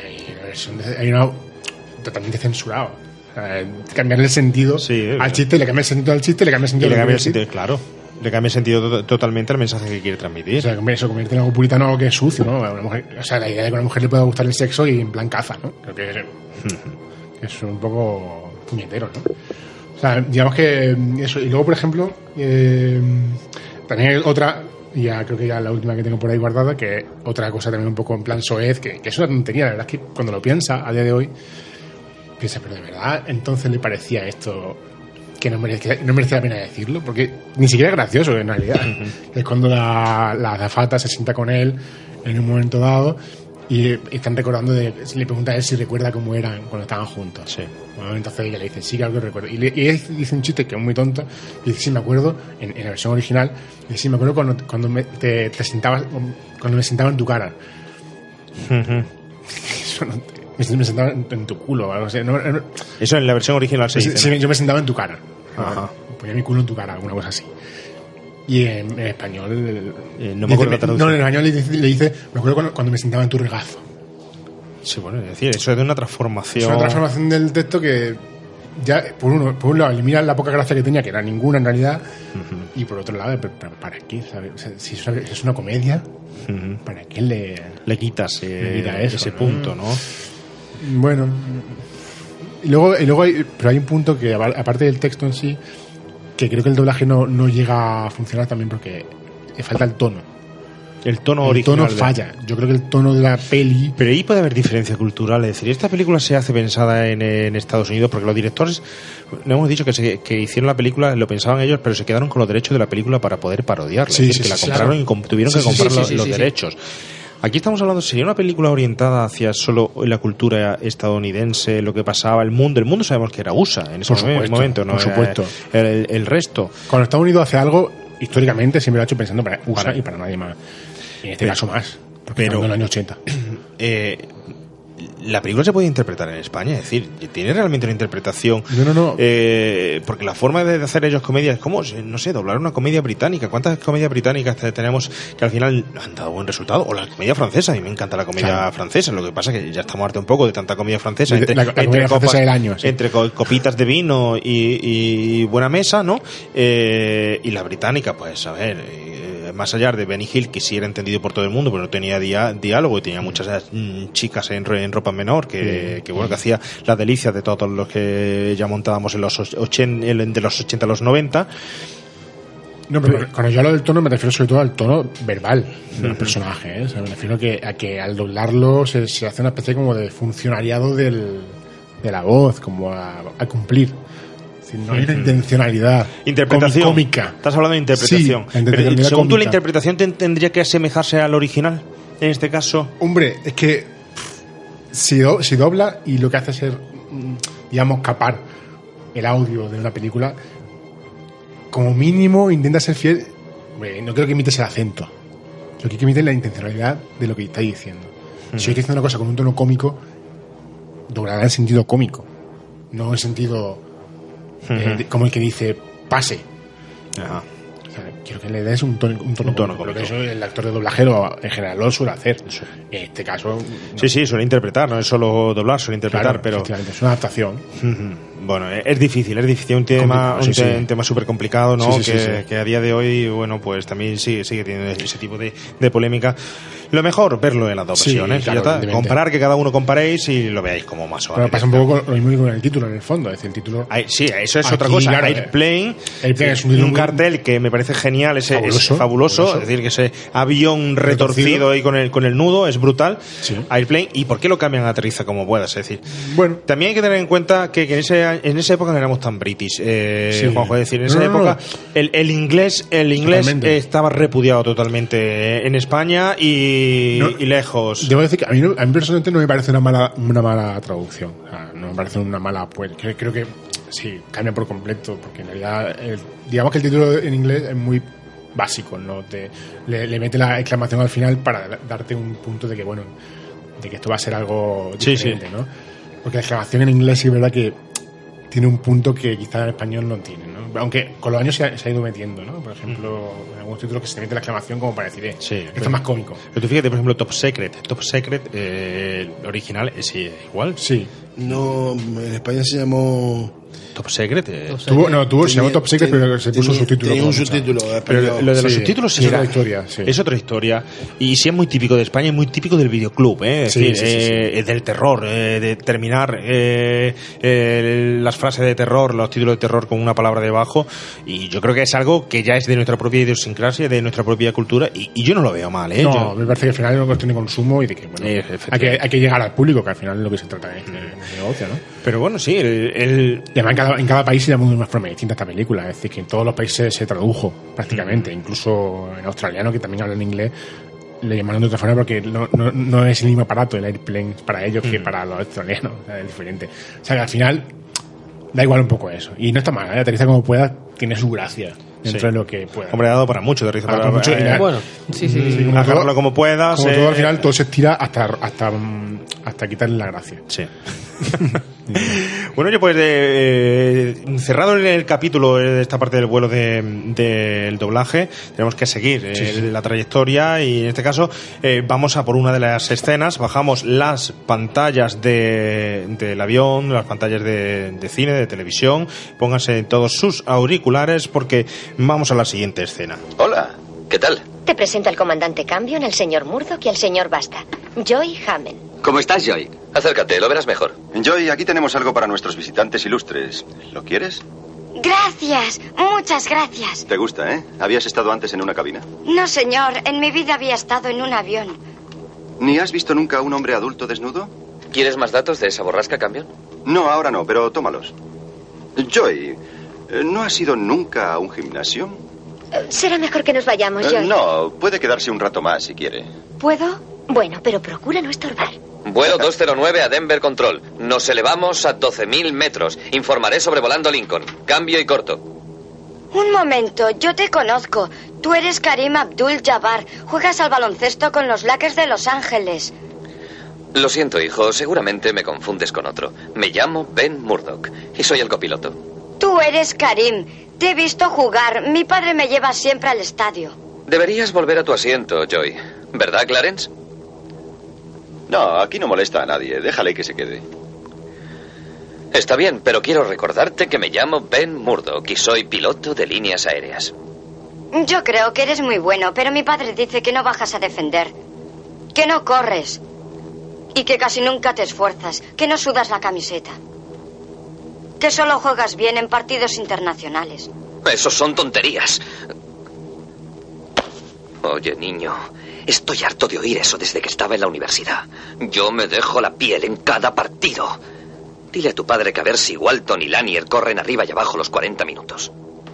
hay, hay una totalmente censurado. O sea, cambiar el sentido sí, al chiste, le cambia el sentido al chiste, le cambia el sentido y le cambia el chiste. sentido, claro. Le cambia el sentido to- totalmente al mensaje que quiere transmitir. O sea, eso convierte en algo puritano, algo que es sucio, ¿no? Una mujer, o sea, la idea de que a una mujer le pueda gustar el sexo y en plan caza, ¿no? Creo que es, uh-huh. que es un poco puñetero, ¿no? O sea, digamos que eso. Y luego, por ejemplo, eh, también hay otra, y ya creo que ya la última que tengo por ahí guardada, que otra cosa también un poco en plan soez, que, que es una tontería. La verdad es que cuando lo piensa a día de hoy, piensa, pero de verdad, entonces le parecía esto que no merece, no merece la pena decirlo, porque ni siquiera es gracioso en realidad. Uh-huh. Es cuando la, la azafata se sienta con él en un momento dado y están recordando, de, le pregunta a él si recuerda cómo eran cuando estaban juntos. Sí. Bueno, entonces ella le dice, sí, claro que recuerdo. Y, le, y él dice un chiste que es muy tonto, y dice, sí, me acuerdo, en, en la versión original, y dice, sí, me acuerdo cuando, cuando me, te, te sentabas, cuando me sentaba en tu cara. Uh-huh. Eso no, me, me sentaba en, en tu culo o algo así. No, no, eso en la versión original se dice, sí, ¿no? Yo me sentaba en tu cara. Ajá. Ponía mi culo en tu cara, alguna cosa así. Y en, en español... Eh, no me acuerdo la traducción. No, en español le dice, le dice me acuerdo cuando, cuando me sentaba en tu regazo. Sí, bueno, es decir, eso es de una transformación... Es una transformación del texto que ya, por, uno, por un lado, elimina la poca gracia que tenía, que era ninguna en realidad, uh-huh. y por otro lado, ¿para, para qué? ¿Sabes? O sea, si es una, es una comedia, uh-huh. ¿para qué le, le quitas eh, le quita eso, ese ¿no? punto, ¿no? Bueno... Y luego, y luego hay, pero hay un punto que, aparte del texto en sí, que creo que el doblaje no, no llega a funcionar también porque le falta el tono. El tono el original. El tono falla. De... Yo creo que el tono de la peli... Pero ahí puede haber diferencia cultural. Es decir, esta película se hace pensada en, en Estados Unidos porque los directores, le hemos dicho que, se, que hicieron la película, lo pensaban ellos, pero se quedaron con los derechos de la película para poder parodiarla. Sí, es decir, sí, que la sí, compraron claro. y tuvieron sí, que comprar sí, los, sí, los sí, derechos. Sí. Aquí estamos hablando, sería una película orientada hacia solo la cultura estadounidense, lo que pasaba, el mundo. El mundo sabemos que era U S A en ese por supuesto, momento, ¿no? Por supuesto. El, el, el resto. Cuando Estados Unidos hace algo, históricamente siempre lo ha hecho pensando para U S A para, y para nadie más. En este pero, caso más, porque pero, en el año ochenta. Eh, la película se puede interpretar en España, es decir, tiene realmente una interpretación. No, no, no. Eh, porque la forma de hacer ellos comedia es como, no sé, doblar una comedia británica. ¿Cuántas comedias británicas tenemos que al final han dado buen resultado? O la comedia francesa, a mí me encanta la comedia claro. francesa. Lo que pasa es que ya estamos hartos un poco de tanta comedia francesa. Entre, la, la entre, comedia copas, francesa del año, sí. entre copitas de vino y, y buena mesa, ¿no? Eh, y la británica, pues, a ver. Eh, más allá de Benny Hill, que sí era entendido por todo el mundo, pero no tenía dia, diálogo y tenía muchas mm, chicas en, en ropa menor que, sí. que bueno, que hacía las delicias de todos los que ya montábamos en los ochenta, de los ochenta a los noventa. No, pero, pero cuando yo hablo del tono me refiero sobre todo al tono verbal del uh-huh. personaje, ¿eh? O sea, me refiero que, a que al doblarlo se, se hace una especie como de funcionariado del, de la voz, como a, a cumplir. Si no hay una intencionalidad interpretación cómica. Estás hablando de interpretación. Sí, pero, según cómica. tú, la interpretación te, tendría que asemejarse al original en este caso. Hombre, es que si, do, si dobla y lo que hace es ser, digamos, capar el audio de una película, como mínimo intenta ser fiel. Hombre, no creo que imites el acento, lo que hay que imitar es la intencionalidad de lo que está diciendo. Uh-huh. Si yo estoy diciendo una cosa con un tono cómico, doblará en sentido cómico, no en sentido Uh-huh. Eh, como el que dice pase. Ajá. O sea, quiero que le des un tono, un tono, un tono cómico. Eso el actor de doblajero en general lo suele hacer. Eso. En este caso. No. Sí, sí, suele interpretar, no es solo doblar, suele interpretar, claro, pero. Es una adaptación. Uh-huh. Bueno, es difícil, es difícil, un tema, sí, un, te, sí. un tema súper complicado, ¿no? Sí, sí, que, sí, sí. que a día de hoy, bueno, pues también sigue, sigue teniendo ese tipo de, de polémica. Lo mejor, verlo en las dos versiones. Sí, claro, comparar, que cada uno comparéis y lo veáis como más o menos. Pero pasa un poco lo mismo con el título, en el fondo. Es decir, el título. Ay, sí, eso es aquí, otra cosa. Claro, Airplane, Airplane es un, un cartel que me parece genial, ese, fabuloso, es fabuloso. fabuloso. Es decir, que ese avión retorcido, retorcido ahí con el, con el nudo es brutal. Sí. Airplane, ¿y por qué lo cambian a Aterriza como puedas? Es decir, bueno, también hay que tener en cuenta que, que en ese en esa época no éramos tan british, eh, Sí. Juanjo, es decir, en esa No, no, no. época... El, el inglés el, el inglés Totalmente. estaba repudiado totalmente en España y, No, y lejos. Debo decir que a mí, no- a mí personalmente no me parece una mala una mala traducción. O sea, no me parece una mala. Pues creo, creo que sí, cambia por completo. Porque en realidad, el- digamos que el título en inglés es muy básico, ¿no? Te, le, le mete la exclamación al final para da- darte un punto de que, bueno, de que esto va a ser algo Sí, diferente, ¿no? Porque la exclamación en inglés sí es verdad que tiene un punto que quizá en español no tiene, ¿no? Aunque con los años se ha, se ha ido metiendo, ¿no? Por ejemplo, en algunos títulos que se mete la exclamación como para decir, eh, Sí, esto pero- es más cómico. Pero tú fíjate, por ejemplo, Top Secret. Top Secret, eh, el original es igual. Sí. No, en España se llamó... Top Secret. eh. Tuvo, no, tuvo, se llamó Tenía- Top Secret, tenía- pero se puso tenía- subtítulo. tenía un como mucho. subtítulo Pero español. lo de los Sí, subtítulos es era- otra historia, sí. es otra historia. Y sí es muy típico de España y muy típico del videoclub, ¿eh? Es Sí, decir, sí, sí, sí. eh, del terror, eh, de terminar eh, eh, las frases de terror, los títulos de terror con una palabra debajo. Y yo creo que es algo que ya es de nuestra propia idiosincrasia, de nuestra propia cultura. Y, y yo no lo veo mal, ¿eh? No, Yo- me parece que al final es una cuestión de consumo y de que, bueno, Eh, hay efectivamente. que, hay que llegar al público, que al final es lo que se trata de, de, de negocio, ¿no? Pero bueno, sí, el, el- Y además en cada, en cada país se llama de una forma distinta esta película, es decir, que en todos los países se tradujo prácticamente, incluso en australiano, que también hablan inglés, le llamaron de otra forma porque no, no, no es el mismo aparato el airplane para ellos que para los australianos, o sea, es diferente. O sea que al final da igual un poco eso. Y no está mal, ¿eh? Aterriza como pueda, tiene su gracia dentro Sí. de lo que pueda. hombre, ha dado para mucho, te risa Ah, para, para mucho, y la- Bueno, sí, sí, sí. como agárralo todo- como puedas. Como eh, todo al final, todo se estira hasta, hasta, mm, hasta quitarle la gracia. Sí. Bueno, yo pues eh, cerrado el capítulo de esta parte del vuelo del de, del doblaje, tenemos que seguir eh, Sí, sí. la trayectoria y en este caso eh, vamos a por una de las escenas, bajamos las pantallas de, del avión, las pantallas de, de cine, de televisión, pónganse todos sus auriculares porque vamos a la siguiente escena. Hola, ¿qué tal? Te presenta el comandante Cambion, el señor Murdoch y el señor Basta. Joy Hammond. ¿Cómo estás, Joy? Acércate, lo verás mejor. Joy, aquí tenemos algo para nuestros visitantes ilustres. ¿Lo quieres? Gracias, muchas gracias. Te gusta, ¿eh? ¿Habías estado antes en una cabina? No, señor, en mi vida había estado en un avión. ¿Ni has visto nunca a un hombre adulto desnudo? ¿Quieres más datos de esa borrasca, Cambion? No, ahora no, pero tómalos. Joy, ¿no has ido nunca a un gimnasio? Eh, Será mejor que nos vayamos, Eh, Joy. no, puede quedarse un rato más si quiere. ¿Puedo? Bueno, pero procura no estorbar. Vuelo dos cero nueve a Denver Control. Nos elevamos a doce mil metros. Informaré sobrevolando Lincoln. Cambio y corto. Un momento, yo te conozco. Tú eres Karim Abdul-Jabbar. Juegas al baloncesto con los Lakers de Los Ángeles. Lo siento, hijo. Seguramente me confundes con otro. Me llamo Ben Murdoch y soy el copiloto. Tú eres Karim. Te he visto jugar. Mi padre me lleva siempre al estadio. Deberías volver a tu asiento, Joy. ¿Verdad, Clarence? No, aquí no molesta a nadie. Déjale que se quede. Está bien, pero quiero recordarte que me llamo Ben Murdoch y soy piloto de líneas aéreas. Yo creo que eres muy bueno, pero mi padre dice que no bajas a defender. Que no corres. Y que casi nunca te esfuerzas. Que no sudas la camiseta. Que solo juegas bien en partidos internacionales. Esos son tonterías. Oye, niño, estoy harto de oír eso desde que estaba en la universidad. Yo me dejo la piel en cada partido. Dile a tu padre que a ver si Walton y Lanier corren arriba y abajo los cuarenta minutos.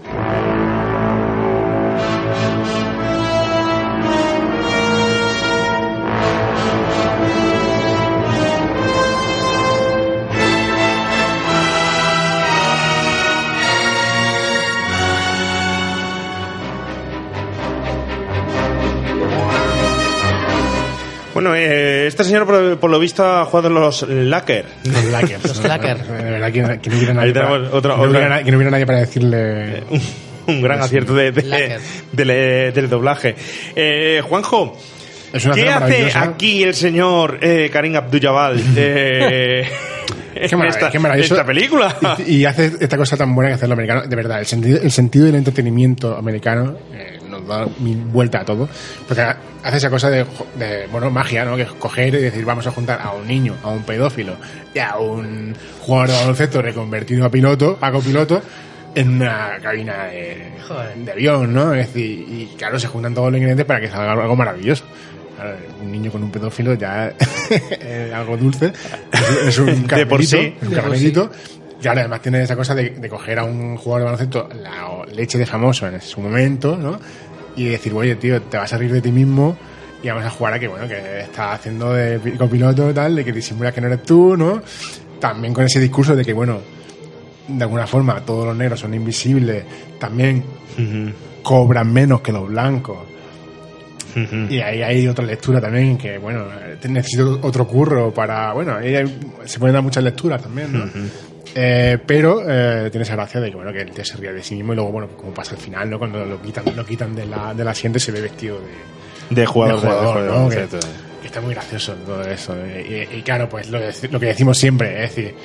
Bueno, eh, este señor por, por lo visto ha jugado en los Lakers. Los Lakers. Los Lakers. De verdad que, que no hubiera nadie Ahí tenemos para, otra- que no hubiera otra- na- que no hubiera nadie para decirle... Un gran Pues sí. acierto de, de- Lakers. del, eh, del doblaje. Eh, Juanjo, Es una ¿qué escena hace maravillosa. aquí el señor eh, Karim Abdul-Jabbar eh, Qué en marav- esta, qué maravilloso. esta película? Y, y hace esta cosa tan buena que hace el americano. De verdad, el sentido, el sentido del entretenimiento americano eh, nos da mil vuelta a todo. Porque hace esa cosa de, de, bueno, magia, ¿no? Que es coger y decir, vamos a juntar a un niño, a un pedófilo y a un jugador de baloncesto reconvertido a piloto, a copiloto, en una cabina de, de avión, ¿no? Es decir, y claro, se juntan todos los ingredientes para que salga algo maravilloso. Claro, un niño con un pedófilo ya es algo dulce, es, es un De por caramelito, sí. un De por caramelito. Claro, además tiene esa cosa de, de coger a un jugador de baloncesto la leche de famoso en su momento, ¿no? Y decir, oye, tío, te vas a reír de ti mismo y vamos a jugar a que, bueno, que estás haciendo de copiloto y tal, de que disimulas que no eres tú, ¿no? También con ese discurso de que, bueno, de alguna forma todos los negros son invisibles, también uh-huh. cobran menos que los blancos. Uh-huh. Y ahí hay otra lectura también, que, bueno, necesito otro curro para, bueno, ahí hay, se pueden dar muchas lecturas también, ¿no? Uh-huh. Eh, pero eh, tiene esa gracia de que, bueno, que el tío se ría de sí mismo y luego, bueno, como pasa al final, ¿no? Cuando lo quitan, lo quitan de la, del asiento y se ve vestido de, de jugador, de jugador, de, de, ¿no? de, de, que, que está muy gracioso todo eso. Y, y, y claro, pues lo, lo que decimos siempre, es decir,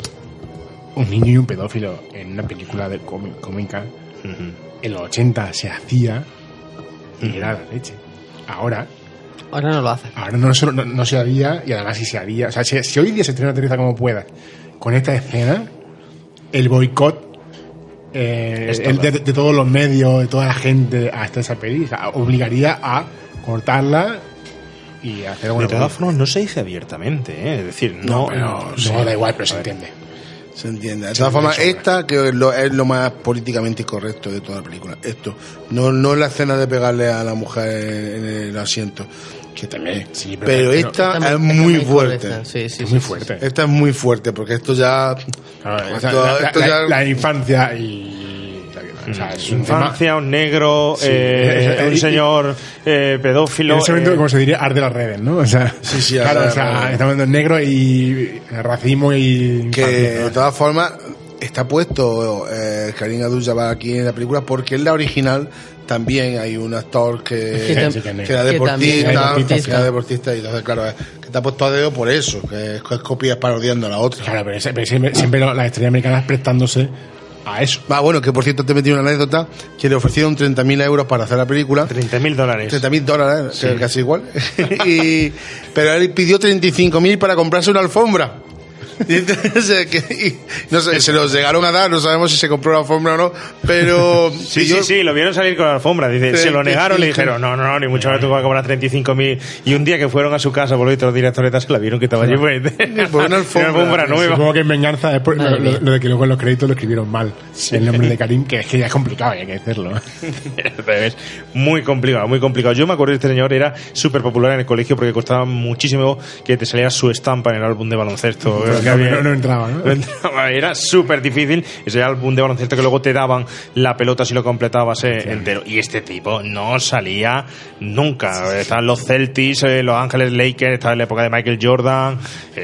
un niño y un pedófilo en una película de cómica, uh-huh. en los ochenta se hacía y uh-huh. era la leche. Ahora... Ahora no lo hace. Ahora no, no, no, no se haría, y además si se haría... O sea, si, si hoy día se estrena Aterriza como pueda, con esta escena, el boicot eh, el de, de todos los medios, de toda la gente hasta esa peli, o sea, obligaría a cortarla y hacer alguna cosa. De todas formas, no se dice abiertamente, ¿eh? Es decir, no... No, pero, no, sí, no da igual, pero se entiende. Se entiende. De todas formas, esta que es lo, es lo más políticamente incorrecto de toda la película. Esto, no, no la escena de pegarle a la mujer en el asiento, que también. Sí, pero, pero esta no, es muy fuerte. Sí, sí, es sí, muy sí, fuerte. Esta es muy fuerte porque esto ya. Claro, esto, la, la, esto ya... La, la infancia y. O sea, es un infancia, tema... un negro, sí, eh, es, es, un señor eh, pedófilo. En ese momento, eh... como se diría, arde las redes, ¿no? O sea, sí, sí, claro, o sea, estamos hablando de negro y racismo y. Que infancia, ¿no? De todas formas, está puesto eh, Karim Abdul-Jabbar aquí en la película porque en la original también hay un actor que, que, sí, que, que era deportista, que, que era deportista y entonces, claro, es, que está puesto a dedo por eso, que es, es copia parodiando a la otra. Claro, pero, pero siempre, siempre las estrellas americanas prestándose a eso. Ah, bueno, que por cierto te metí una anécdota que le ofrecieron treinta mil euros para hacer la película. treinta mil dólares. treinta mil dólares, sí. Que casi igual. y, pero él pidió treinta y cinco mil para comprarse una alfombra. Y entonces, que, y, no sé, se los llegaron a dar, no sabemos si se compró la alfombra o no, pero... Sí, sí, sí, lo vieron salir con la alfombra, dice, se lo negaron, le dijeron, no, no, no, ni mucho menos tú vas a cobrar treinta y cinco mil, y un día que fueron a su casa, por lo visto los directoretas, la vieron que estaba allí, pues, por una alfombra, una alfombra nueva. Supongo que en venganza, es por, lo, lo, lo de que luego en los créditos lo escribieron mal, sí. El nombre de Karim, que es que ya es complicado, hay que hacerlo. Es muy complicado, muy complicado. Yo me acuerdo que este señor era súper popular en el colegio porque costaba muchísimo que te saliera su estampa en el álbum de baloncesto. Pero no, había, no, no entraba. ¿No? Era súper difícil ese álbum de baloncesto que luego te daban la pelota si lo completabas eh, sí. entero, y este tipo no salía nunca. Sí. Estaban los Celtics, eh, los Ángeles Lakers, estaba en la época de Michael Jordan,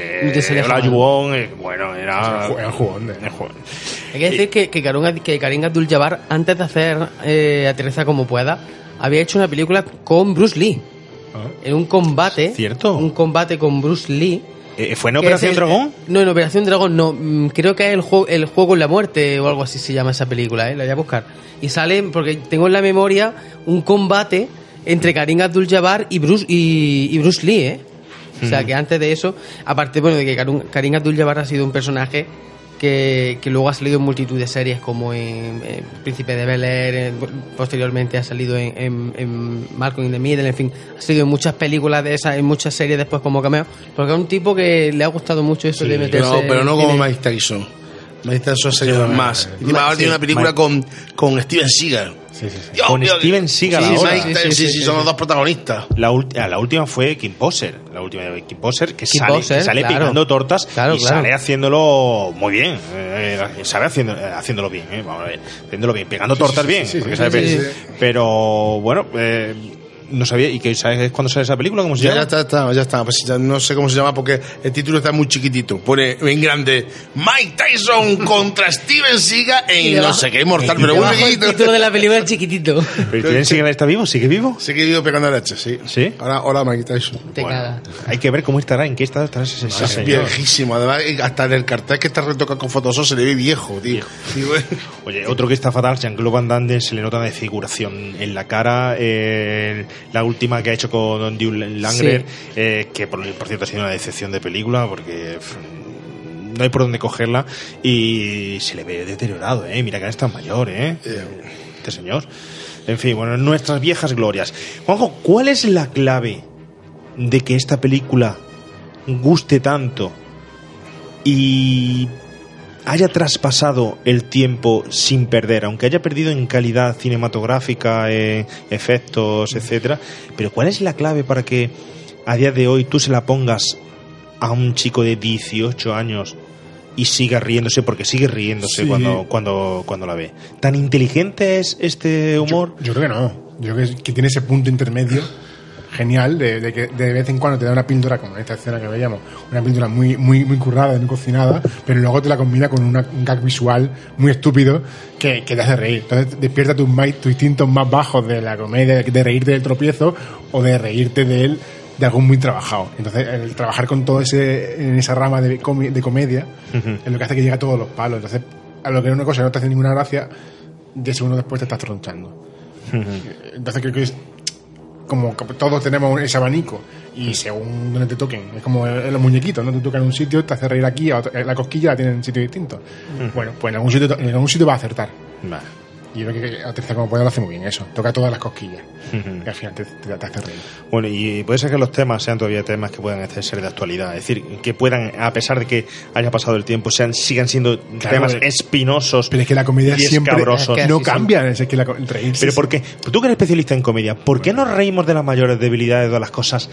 eh, la Juwon, eh, bueno, era el jugón de... Hay que decir y... que, que, Karim, que Karim Abdul-Jabbar, antes de hacer eh, Aterriza como pueda, había hecho una película con Bruce Lee. ¿Ah? En un combate, ¿cierto? Un combate con Bruce Lee. ¿Fue en Operación el, Dragón? No, en Operación Dragón no. Creo que es el juego, el juego en la muerte o algo así se llama esa película, ¿eh? La voy a buscar. Y sale, porque tengo en la memoria un combate entre Karim Abdul-Jabbar y Bruce, y, y Bruce Lee, ¿eh? O sea, mm. que antes de eso, aparte, bueno, de que Karim Abdul-Jabbar ha sido un personaje que, que luego ha salido en multitud de series, como en, en Príncipe de Bel-Air, en, posteriormente ha salido en, en, en Malcolm in the Middle, en fin, ha salido en muchas películas de esas, en muchas series después como cameo, porque es un tipo que le ha gustado mucho eso sí, de meterse... Pero, pero no como Mike Tyson. Mike Tyson se lleva más. Y sí, ahora tiene una película Mike. con, con Steven Seagal. Sí, sí, sí. Dios, con Dios, Steven Seagal sí, ahora. Sí, sí, sí, sí, sí, son los dos protagonistas. La, ulti- la última fue Kim Possible. La última de Kim Possible, que Kim sale, Possible, que sale claro. picando tortas claro, y claro. sale haciéndolo muy bien. Eh, sabe haciendo, eh, haciéndolo bien. Eh, vamos a ver, haciéndolo bien. Pegando tortas sí, sí, bien. Sí, sí, porque sí, sabe sí, sí. Pero bueno, eh, no sabía. ¿Y qué sabes cuándo sale esa película? ¿Cómo se ya, llama? Ya está, está, ya está. Pues ya no sé cómo se llama porque el título está muy chiquitito. Pone en grande Mike Tyson contra Steven Seagal en no sé qué mortal, pero muy chiquitito. El título de la película es chiquitito. ¿Pero Steven Seagal está vivo? ¿Sigue vivo? Sigue vivo pegando leche, sí. ¿Sí? Ahora, hola Mike Tyson. Te bueno, caga. Hay que ver cómo estará, en qué estado estará ese, ese es señor. Viejísimo. Además, hasta en el cartel que está retocado con Photoshop se le ve viejo, tío. Viejo. Sí, bueno. Oye, otro que está fatal, Jean-Claude Van Damme, se le nota una desfiguración en la cara. Eh, la última que ha hecho con Don Duke Langrer, sí. eh, que por, por cierto ha sido una decepción de película porque pff, no hay por dónde cogerla y se le ve deteriorado, eh. Mira que es tan mayor, eh. Yeah. Este señor. En fin, bueno, nuestras viejas glorias. Juanjo, ¿cuál es la clave de que esta película guste tanto y haya traspasado el tiempo sin perder, aunque haya perdido en calidad cinematográfica, en efectos, etcétera. Pero ¿cuál es la clave para que a día de hoy tú se la pongas a un chico de dieciocho años y siga riéndose, porque sigue riéndose sí. cuando, cuando, cuando la ve? ¿Tan inteligente es este humor? Yo, yo creo que no. Yo creo que, que tiene ese punto intermedio genial de, de que de vez en cuando te da una píldora, como en esta escena que veíamos, una píldora muy muy muy currada, muy cocinada, pero luego te la combina con una, un gag visual muy estúpido que, que te hace reír. Entonces despierta tus, tus instintos más bajos de la comedia, de, de reírte del tropiezo o de reírte de él de algo muy trabajado. Entonces el trabajar con todo ese en esa rama de, com de comedia uh-huh. es lo que hace que llegue a todos los palos. Entonces a lo que es una cosa que no te hace ninguna gracia, diez segundos después te estás tronchando. Uh-huh. Entonces creo que es como todos tenemos ese abanico y según donde te toquen, es como los muñequitos, ¿no? Te tocan en un sitio, te hace reír aquí, la cosquilla la tienen en un sitio distinto. Uh-huh. Bueno, pues en algún sitio, en algún sitio va a acertar. Vale. Y yo creo que Aterriza como puede lo hace muy bien eso, toca todas las cosquillas uh-huh. y al final te, te, te hace reír. Bueno, y puede ser que los temas sean todavía temas que puedan ser de actualidad, es decir, que puedan, a pesar de que haya pasado el tiempo, sean sigan siendo claro, temas pero, espinosos. Pero es que la comedia siempre es que no cambia, es que la, el reírse. Pero ¿por qué? Tú que eres especialista en comedia, ¿por qué nos reímos de las mayores debilidades, de las cosas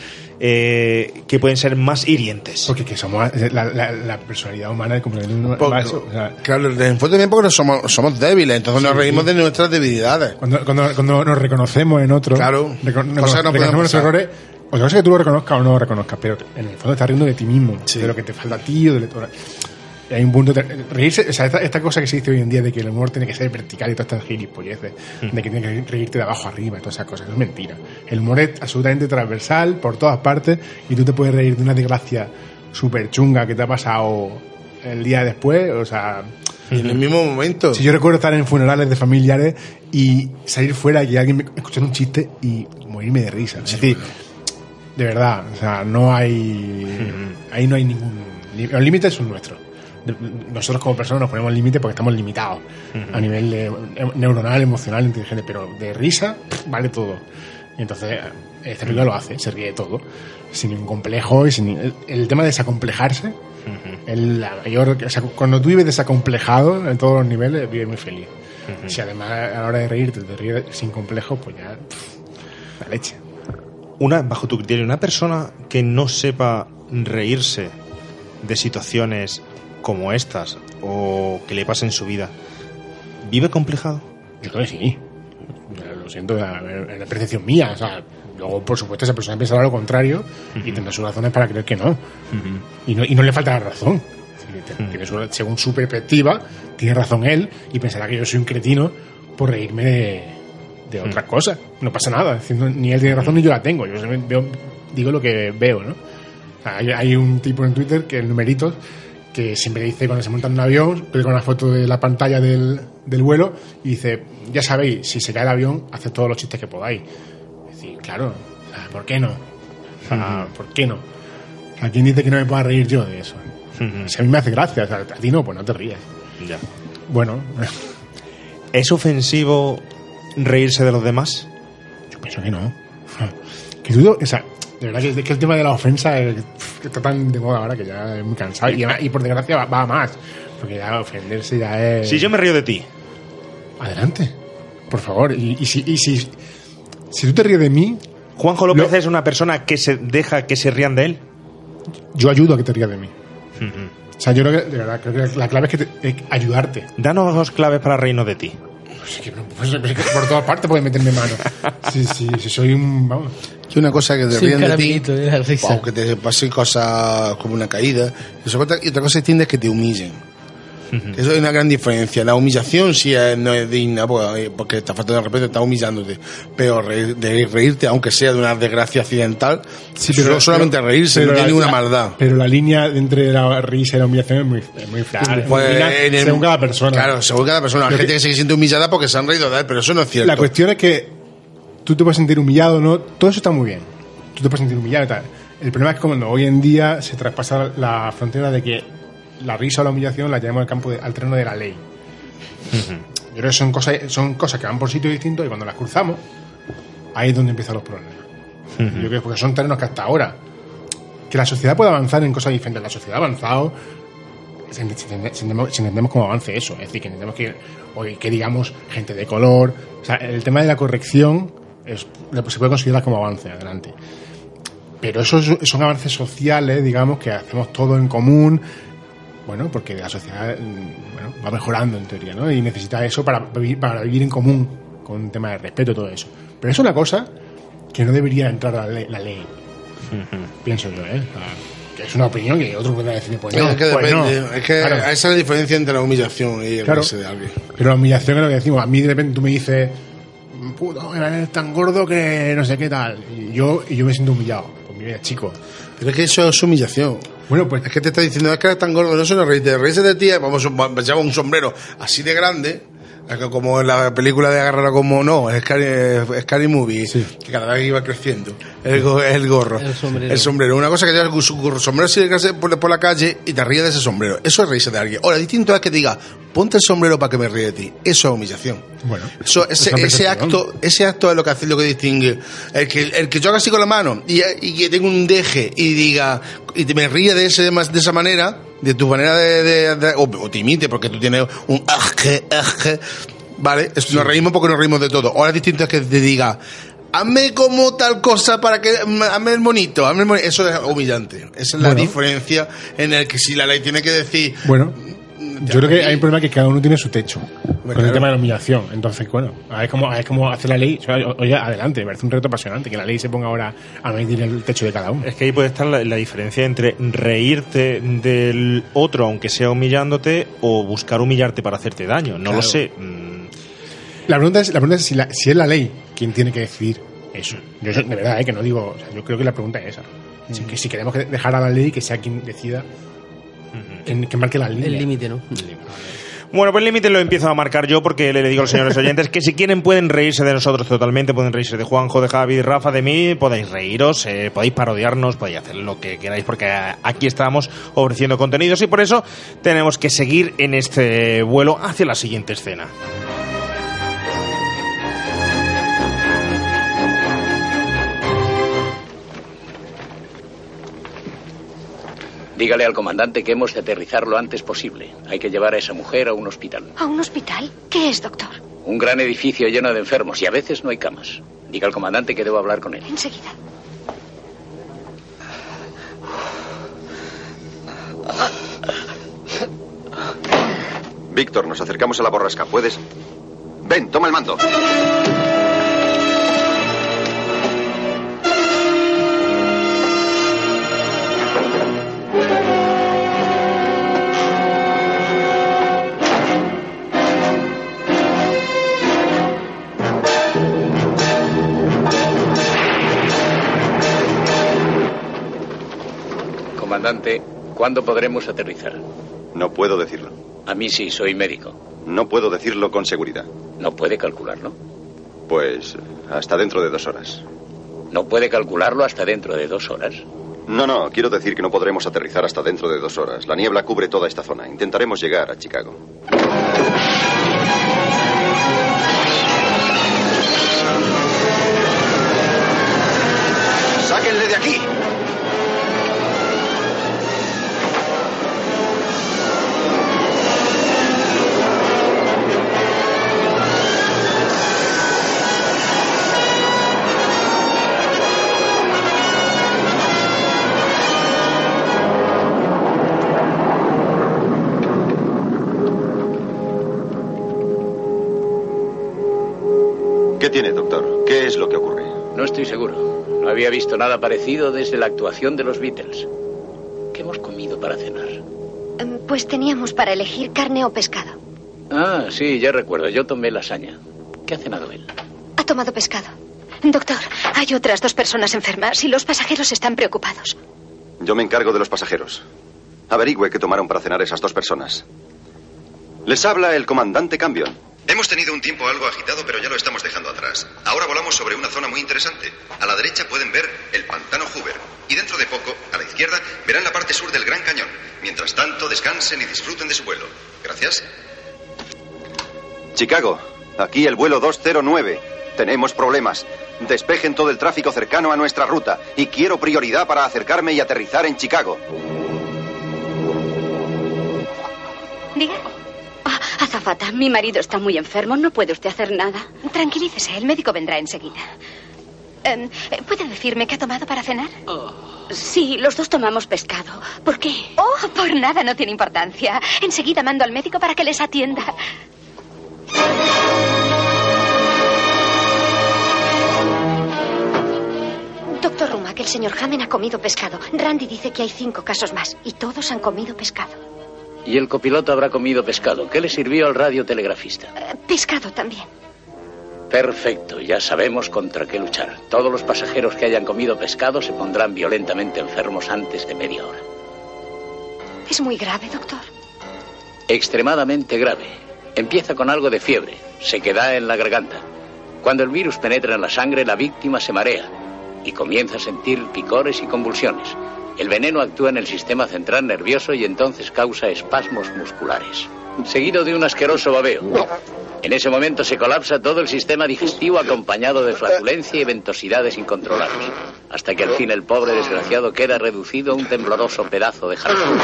eh, que pueden ser más hirientes? Porque que somos la, la, la personalidad humana es completamente porque, eso, o sea, claro, desde el también porque somos, somos débiles, entonces sí, nos reímos sí. de nuestras debilidades. Cuando, cuando, cuando nos reconocemos en otro, claro, reco nos, cosa no reconocemos nuestros errores, otra cosa es que tú lo reconozcas o no lo reconozcas, pero en el fondo estás riendo de ti mismo, sí. de lo que te falta a ti o de lo que... Hay un punto de reírse, o sea, esta, esta cosa que se dice hoy en día de que el humor tiene que ser vertical y todas estas gilipolleces, mm. de que tienes que reírte de abajo arriba y todas esas cosas, eso es mentira. El humor es absolutamente transversal por todas partes y tú te puedes reír de una desgracia súper chunga que te ha pasado el día después, o sea... Y en el mismo momento. Si yo recuerdo estar en funerales de familiares y salir fuera y alguien me escuchara un chiste y morirme de risa. Es decir, de verdad, o sea, no hay... Uh-huh. Ahí no hay ningún... Los límites son nuestros. Nosotros como personas nos ponemos límites porque estamos limitados uh-huh. a nivel de, neuronal, emocional, inteligente, pero de risa pff, vale todo. Y entonces esta película lo hace, se ríe de todo, sin ningún complejo y sin el, el tema de desacomplejarse. Uh-huh. el, la mayor, o sea, cuando tú vives desacomplejado en todos los niveles, vives muy feliz. Uh-huh. Si además a la hora de reírte te ríes sin complejo, pues ya pff, la leche. Una, bajo tu criterio, una persona que no sepa reírse de situaciones como estas o que le pasa en su vida, ¿vive complejado? Yo creo que sí. Lo siento, es la percepción mía. O sea, luego, por supuesto, esa persona pensará lo contrario uh-huh. y tendrá sus razones para creer que no. Uh-huh. Y no. Y no le falta la razón. Uh-huh. Tiene su, según su perspectiva, tiene razón él y pensará que yo soy un cretino por reírme de, de otras uh-huh. cosas. No pasa nada. Diciendo, ni él tiene razón ni yo la tengo. Yo veo, digo lo que veo, ¿no? O sea, hay, hay un tipo en Twitter que el numeritos que siempre dice cuando se monta en un avión, pega una foto de la pantalla del, del vuelo y dice, ya sabéis, si se cae el avión, haced todos los chistes que podáis. Es decir, claro, ¿por qué no? O sea, uh-huh. ¿por qué no? ¿A quién dice que no me pueda reír yo de eso? Uh-huh. Si a mí me hace gracia, o sea, a ti no, pues no te ríes. Ya. Bueno. ¿Es ofensivo reírse de los demás? Yo pienso que no. Que dudo, o sea, de verdad que, que el tema de la ofensa es, que está tan de moda ahora que ya es muy cansado. Y, y por desgracia va, va a más. Porque ya ofenderse ya es... Si yo me río de ti. Adelante. Por favor. Y, y, si, y si, si tú te ríes de mí... ¿Juanjo López lo, es una persona que se deja que se rían de él? Yo ayudo a que te rías de mí. Uh-huh. O sea, yo creo que, de verdad, creo que la clave es, que te, es ayudarte. Danos dos claves para reírnos de ti. Pues, que, pues, es que por todas partes puedes meterme mano. Si sí, sí, sí, soy un... Vamos... Y una cosa que te ríen de ti, de risa. O que te pasen cosas como una caída, y otra cosa distinta es que te humillen. Uh-huh. Eso es una gran diferencia. La humillación sí es, no es digna porque, porque está faltando de respeto, está humillándote, pero reír, de reírte, aunque sea de una desgracia accidental, sí, pero solamente pero, reírse, pero no tiene ninguna maldad. Pero la línea entre la risa y la humillación es muy, es muy frágil. Pues, el, según cada persona. Claro, según cada persona. Hay gente que, que se siente humillada porque se han reído de él, pero eso no es cierto. La cuestión es que tú te puedes sentir humillado, ¿no? Todo eso está muy bien. Tú te puedes sentir humillado y tal. El problema es que cuando hoy en día se traspasa la frontera de que la risa o la humillación la llevamos al campo de, al terreno de la ley. Uh-huh. Yo creo que son cosas, son cosas que van por sitios distintos y cuando las cruzamos, ahí es donde empiezan los problemas. Uh-huh. Yo creo que porque son terrenos que hasta ahora, que la sociedad puede avanzar en cosas diferentes. La sociedad ha avanzado si entendemos, si entendemos como avance eso, es decir, que entendemos que, o que digamos gente de color, o sea, el tema de la corrección es, se puede considerar como avance adelante. Pero esos son avances sociales, digamos, que hacemos todo en común, bueno, porque la sociedad, bueno, va mejorando en teoría, ¿no? Y necesita eso para vivir, para vivir en común, con un tema de respeto y todo eso. Pero es una cosa que no debería entrar a la ley, la ley. Uh-huh. Pienso yo, ¿eh? Que es una opinión y otro puede decir, pues no, es que, pues depende, no. Es que claro. Esa es la diferencia entre la humillación y el claro. reírse de alguien. Pero la humillación es lo que decimos. A mí de repente tú me dices, puto, eres tan gordo que no sé qué tal. Y yo, y yo me siento humillado. Pues mira, chico. Pero es que eso es humillación. Bueno, pues es que te está diciendo, es que eres tan gordo, no se nos reírse, reírse de ti, vamos a llevar un sombrero así de grande, como en la película de Agarrarla como no, es Scary, Scary Movie, sí. Que cada vez iba creciendo. El, el gorro, el sombrero. El sombrero. Una cosa que llevas su sombrero así por, por la calle y te ríes de ese sombrero. Eso es reírse de alguien. Ahora, distinto es que diga, ponte el sombrero para que me ríe de ti. Eso es humillación. Bueno, eso, ese, ese acto, ese acto es lo que hace, lo que distingue. El que, el que yo haga así con la mano y, y que tenga un deje y diga, y te me ríe de ese, de esa manera, de tu manera de, de, de o, o te imite porque tú tienes un ajje, ajje. Vale, sí. Nos reímos porque nos reímos de todo. Ahora es distinto es que te diga, hazme como tal cosa para que, hazme el monito, hazme el monito. Eso es humillante. Esa es la bueno. diferencia en el que si la ley tiene que decir. Bueno, yo creo que hay un problema que cada uno tiene su techo bueno, con claro. el tema de la humillación. Entonces, bueno, a ver cómo, a ver cómo hacer la ley. Oye, adelante, me parece un reto apasionante que la ley se ponga ahora a medir el techo de cada uno. Es que ahí puede estar la, la diferencia entre reírte del otro, aunque sea humillándote, o buscar humillarte para hacerte daño. No claro. lo sé. La pregunta es, la pregunta es si, la, si es la ley quien tiene que decidir eso. Yo de verdad, ¿eh? Que no digo, o sea, yo creo que la pregunta es esa. Uh-huh. Si, que, si queremos dejar a la ley que sea quien decida, uh-huh. en, que marque la línea. El límite, ¿no? Bueno, pues el límite lo empiezo a marcar yo porque le digo a los señores oyentes que si quieren pueden reírse de nosotros totalmente, pueden reírse de Juanjo, de Javi, de Rafa, de mí, podéis reíros, eh, podéis parodiarnos, podéis hacer lo que queráis porque aquí estamos ofreciendo contenidos y por eso tenemos que seguir en este vuelo hacia la siguiente escena. Dígale al comandante que hemos de aterrizar lo antes posible. Hay que llevar a esa mujer a un hospital. ¿A un hospital? ¿Qué es, doctor? Un gran edificio lleno de enfermos y a veces no hay camas. Diga al comandante que debo hablar con él. Enseguida. Víctor, nos acercamos a la borrasca. ¿Puedes? Ven, toma el mando. Comandante, ¿cuándo podremos aterrizar? No puedo decirlo. A mí sí, soy médico. No puedo decirlo con seguridad. ¿No puede calcularlo? Pues hasta dentro de dos horas. ¿No puede calcularlo hasta dentro de dos horas? No, no, quiero decir que no podremos aterrizar hasta dentro de dos horas. La niebla cubre toda esta zona. Intentaremos llegar a Chicago. ¡Sáquenle de aquí! ¿Qué tiene, doctor? ¿Qué es lo que ocurre? No estoy seguro. No había visto nada parecido desde la actuación de los Beatles. ¿Qué hemos comido para cenar? Pues teníamos para elegir carne o pescado. Ah, sí, ya recuerdo. Yo tomé lasaña. ¿Qué ha cenado él? Ha tomado pescado. Doctor, hay otras dos personas enfermas y los pasajeros están preocupados. Yo me encargo de los pasajeros. Averigüe qué tomaron para cenar esas dos personas. Les habla el comandante Cambion. Hemos tenido un tiempo algo agitado, pero ya lo estamos dejando atrás. Ahora volamos sobre una zona muy interesante. A la derecha pueden ver el pantano Hoover. Y dentro de poco, a la izquierda, verán la parte sur del Gran Cañón. Mientras tanto, descansen y disfruten de su vuelo. Gracias. Chicago, aquí el vuelo dos cero nueve. Tenemos problemas. Despejen todo el tráfico cercano a nuestra ruta. Y quiero prioridad para acercarme y aterrizar en Chicago. Diga. Ah, azafata, mi marido está muy enfermo. ¿No puede usted hacer nada? Tranquilícese, el médico vendrá enseguida. Eh, ¿Puede decirme qué ha tomado para cenar? Oh, sí, los dos tomamos pescado. ¿Por qué? Oh, por nada, no tiene importancia. Enseguida mando al médico para que les atienda. Doctor Ruma, que el señor Hammond ha comido pescado. Randy dice que hay cinco casos más y todos han comido pescado. Y el copiloto habrá comido pescado. ¿Qué le sirvió al radiotelegrafista? Eh, pescado también. Perfecto, ya sabemos contra qué luchar. Todos los pasajeros que hayan comido pescado se pondrán violentamente enfermos antes de media hora. ¿Es muy grave, doctor? Extremadamente grave. Empieza con algo de fiebre, se queda en la garganta. Cuando el virus penetra en la sangre, la víctima se marea y comienza a sentir picores y convulsiones. El veneno actúa en el sistema central nervioso y entonces causa espasmos musculares, seguido de un asqueroso babeo. En ese momento se colapsa todo el sistema digestivo acompañado de flatulencia y ventosidades incontrolables, hasta que al fin el pobre desgraciado queda reducido a un tembloroso pedazo de jardín.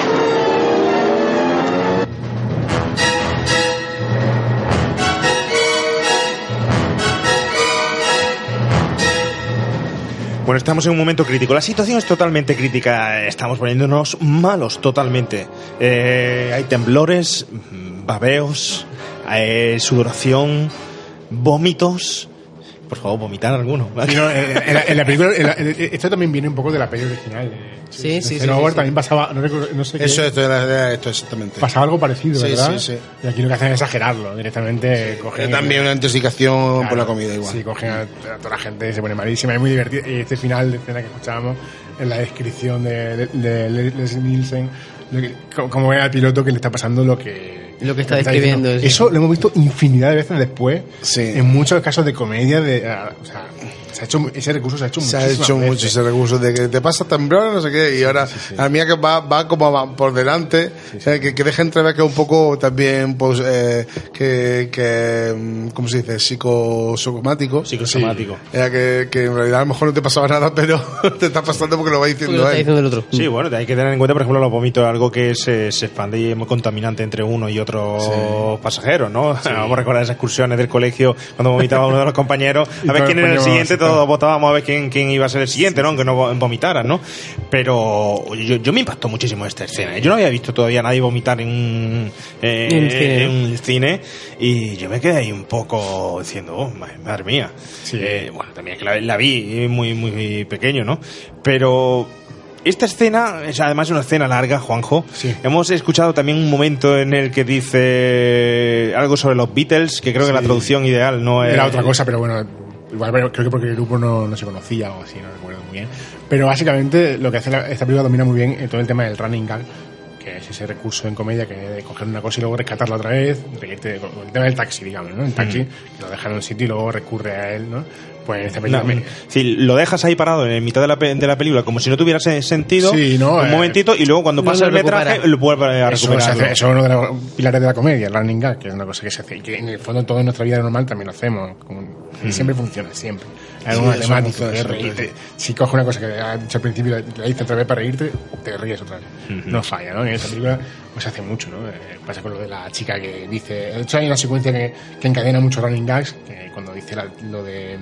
Bueno, estamos en un momento crítico. La situación es totalmente crítica. Estamos poniéndonos malos totalmente. Eh, hay temblores, babeos, eh, sudoración, vómitos. Por favor, vomitar alguno. Sí, no, en, la, en la película, en la, en, esto también viene un poco de la peli original. Sí, sí, sí. En Howard sí, también pasaba, no, recuerdo, no sé qué. Eso, esto era esto exactamente. Pasaba algo parecido, sí, ¿verdad? Sí, sí. Y aquí lo que hacen es exagerarlo, directamente. Sí, cogen también una intoxicación claro, por la comida igual. Sí, cogen a, a toda la gente, se pone malísima, es muy divertido. Y este final de escena que escuchábamos en la descripción de, de, de Leslie Nielsen, como ve al piloto que le está pasando lo que lo que está describiendo. Eso, eso lo hemos visto infinidad de veces después, sí. En muchos casos de comedia, de, uh, o sea, se ha hecho, ese recurso se ha hecho se ha hecho veces. mucho ese recurso de que te pasa temblor, no sé qué, y sí, ahora sí, sí. A mí que va, va como va por delante, sí, sí. Eh, que, que deja entrever que un poco también, pues, eh, que, que, ¿cómo se dice? Psicosomático. Psicosomático. Sí. Eh, que, que en realidad a lo mejor no te pasaba nada, pero te está pasando porque lo va diciendo, lo está diciendo el otro. Sí, bueno, hay que tener en cuenta, por ejemplo, los vómitos, algo que se, se expande y es muy contaminante entre uno y otro sí. pasajero, ¿no? Sí. Vamos a recordar esas excursiones del colegio cuando vomitaba uno de los compañeros, a ver quién era el siguiente, todos votábamos a ver quién, quién iba a ser el siguiente, ¿no? Aunque no vomitaran, ¿no? Pero yo, yo me impactó muchísimo esta escena. Yo no había visto todavía a nadie vomitar en un, eh, en cine. En un cine y yo me quedé ahí un poco diciendo, oh, madre mía. Sí. Eh, bueno, también es que la, la vi muy, muy pequeño, ¿no? Pero esta escena es además una escena larga, Juanjo. Sí. Hemos escuchado también un momento en el que dice algo sobre los Beatles, que creo sí. que la traducción ideal no es... Era otra cosa, pero bueno... Igual creo que porque el grupo no, no se conocía o así, no recuerdo muy bien. Pero básicamente lo que hace la, esta película domina muy bien todo el tema del running gag, que es ese recurso en comedia que de coger una cosa y luego rescatarla otra vez, reírte, el tema del taxi, digamos, ¿no? El taxi, mm. que lo deja en un sitio y luego recurre a él, ¿no? Pues en esta película... No, si lo dejas ahí parado en mitad de la, de la película como si no tuviera sentido, sí, no, un eh, momentito, y luego cuando no pasa el metraje lo vuelve a recuperar. Eso, eso es uno de los pilares de la comedia, el running gag, que es una cosa que se hace y que en el fondo todo en nuestra vida normal también lo hacemos. Como, mm. Y siempre funciona, siempre. Hay una temática de reírte. Si coges una cosa que has dicho al principio y la dices otra vez para reírte, te ríes otra vez. Mm-hmm. No falla, ¿no? En esta película pues hace mucho, ¿no? Eh, pasa con lo de la chica que dice... De hecho hay una secuencia que, que encadena muchos running gags, que cuando dice la, lo de...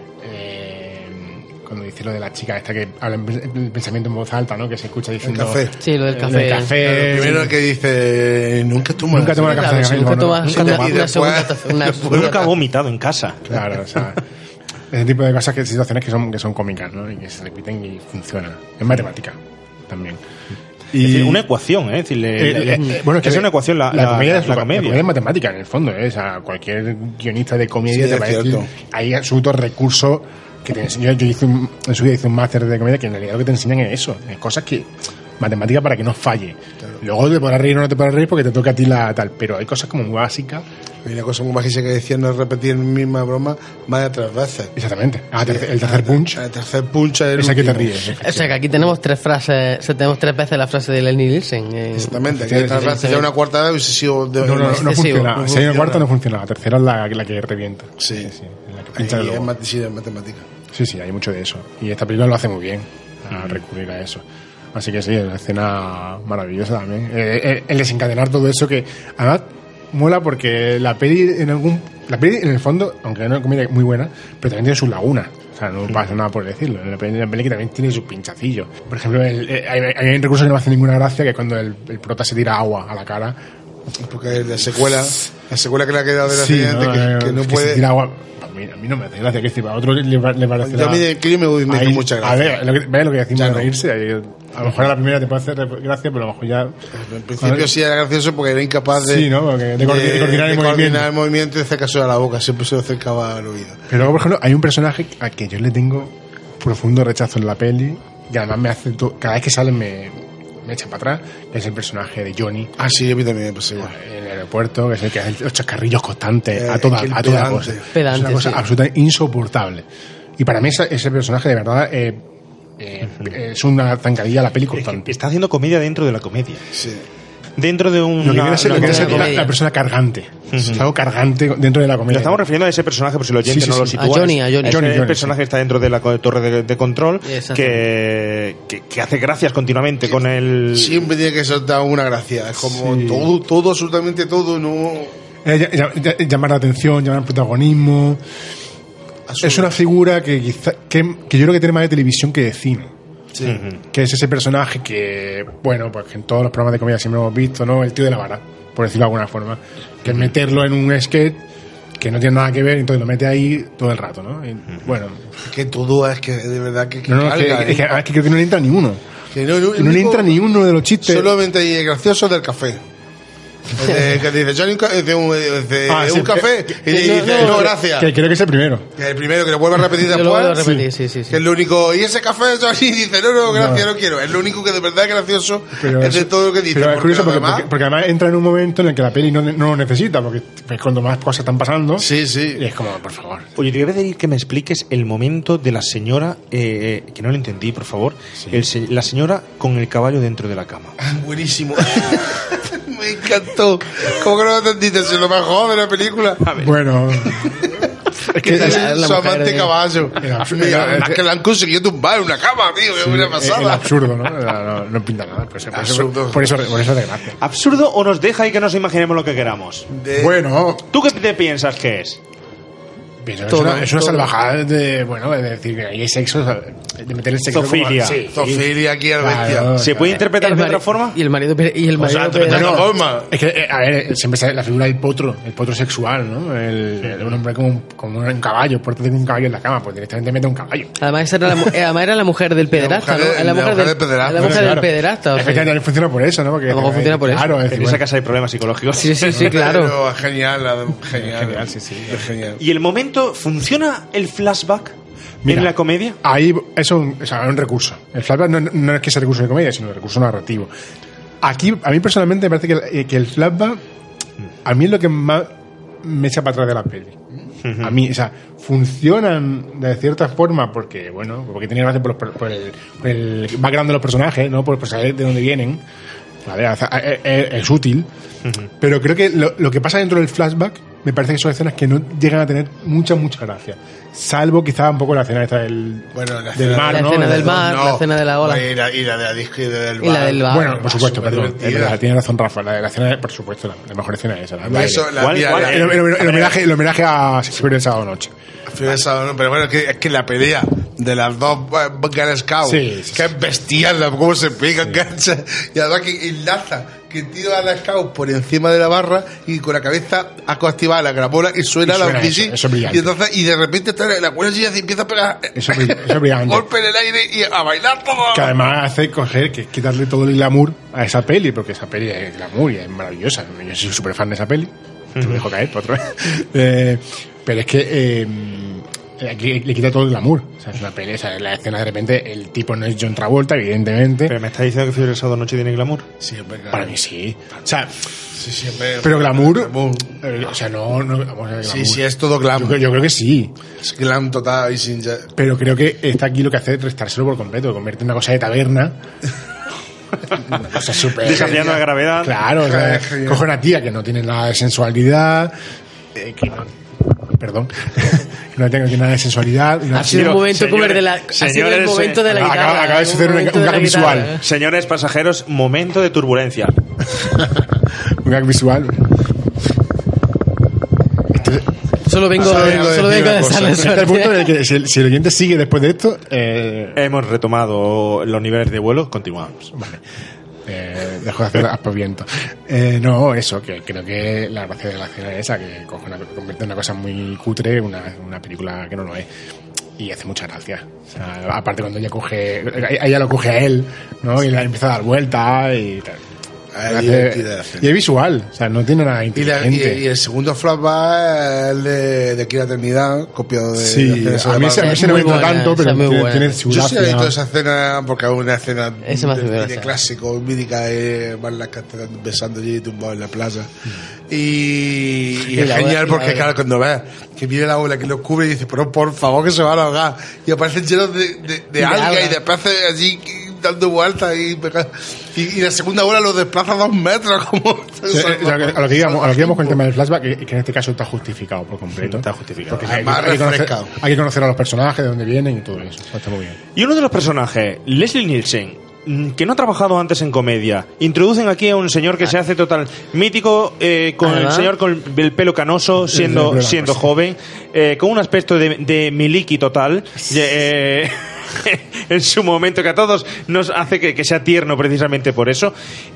Eh, cuando dice lo de la chica esta que habla el pensamiento en voz alta, ¿no? Que se escucha diciendo... El café. Sí, lo del café. El café. Claro, primero que dice... Nunca tomo nunca tomo café. Claro, nunca tomas una, una, una segunda taza. Una nunca ha vomitado en casa. Claro, o sea... Ese tipo de cosas, que situaciones que son, que son cómicas, ¿no? Y que se repiten y funcionan. En matemática también. Y es decir, una ecuación, ¿eh? Es decir, le, eh, le, eh, bueno, es que es una ecuación la, la, la, comedia, la, es, la la comedia. comedia es matemática, en el fondo, ¿eh? O sea, cualquier guionista de comedia sí, te va a decir, hay absolutos recursos que te enseñan. Yo, yo hice un, en su día hice un máster de comedia que en realidad lo que te enseñan es eso, es cosas que... matemática para que no falle. Claro. Luego te podrás reír o no te podrás reír porque te toca a ti la tal, pero hay cosas como muy básicas. Hay una cosa muy mágica que decía no repetir la misma broma más de tres veces. Exactamente. Ah, sí, el tercer punch. El tercer punch es el esa que te ríes. O sea que aquí tenemos tres frases, o sea, tenemos tres veces la frase de Leslie Nielsen. Eh. Exactamente. Aquí hay tres veces, ya una cuarta vez hubiese sido... De, no, no, no, no, no funciona. No si hay una cuarta no funciona. La tercera es la, la que revienta. Sí. sí la que pincha ahí es, mat- sí, es matemática. Sí, sí, hay mucho de eso. Y esta película lo hace muy bien, a mm. recurrir a eso. Así que sí, es una escena maravillosa también. Eh, eh, el desencadenar todo eso que además mola porque la peli en algún la peli en el fondo, aunque es una comedia muy buena, pero también tiene sus lagunas. O sea, no pasa nada por decirlo. La peli, la peli que también tiene sus pinchacillos. Por ejemplo, el, el, hay, hay un recurso que no me hace ninguna gracia, que es cuando el, el prota se tira agua a la cara. Porque la secuela, la secuela que le ha quedado del sí, accidente, no, que, eh, que no que puede. Se tira agua. A mí, a mí no me hace gracia, que si para otros le, le parece. Yo a mí de que me, me hizo mucha gracia. A ver, lo que, ve lo que decimos de no. reírse. A lo mejor a la primera te puede hacer gracia, pero a lo mejor ya. En principio sí era gracioso porque era incapaz de, sí, ¿no? Porque de, de, de, coordinar, el, de movimiento. coordinar el movimiento y hacer caso a la boca, siempre se lo acercaba al oído. Pero luego, por ejemplo, hay un personaje al que yo le tengo profundo rechazo en la peli, y además me hace to- cada vez que sale me, me echa para atrás, que es el personaje de Johnny. Ah, sí, a mí también me pasa igual. En el aeropuerto, que es el que hace los chascarrillos constantes eh, a toda, a toda pedante. cosa. Pedante, es una cosa sí. absolutamente insoportable. Y para mí ese, ese personaje de verdad eh, eh, es una zancadilla a la peli constante. Es que está haciendo comedia dentro de la comedia. Sí. Dentro de un. Lo que viene a ser, lo que viene a ser la, la persona cargante. Uh-huh. Es algo cargante dentro de la comedia. Nos estamos refiriendo a ese personaje, por si el oyente sí, sí, no lo sí. sitúa. A Johnny, a Johnny. Ese Johnny, Johnny personaje sí. está dentro de la torre de, de control que, que, que hace gracias continuamente sí. con el. Siempre tiene que soltar una gracia. Es como sí. todo, todo, absolutamente todo. No. Eh, llamar la atención, llamar el protagonismo. Azul. Es una figura que, quizá, que, que yo creo que tiene más de televisión que de cine. Sí. Uh-huh. Que es ese personaje que, bueno, pues que en todos los programas de comedia siempre hemos visto, ¿no? El tío de la vara, por decirlo de alguna forma. Que es meterlo en un sketch que no tiene nada que ver, entonces lo mete ahí todo el rato, ¿no? Y, uh-huh. Bueno. Es que todo es que de verdad que. que no, no, carga, es, que, ¿eh? es, que, es que creo que no le entra ni uno. Que no, no, que no le entra ni uno de los chistes. Solamente hay el gracioso del café. De, que dice Johnny de un, de ah, sí, un café que, y que, dice no, no gracias que creo que es el primero que el primero que lo vuelve a repetir después lo repetir, sí. Sí, sí, sí. que es lo único y ese café Johnny dice no no gracias no, no quiero es lo único que de verdad es gracioso pero es de todo lo que dice pero es curioso porque, además, porque, porque además entra en un momento en el que la peli no, no lo necesita porque es cuando más cosas están pasando sí sí y es como por favor oye te voy a pedir que me expliques el momento de la señora eh, que no lo entendí por favor sí. el, la señora con el caballo dentro de la cama buenísimo me encantó ¿cómo que no lo entendiste? Es lo mejor de la película bueno es que es su amante de... caballo Mira, es que le han conseguido tumbar una cama tío que hubiera pasado el absurdo ¿no? No, no pinta nada por eso, por eso, por eso, por eso de gracia absurdo o nos deja y que nos imaginemos lo que queramos de... bueno ¿tú qué te piensas que es? Pero es, una, es una salvajada de, bueno, de decir que ahí hay sexo, de meter el sexo. Zofilia. Como, sí, zofilia aquí al bestia. Claro, ¿se claro. puede interpretar de otra forma? Y el marido y el marido o sea, de otra forma. Es que, a ver, siempre sale la figura del potro, el potro sexual, ¿no? El, el un hombre como un, como un caballo, por tener un caballo en la cama, pues directamente mete un caballo. Además, era la, además era la mujer del pederasta, ¿no? La mujer, la mujer, del, del pederasta. La mujer del pederasta. O sea. Efectivamente, funciona por eso, ¿no? Porque a lo mejor funciona por claro, eso. Es decir, en esa casa hay problemas psicológicos. Sí, sí, sí, claro. Pero genial, genial. Genial, sí, sí. Genial. ¿Y el momento funciona el flashback Mira, en la comedia? Ahí es un, o sea, un recurso. El flashback no, no es que sea recurso de comedia, sino un recurso narrativo. Aquí, a mí personalmente me parece que, que el flashback a mí es lo que más me echa para atrás de la peli. Uh-huh. A mí, o sea, funcionan de cierta forma porque, bueno, porque tienen gracia por, los, por, el, por el background de los personajes, ¿no? Por, por saber de dónde vienen. Vale, es, es, es útil. Uh-huh. Pero creo que lo, lo que pasa dentro del flashback me parece que son escenas que no llegan a tener mucha, mucha gracia. Salvo quizá un poco la escena esta del, bueno, la del mar, la ¿no? escena del mar, no, la escena de la ola. Y la, y la de la disco y del bar. Y la del bar. Bueno, por supuesto, perdón. Tiene razón Rafa. La de la escena, por supuesto, la, la mejor escena es esa. La Eso, la ¿Cuál, cuál, el, el, el, el, homenaje, el homenaje a Fiebre del Sábado Noche. Fiebre del Sábado Noche. Pero bueno, es que, es que la pelea de las dos uh, Girl Scouts, sí, sí, que es bestial, cómo se pegan, sí. Y además que enlaza, que tira a la Scout por encima de la barra y con la cabeza activada la gramola y suena, y suena la eso, eso es y entonces y de repente está la cuerda y empieza a pegar eso, eso es brillante. Golpe en el aire y a bailar todo. Que además hace coger, que es quitarle todo el glamour a esa peli, porque esa peli es glamour y es maravillosa. Yo soy súper fan de esa peli. Uh-huh. Te lo dejo caer por otra vez. eh, pero es que eh, aquí le quita todo el glamour. O sea, es una peli, o sea, la escena de repente el tipo no es John Travolta, evidentemente. Pero me está diciendo que Fiebre del Sábado Noche tiene glamour. Siempre, claro. Para mí sí. O sea, sí, siempre, pero glamour, glamour. Eh, o sea, no, no vamos a ver, glamour. Sí, sí, es todo glam. Yo, yo creo que sí. Es glam total y sin ya. Pero creo que está aquí lo que hace es restárselo por completo, convierte en una cosa de taberna. Una cosa súper desafiando la gravedad. Claro, o sea, coge una tía que no tiene nada de sensualidad, eh, que no, perdón, que no tiene nada de sensualidad. Ha sido un momento como el de la, ha sido el momento de la guitarra. Acaba, acaba de suceder un, un gag visual. Guitarra. Señores pasajeros, momento de turbulencia. Un gag visual. Solo vengo, solo vengo, solo vengo de estar Hasta el punto de que si, si el oyente sigue después de esto, eh... hemos retomado los niveles de vuelo, continuamos. Vale. Eh, dejo de hacer aspaviento. Eh, no, eso, que creo que la gracia de la escena es esa, que coge una, convierte en una cosa muy cutre una, una película que no lo es. Y hace mucha gracia. O sea, aparte cuando ella coge, ella lo coge a él, ¿no? Y le empieza a dar vueltas y tal. Hace, y es visual, o sea, no tiene nada inteligente. Y, la, y, y el segundo flashback es el de, de aquí a la eternidad, copiado de. Sí, de a mí, se, a mí se no me gusta tanto, pero tiene, tiene su Yo sí he visto ¿no? esa escena porque es una escena de, de clásico, mítica, de Marla Castellán besando allí tumbado en la plaza. Mm. Y, y, y es genial y porque, claro, cuando ves que viene la abuela que lo cubre y dice, pero por favor que se van a ahogar. Y aparecen llenos de, de, de, de alga, alga y de peces allí dando vueltas y, y, y la segunda ola los desplaza a dos metros como sí, a lo que íbamos a lo que íbamos con el tema del flashback, que, que en este caso está justificado por completo, está justificado, hay, hay, que conocer, hay que conocer a los personajes, de dónde vienen y todo eso, está muy bien. Y uno de los personajes, Leslie Nielsen, que no ha trabajado antes en comedia, introducen aquí a un señor que ah. se hace total mítico, eh, con ¿Ah? el señor con el pelo canoso, siendo siendo joven, eh, con un aspecto de, de miliki total, eh, en su momento, que a todos nos hace que, que sea tierno precisamente por eso.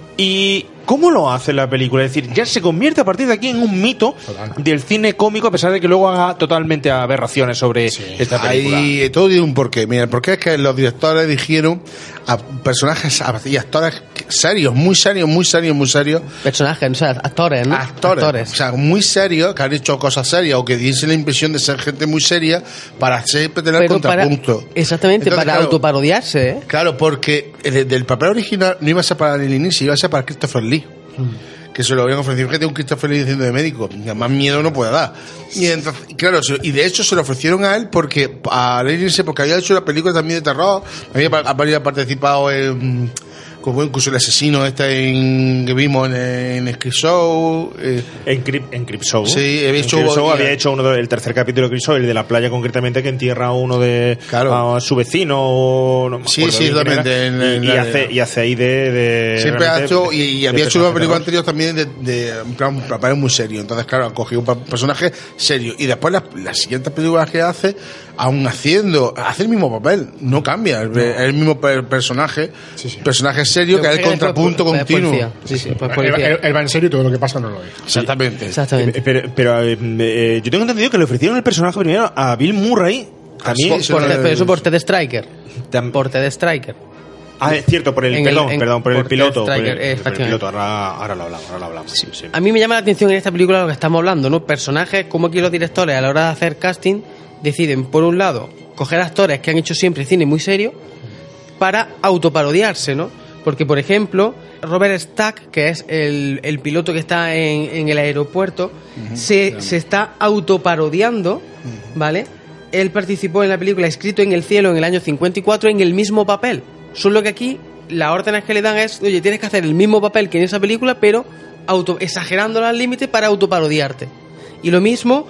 ¿Y cómo lo hace la película? Es decir, ya se convierte a partir de aquí en un mito Total. del cine cómico, a pesar de que luego haga totalmente aberraciones sobre sí. esta película. Hay todo tiene un porqué. Mira, el porqué es que los directores dijeron a personajes y actores serios, muy serios, muy serios, muy serios. Personajes, o sea, actores, ¿no? Actores, actores. O sea, muy serios, que han hecho cosas serias o que diesen la impresión de ser gente muy seria para siempre tener Pero contrapunto. Para, exactamente, Entonces, para claro, autoparodiarse, ¿eh? Claro, porque el, del papel original no iba a ser para Leslie Nielsen, iba a ser para Christopher Lee. Mm. Que se lo habían ofrecido. Fíjate, un Christopher Lee diciendo de médico, más miedo no puede dar. Y entonces, claro, y de hecho se lo ofrecieron a él porque a Leslie Nielsen, porque había hecho una película también de terror, había, había participado en, como incluso el asesino este en, que vimos en, en Creep Show, eh. en Creep en Creep Show. Sí, había hecho, Show había hecho uno del tercer capítulo de Creep Show, el de la playa concretamente, que entierra a uno de claro. a su vecino, no me sí, sí, exactamente, en, en, y, y hace y hace ahí de, de siempre ha hecho y, y había hecho una película anterior también de, de un plan papel muy serio. Entonces, claro, han cogido un personaje serio y después las, las siguientes películas que hace, aún haciendo hace el mismo papel, no cambia, no. Es el mismo per, personaje, sí, sí. personaje serio Yo que es el contrapunto por, continuo. Sí, sí, pues él, él, él va en serio y todo lo que pasa no lo es. Exactamente. Exactamente. Eh, pero, pero eh, yo tengo entendido que le ofrecieron el personaje primero a Bill Murray. También por, por, pero eso por Ted Striker. Por Ted Striker. Ah, es cierto, por el, en perdón, el, en, perdón, por, por el piloto. Por el, eh, por el piloto, ahora, ahora lo hablamos, ahora lo hablamos. Sí. Sí. A mí me llama la atención en esta película lo que estamos hablando, ¿no? Personajes, como aquí los directores a la hora de hacer casting deciden, por un lado, coger actores que han hecho siempre cine muy serio para autoparodiarse, ¿no? Porque, por ejemplo, Robert Stack, que es el, el piloto que está en, en el aeropuerto, uh-huh, se, claro. se está autoparodiando, uh-huh. ¿vale? Él participó en la película Escrito en el cielo en el año cincuenta y cuatro en el mismo papel. Solo que aquí las órdenes que le dan es, oye, tienes que hacer el mismo papel que en esa película, pero auto, exagerándolo al límite para autoparodiarte. Y lo mismo...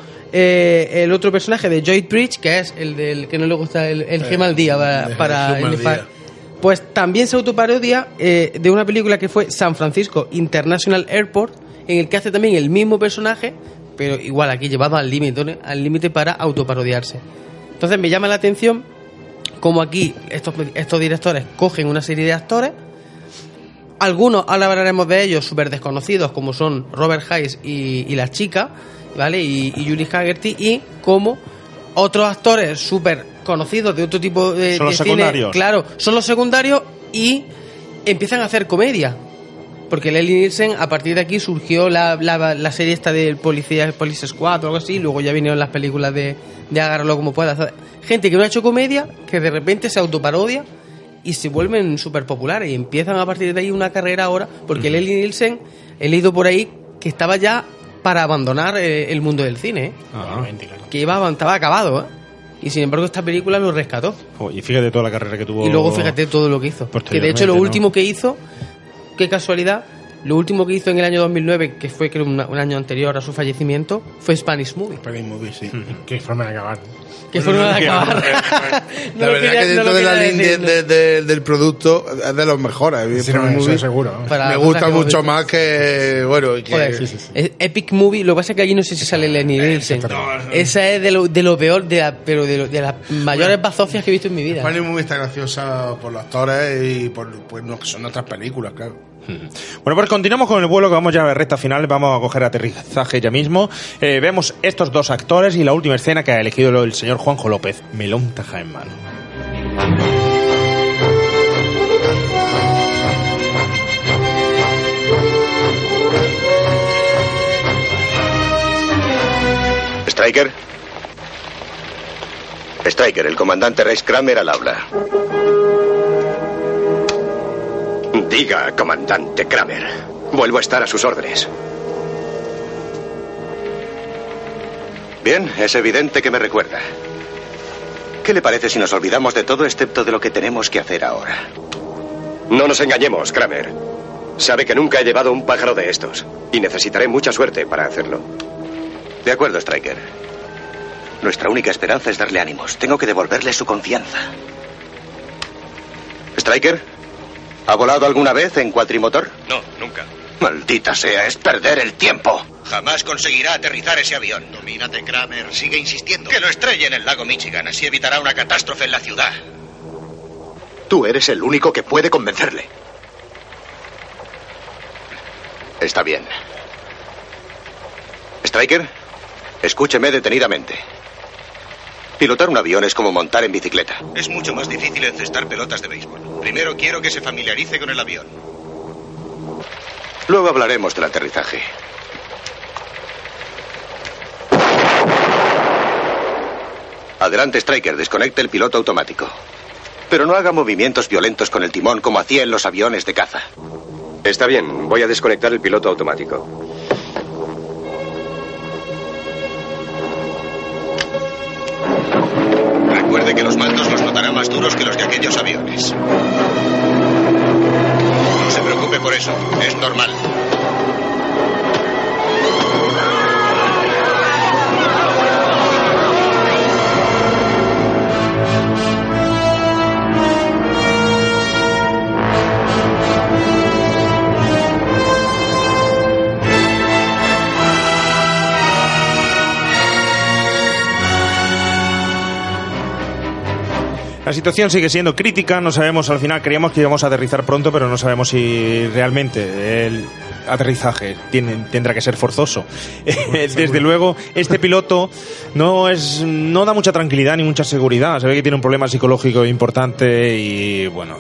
Eh, el otro personaje de Lloyd Bridge, que es el del que no le gusta el, el Gema al día para, para el, día. Pues también se autoparodia eh, de una película que fue San Francisco International Airport, en el que hace también el mismo personaje, pero igual aquí llevado al límite, al límite para autoparodiarse. Entonces me llama la atención cómo aquí estos, estos directores cogen una serie de actores. Algunos, ahora hablaremos de ellos, súper desconocidos, como son Robert Hayes y, y la chica, ¿vale? Y, y Julie Haggerty, y como otros actores súper conocidos de otro tipo de, son de los cine, secundarios. Claro, son los secundarios y empiezan a hacer comedia. Porque Leslie Nielsen, a partir de aquí surgió la, la, la serie esta de Policía, Police Squad o algo así, y luego ya vinieron las películas de, de Agárralo como puedas. Gente que no ha hecho comedia, que de repente se autoparodia y se vuelven súper populares y empiezan a partir de ahí una carrera ahora, porque uh-huh. Leslie Nielsen, he leído por ahí que estaba ya para abandonar eh, el mundo del cine, ¿eh? Ah, que iba, estaba acabado, ¿eh? Y sin embargo esta película lo rescató. Oh, y fíjate toda la carrera que tuvo. Y luego fíjate todo lo que hizo. Que de hecho lo último ¿no? que hizo, qué casualidad, Lo último que hizo en el año dos mil nueve, que fue creo un, un año anterior a su fallecimiento, fue Spanish Movie. Spanish Movie, sí. Qué forma de acabar. Qué forma de acabar. La verdad que dentro de la línea de, de, del producto es de los mejores. Sí, no, eso seguro. Para me gusta mucho más que... Bueno, que... Joder, sí, sí, sí. Epic Movie, lo que pasa es que allí no sé si sale Lenny Nielsen. Esa es de lo, de lo peor, de la, pero de, lo, de las mayores bazofias que he visto en mi vida. Spanish Movie está graciosa por los actores y por pues, no, que son otras películas, claro. Bueno, pues continuamos con el vuelo, que vamos ya a la recta final, vamos a coger aterrizaje ya mismo. Eh, vemos estos dos actores y la última escena que ha elegido el señor Juanjo López, melón taja en mano. Striker. Striker, el comandante Rex Kramer al habla. Diga, comandante Kramer. Vuelvo a estar a sus órdenes. Bien, es evidente que me recuerda. ¿Qué le parece si nos olvidamos de todo excepto de lo que tenemos que hacer ahora? No nos engañemos, Kramer. Sabe que nunca he llevado un pájaro de estos y necesitaré mucha suerte para hacerlo. De acuerdo, Striker. Nuestra única esperanza es darle ánimos. Tengo que devolverle su confianza. Striker, ¿ha volado alguna vez en cuatrimotor? No, nunca. Maldita sea, es perder el tiempo. Jamás conseguirá aterrizar ese avión. Domínate, Kramer. Sigue insistiendo. Que lo estrelle en el lago Michigan. Así evitará una catástrofe en la ciudad. Tú eres el único que puede convencerle. Está bien. Striker, escúcheme detenidamente. Pilotar un avión es como montar en bicicleta. Es mucho más difícil encestar pelotas de béisbol. Primero quiero que se familiarice con el avión. Luego hablaremos del aterrizaje. Adelante, Striker, desconecte el piloto automático. Pero no haga movimientos violentos con el timón como hacía en los aviones de caza. Está bien, voy a desconectar el piloto automático. Recuerde que los mandos los notará más duros que los de aquellos aviones. No se preocupe por eso, es normal. La situación sigue siendo crítica, no sabemos, al final creíamos que íbamos a aterrizar pronto, pero no sabemos si realmente el aterrizaje tiene, tendrá que ser forzoso. Desde luego, este piloto no es no da mucha tranquilidad ni mucha seguridad, se ve que tiene un problema psicológico importante y bueno,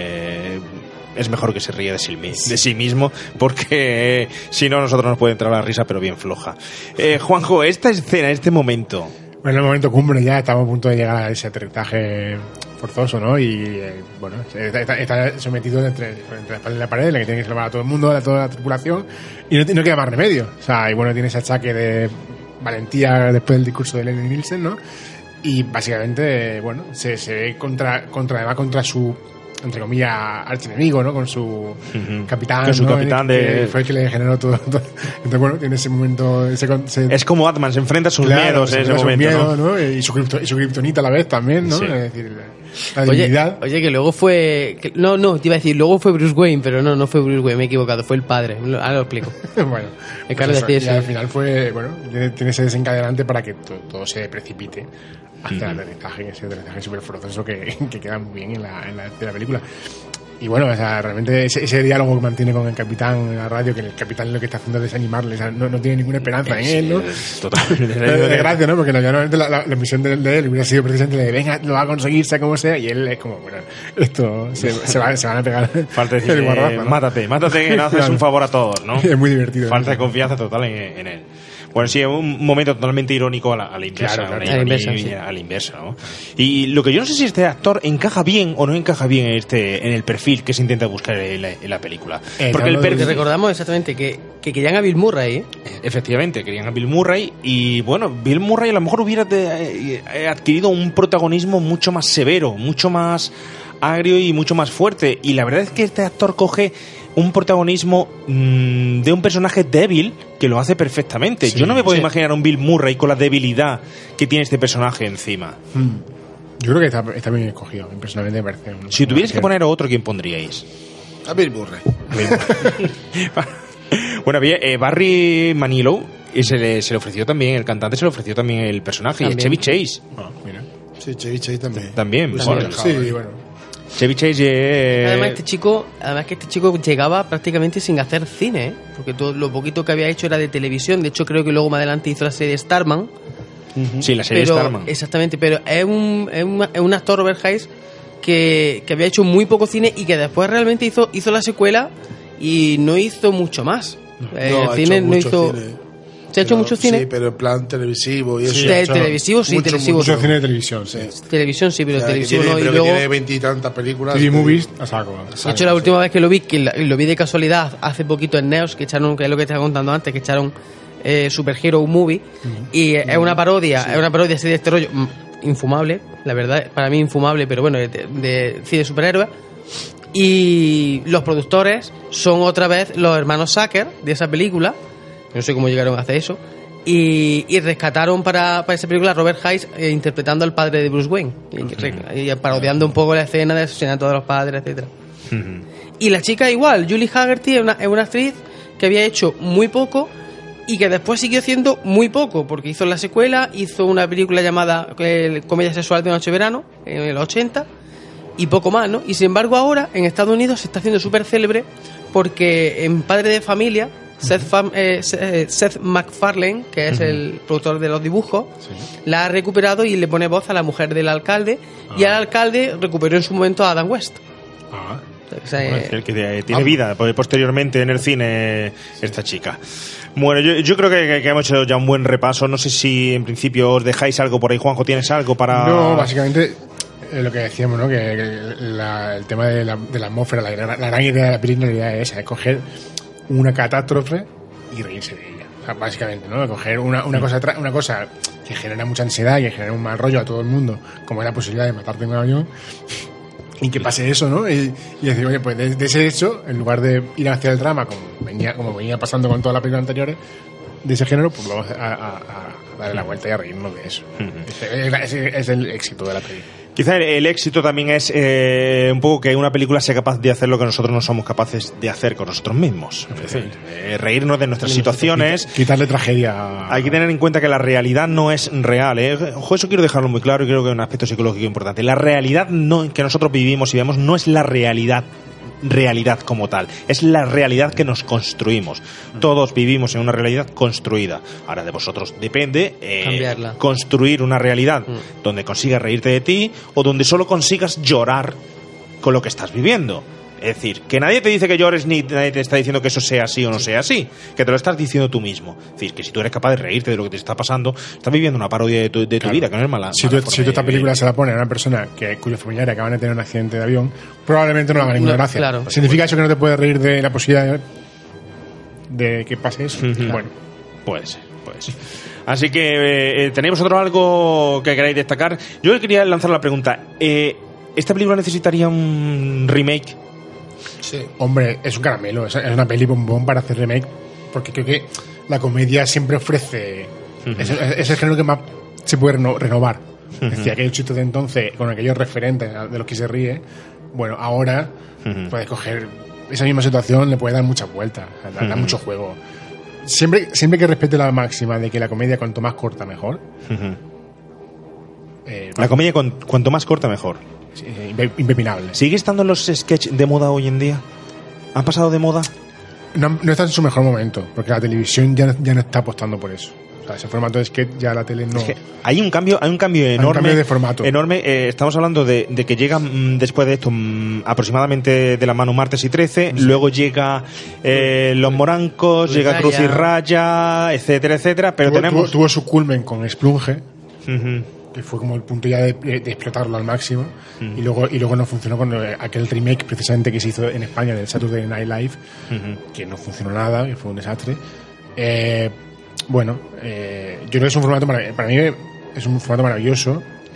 eh, es mejor que se ríe de sí, de sí mismo, porque eh, si no, a nosotros nos puede entrar la risa, pero bien floja. Eh, Juanjo, esta escena, este momento... Bueno, en el momento cumbre ya estamos a punto de llegar a ese aterrizaje forzoso, ¿no? Y eh, bueno, está, está sometido entre, entre la espalda y la pared, en la que tiene que salvar a todo el mundo, a toda la tripulación, y no, no queda más remedio. O sea, y bueno, tiene ese achaque de valentía después del discurso de Lenny Nielsen, ¿no? Y básicamente, bueno, se, se ve contra, contra, además contra su, entre comillas, archienemigo, ¿no? Con su uh-huh. capitán, con su ¿no? capitán el, de... que fue el que le generó todo, todo. Entonces, bueno, tiene ese momento... Ese, ese... Es como Atman, se enfrenta a sus claro, miedos en ese momento, miedo, ¿no? ¿no? Y su, cripto, y su kriptonita a la vez también, ¿no? Sí. Es decir, la, la debilidad. Oye, oye, que luego fue... Que, no, no, te iba a decir, luego fue Bruce Wayne, pero no, no fue Bruce Wayne, me he equivocado, fue el padre. Ahora lo explico. Bueno, el pues eso, decir, y al final fue, bueno, tiene ese desencadenante para que todo, todo se precipite hacia uh-huh. el aterrizaje, ese aterrizaje súper forzoso que, que queda muy bien en la, en la, en la película. Y bueno, o sea, realmente ese, ese diálogo que mantiene con el capitán en la radio, que el capitán lo que está haciendo es desanimarle, o sea, no, no tiene ninguna esperanza sí, en él, ¿no? Es totalmente de gracia, ¿no? Porque normalmente la, la, la misión de, de él hubiera sido precisamente de venga, lo va a conseguir, sea como sea, y él es como, bueno, esto se, se, va, se van a pegar. Falta decir, el guarrazo, ¿no? mátate, mátate que no haces claro. un favor a todos, ¿no? Es muy divertido. Falta ¿no? de confianza total en, en él. Bueno, sí, un momento totalmente irónico a la, a la inversa, claro, claro, una a la inversa, sí. a la inversa, ¿no? Y lo que yo no sé si este actor encaja bien o no encaja bien en este en el perfil que se intenta buscar en la, en la película. Eh, Porque el perfil... recordamos exactamente que, que querían a Bill Murray, ¿eh? Efectivamente, querían a Bill Murray y bueno, Bill Murray a lo mejor hubiera de, eh, adquirido un protagonismo mucho más severo, mucho más agrio y mucho más fuerte. Y la verdad es que este actor coge un protagonismo mmm, de un personaje débil que lo hace perfectamente. Sí, Yo no me puedo sí. imaginar a un Bill Murray con la debilidad que tiene este personaje encima. Mm. Yo creo que está, está bien escogido. Personalmente me parece. Si tuvierais que poner a otro, ¿quién pondríais? A Bill Murray. Bill Murray. Bueno, bien, eh, Barry Manilow se le, se le ofreció también, el cantante se le ofreció también el personaje, y Chevy Chase. Oh, mira. Sí, Chevy Chase también. También, pues bueno, sí, sí, bueno. Chevy Chase. Eh... Además este chico, además que este chico llegaba prácticamente sin hacer cine, ¿eh? Porque todo lo poquito que había hecho era de televisión. De hecho, creo que luego más adelante hizo la serie Starman. Uh-huh. Sí, la serie pero, Starman. Exactamente, pero es un, es un, es un actor, Robert Hayes, que, que había hecho muy poco cine y que después realmente hizo, hizo la secuela y no hizo mucho más. No, eh, no, el cine no hizo. Cine. ¿Se ha hecho pero, mucho cine? Sí, pero en plan televisivo y eso. Sí, de, televisivo, sí, mucho, televisivo. Mucho, mucho cine de televisión, sí. Televisión, sí, pero o sea, televisivo tiene, no. pero y luego tiene veintitantas películas. T V movies, a saco. De hecho, la última vez que lo vi, que lo vi de casualidad hace poquito en Neos, que echaron, que es lo que te estaba contando antes, que echaron eh, Super Hero Movie, uh-huh. y uh-huh. es una parodia, sí. es una parodia así de este rollo, infumable, la verdad, para mí infumable, pero bueno, de, de cine de superhéroes. Y los productores son otra vez los hermanos Sacker de esa película. No sé cómo llegaron a hacer eso. Y, y rescataron para, para esa película a Robert Hayes eh, interpretando al padre de Bruce Wayne. Y, y parodiando un poco la escena del asesinato de los padres, etcétera. Uh-huh. Y la chica igual, Julie Haggerty es una, es una actriz que había hecho muy poco y que después siguió haciendo muy poco, porque hizo la secuela, hizo una película llamada eh, Comedia Sexual de Noche Verano en los ochenta y poco más, ¿no? Y sin embargo ahora en Estados Unidos se está haciendo súper célebre porque en Padre de Familia Seth, Fam, eh, Seth MacFarlane, que es uh-huh. el productor de los dibujos, sí. la ha recuperado y le pone voz a la mujer del alcalde, ah. y al alcalde recuperó en su momento a Adam West. Ah. O sea, bueno, eh, el que tiene ah. vida posteriormente en el cine esta chica. Bueno, yo, yo creo que, que hemos hecho ya un buen repaso. No sé si en principio os dejáis algo por ahí, Juanjo, ¿tienes algo para...? No, básicamente eh, lo que decíamos, ¿no? Que, que la, el tema de la, de la atmósfera, la, la, la gran idea de la película es esa, es coger una catástrofe y reírse de ella, o sea, básicamente, ¿no? Coger una, una, cosa, una cosa que genera mucha ansiedad y que genera un mal rollo a todo el mundo, como es la posibilidad de matarte en un avión, y que pase eso, ¿no? Y, y decir, oye, pues de, de ese hecho, en lugar de ir hacia el drama, como venía, como venía pasando con todas las películas anteriores de ese género, pues vamos a, a, a darle la vuelta y a reírnos de eso. Uh-huh. Ese, ese es el éxito de la película. Quizá el, el éxito también es eh, un poco que una película sea capaz de hacer lo que nosotros no somos capaces de hacer con nosotros mismos. Es decir, eh, reírnos de nuestras situaciones. Quitarle tragedia. Hay que tener en cuenta que la realidad no es real. ¿eh? Ojo, eso quiero dejarlo muy claro y creo que es un aspecto psicológico importante. La realidad no, que nosotros vivimos y vemos no es la realidad. realidad como tal, es la realidad que nos construimos. Todos vivimos en una realidad construida. Ahora de vosotros depende eh, cambiarla, construir una realidad mm. donde consigas reírte de ti o donde solo consigas llorar con lo que estás viviendo. Es decir, que nadie te dice que llores ni nadie te está diciendo que eso sea así o no sea así, que te lo estás diciendo tú mismo. Es decir, que si tú eres capaz de reírte de lo que te está pasando, estás viviendo una parodia de tu, de tu claro. vida, que no es mala. Si mala tú, si tú esta película se la pones a una persona que, cuyos familiares acaban de tener un accidente de avión, probablemente no le haga ninguna no, gracia. Claro. ¿Significa eso que no te puedes reír de la posibilidad de, de que pase eso? Uh-huh. Bueno, puede ser, puede ser. Así que, eh, ¿tenéis vosotros algo que queráis destacar? Yo quería lanzar la pregunta. Eh, ¿Esta película necesitaría un remake? Sí. Hombre, es un caramelo, es una peli bombón para hacer remake, porque creo que la comedia siempre ofrece, uh-huh. es, es el género que más se puede reno, renovar. Uh-huh. Decía, aquellos chistes de entonces con aquellos referentes de los que se ríe, bueno, ahora uh-huh. puedes coger esa misma situación, le puedes dar muchas vueltas, da, uh-huh. da mucho juego. Siempre, siempre que respete la máxima de que la comedia cuanto más corta mejor. Uh-huh. Eh, la comedia con, cuanto más corta mejor. Impepinable. ¿Sigue estando en los sketches de moda hoy en día? ¿Han pasado de moda? No, no está en su mejor momento, porque la televisión ya, ya no está apostando por eso. O sea, ese formato de sketch ya la tele no. Es que hay un cambio, hay un cambio enorme. Hay un cambio de formato. Enorme. Eh, estamos hablando de, de que llega mmm, después de esto mmm, aproximadamente de la mano Martes y trece, sí. Luego llega eh, Los Morancos, llega Cruz y Raya, etcétera, etcétera. Pero tuvo, tenemos. Tuvo, tuvo su culmen con Explunge. Uh-huh. Que fue como el punto ya de, de, de explotarlo al máximo, uh-huh. y luego y luego no funcionó con aquel remake precisamente que se hizo en España del Saturday Night Live, uh-huh. que no funcionó nada, que fue un desastre. Eh, bueno, eh, yo creo que es un formato para, para mí es un formato maravilloso.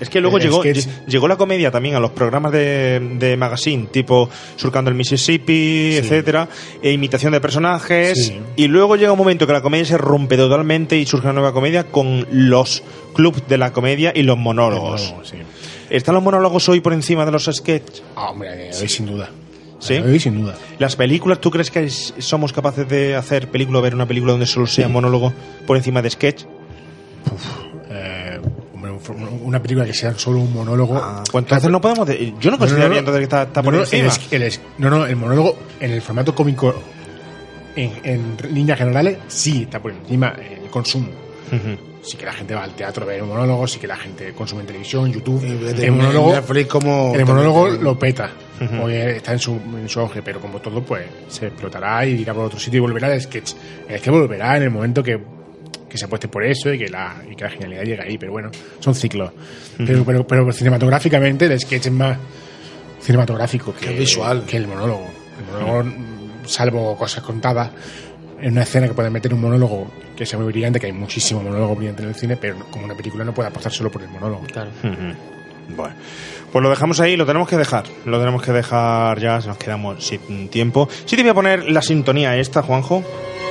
Es que luego el llegó, sketch. llegó la comedia también a los programas de, de magazine, tipo Surcando el Mississippi, Sí. etcétera, e imitación de personajes. Sí. Y luego llega un momento que la comedia se rompe totalmente y surge una nueva comedia con los clubs de la comedia y los monólogos. El monólogo, sí. ¿Están los monólogos hoy por encima de los sketches? Ah, hombre, hoy sin duda. ¿Sí? Hoy sin duda. ¿Las películas, tú crees que es- somos capaces de hacer película, ver una película donde solo sea monólogo por encima de sketch? Eh, hombre, un- una película que sea solo un monólogo. Ah, pues entonces no podemos. de- yo no consideraría entonces que está, está por no, no, encima. el es- el es- no, no, el monólogo en el formato cómico, en, en líneas generales, sí está por encima el consumo. Ujú. Sí que la gente va al teatro a ver un monólogo, sí que la gente consume en televisión, YouTube. de- el monólogo, Netflix como el monólogo también- lo peta. Ujú. Hoy está en su, en su auge, pero como todo, pues se explotará y irá por otro sitio y volverá al sketch. El sketch volverá en el momento que, que se apueste por eso y que la, y que la genialidad llegue ahí. Pero bueno, son ciclos. pero, pero, pero cinematográficamente el sketch es más cinematográfico que, Que visual. que el monólogo. El monólogo, salvo cosas contadas, en una escena que pueden meter un monólogo que sea muy brillante, que hay muchísimo monólogo brillante en el cine, pero como una película no puede apostar solo por el monólogo. Claro. Ujú. Bueno, pues lo dejamos ahí, lo tenemos que dejar. Lo tenemos que dejar ya, nos quedamos sin tiempo. Sí te voy a poner la sintonía esta, Juanjo.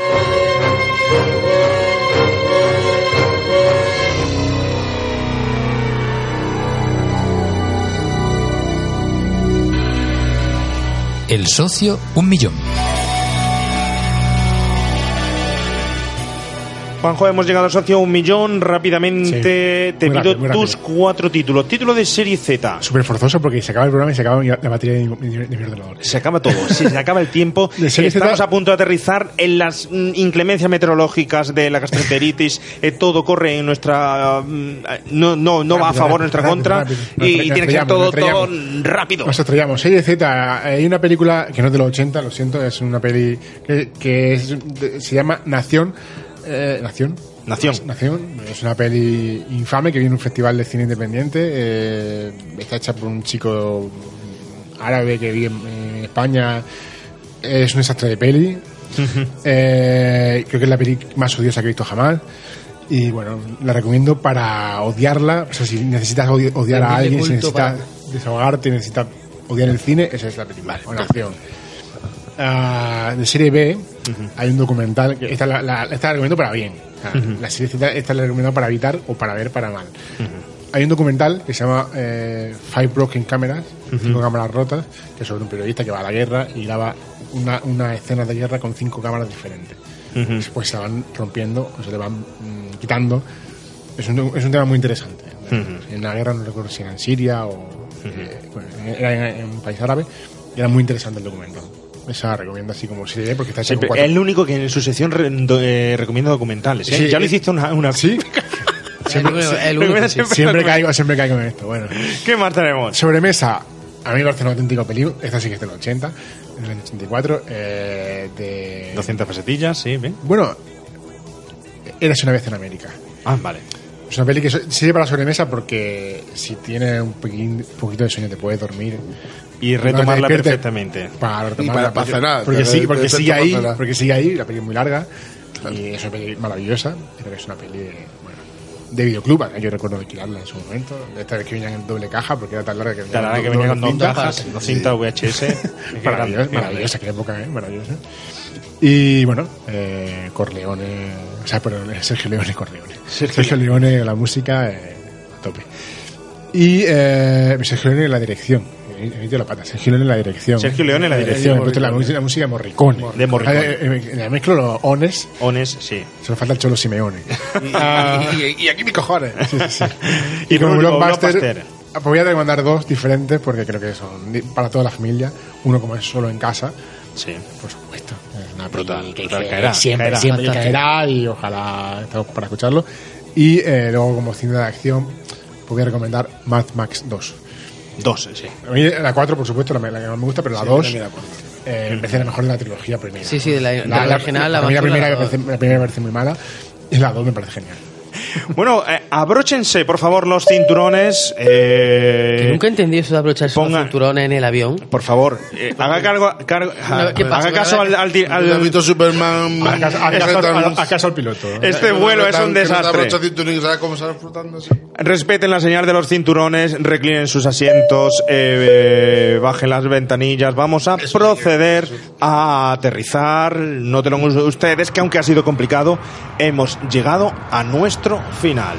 El socio, un millón. Juanjo, hemos llegado al socio un millón. Rápidamente Sí, te muy pido rápido, muy tus rápido. cuatro títulos. Título de serie Z. Súper forzoso porque se acaba el programa y se acaba mi- la batería de mi, de mi ordenador. Se acaba todo, sí, se acaba el tiempo. De serie Estamos Z. a punto de aterrizar en las mm, inclemencias meteorológicas de la gastroenteritis. Eh, todo corre en nuestra. mm, no no, no va a Rápido, favor, en nuestra rápido, contra. rápido. Nos Y, estre- y nos tiene que ser estrellamos, todo, nos todo estrellamos. rápido. Nos estrellamos. Serie Z, hay una película que no es de los ochenta, lo siento, es una peli que, que es- de- se llama Nación. Eh, ¿Nación? Nación. Nación. Es una peli infame que viene en un festival de cine independiente. eh, está hecha por un chico árabe que vive en, en España. Es un desastre de peli. Eh, creo que es la peli más odiosa que he visto jamás. Y bueno, la recomiendo para odiarla. O sea, si necesitas odi- odiar a También de alguien, si culto necesitas desahogarte, necesitas odiar el cine, esa es la película. o Nación. Ah, de serie B hay un documental que esta la, la, esta la recomiendo para bien. O sea, Ujú. La serie Z esta la recomiendo para evitar o para ver para mal. Hay un documental que se llama eh, Five Broken Cameras, cinco Ujú. cámaras rotas, que es sobre un periodista que va a la guerra y graba una, una escena de guerra con cinco cámaras diferentes. Ujú. Después se la van rompiendo o se le van mm, quitando. Es un, es un tema muy interesante. Ujú. En la guerra no recuerdo si era en Siria o eh, bueno, era en, en un país árabe y era muy interesante el documental. Esa la recomiendo así como serie porque está hecha Siempre- con cuatro. es el único que en su sección re- do- eh, recomienda documentales. ¿eh? Sí, ya lo eh, hiciste una. una... Sí. Siempre, El único- el siempre- único, sí. siempre caigo, siempre caigo en esto. Bueno. ¿Qué más tenemos? Sobremesa. A mí me parece un auténtico película. Esta sí que es del ochenta, del ochenta y cuatro. Eh, de... doscientas pesetillas, sí, bien. Bueno, Érase una vez en América. Ah, vale. Es una peli que so- sirve para la sobremesa porque si tienes un pequeñ- poquito de sueño te puedes dormir. Y retomarla No te despiertes perfectamente. Para Y retomarla. para- para porque- cenar, Porque, te- sí, te porque despiertas sigue para ahí, cenar. porque sigue ahí, la peli es muy larga. Y es una peli maravillosa. Creo que es una peli de, bueno, de videoclub. Yo recuerdo alquilarla en su momento. De esta vez que venían en doble caja porque era tan larga que La verdad que venía con dos cajas, dos cintas V H S. Maravillosa, maravillosa, qué época, ¿eh? Maravillosa. Y bueno, eh, Corleone, o sea, perdón, Sergio Leone Corleone. Sergio, Leone, la música, eh, a tope. Y eh, Sergio Leone en la dirección. He metido la pata. Sergio Leone en la dirección. Sergio Leone en la Eh, dirección. he puesto la, música- la música de Morricone. De Morricone. Eh, eh, eh, la mezclo los ones. Ones, sí. Solo falta el Cholo Simeone. Ah, y, y aquí mis cojones. Sí, sí, sí. Y Y, por como último, blockbuster, blockbuster. pues voy a recomendar dos diferentes porque creo que son di- para toda la familia. Uno como es Solo en casa. Sí. Por supuesto. Es una Brutal, peli que, brutal, que caerá, siempre, caerá. siempre Fantástico. caerá y ojalá estamos para escucharlo. Y eh, luego como cine de acción pues voy a recomendar Mad Max dos. Dos, sí. A mí la cuatro, por supuesto, la, la que más me gusta, pero la Sí, dos también la cuatro. eh, me parece la mejor de la trilogía primera. Sí, sí, de la- de la original, la para mí más la chula, primera, la me parece, la primera me parece muy mala y la dos me parece genial. Bueno, eh, abróchense, por favor, los cinturones. Eh, que nunca entendí eso de abrocharse ponga, los cinturones en el avión. Por favor, eh, haga cargo, cargo no, ¿qué pasa? Haga caso al, al, al, al, al Superman. Haga caso, haga caso, haga caso al piloto. Este vuelo es un desastre. Cómo sale flotando así. Respeten la señal de los cinturones, reclinen sus asientos, eh, eh, bajen las ventanillas. Vamos a eso proceder a aterrizar. Noten ustedes que aunque ha sido complicado, hemos llegado a nuestro final.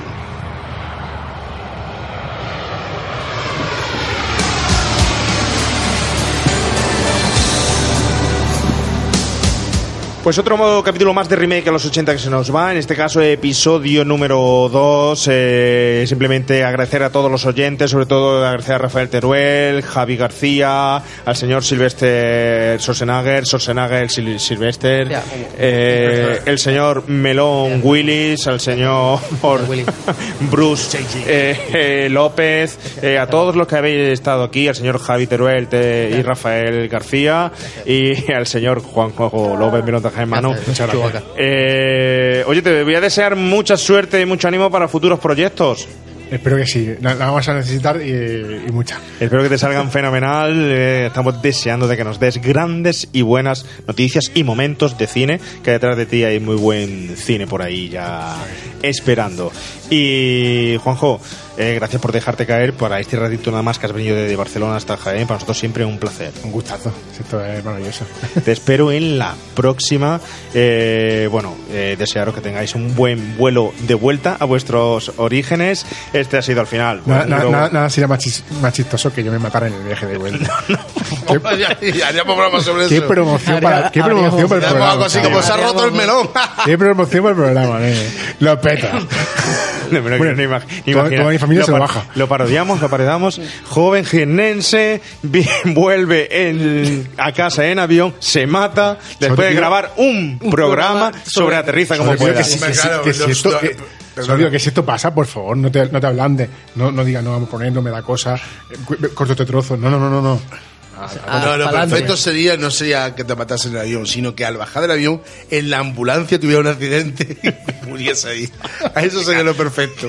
Pues otro modo, capítulo más de remake a los ochenta que se nos va, en este caso episodio número dos. Eh, simplemente agradecer a todos los oyentes, sobre todo agradecer a Rafael Teruel, Javi García, al señor Silvester Schwarzenegger, Schwarzenegger Sil Silvester, eh, el señor Melón Willis, al señor Bruce eh, eh, López, eh, a todos los que habéis estado aquí, al señor Javi Teruel te, y Rafael García, y al señor Juanjo López Melón. Hermano, eh, oye, te voy a desear mucha suerte y mucho ánimo para futuros proyectos. Espero que sí, la, la vamos a necesitar y, y mucha. Espero que te salgan fenomenal. Eh, estamos deseando de que nos des grandes y buenas noticias y momentos de cine, que detrás de ti hay muy buen cine por ahí ya esperando. Y Juanjo, eh, gracias por dejarte caer para este ratito nada más que has venido de Barcelona hasta Jaén. Para nosotros siempre un placer. Un gustazo, esto es maravilloso. Te espero en la próxima. Eh, bueno, eh, desearos que tengáis un buen vuelo de vuelta a vuestros orígenes. Este ha sido al final. Nada, bueno, nada, nada sería más, chis, más chistoso que yo me matara en el viaje de vuelta. No, no. ¿Qué, haríamos bromas sobre qué eso. Promoción para, ¿Qué promoción para el programa? Algo así como se ha roto el melón. Qué promoción para el programa, eh. Lo peta. No, bueno, no, ni imag ni toda, toda mi familia lo se lo baja. Lo parodiamos, lo parodiamos. Joven jiennense vuelve en, a casa en avión, se mata después de grabar un, un programa sobre, sobre aterriza como pueda. Que si, que si, que si esto, que, Solo que si esto pasa, por favor, no te, no te ablandes. No, no digas, no, vamos a poner, no me da cosa, corto este trozo. No, no, no, no, no. Ah, no, lo perfecto sería, no sería que te matasen en el avión, sino que al bajar del avión, en la ambulancia tuviera un accidente y muriese ahí. A eso sería lo perfecto.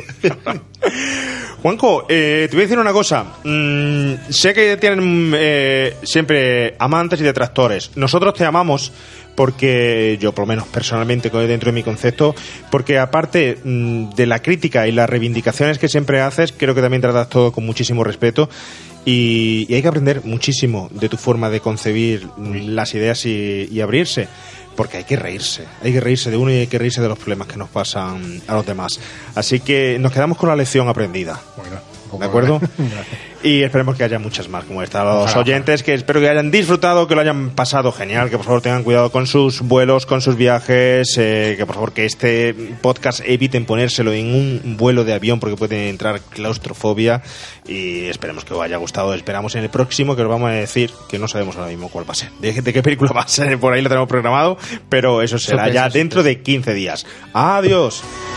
Juanjo, eh, te voy a decir una cosa. Mm, sé que tienen eh, siempre amantes y detractores. Nosotros te amamos porque yo, por lo menos personalmente, dentro de mi concepto, porque aparte mmm, de la crítica y las reivindicaciones que siempre haces, creo que también tratas todo con muchísimo respeto. Y, y hay que aprender muchísimo de tu forma de concebir las ideas y, y abrirse, porque hay que reírse, hay que reírse de uno y hay que reírse de los problemas que nos pasan a los demás. Así que nos quedamos con la lección aprendida. Bueno, ¿de acuerdo? Y esperemos que haya muchas más como esta. Los Ojalá. oyentes, que espero que hayan disfrutado, que lo hayan pasado genial, que por favor tengan cuidado con sus vuelos, con sus viajes, eh, que por favor que este podcast eviten ponérselo en un vuelo de avión porque puede entrar claustrofobia, y esperemos que os haya gustado. Esperamos en el próximo, que os vamos a decir, que no sabemos ahora mismo cuál va a ser, de, de qué película va a ser, por ahí lo tenemos programado, pero eso será sorpresa, ya dentro sorpresa. de quince días. Adiós.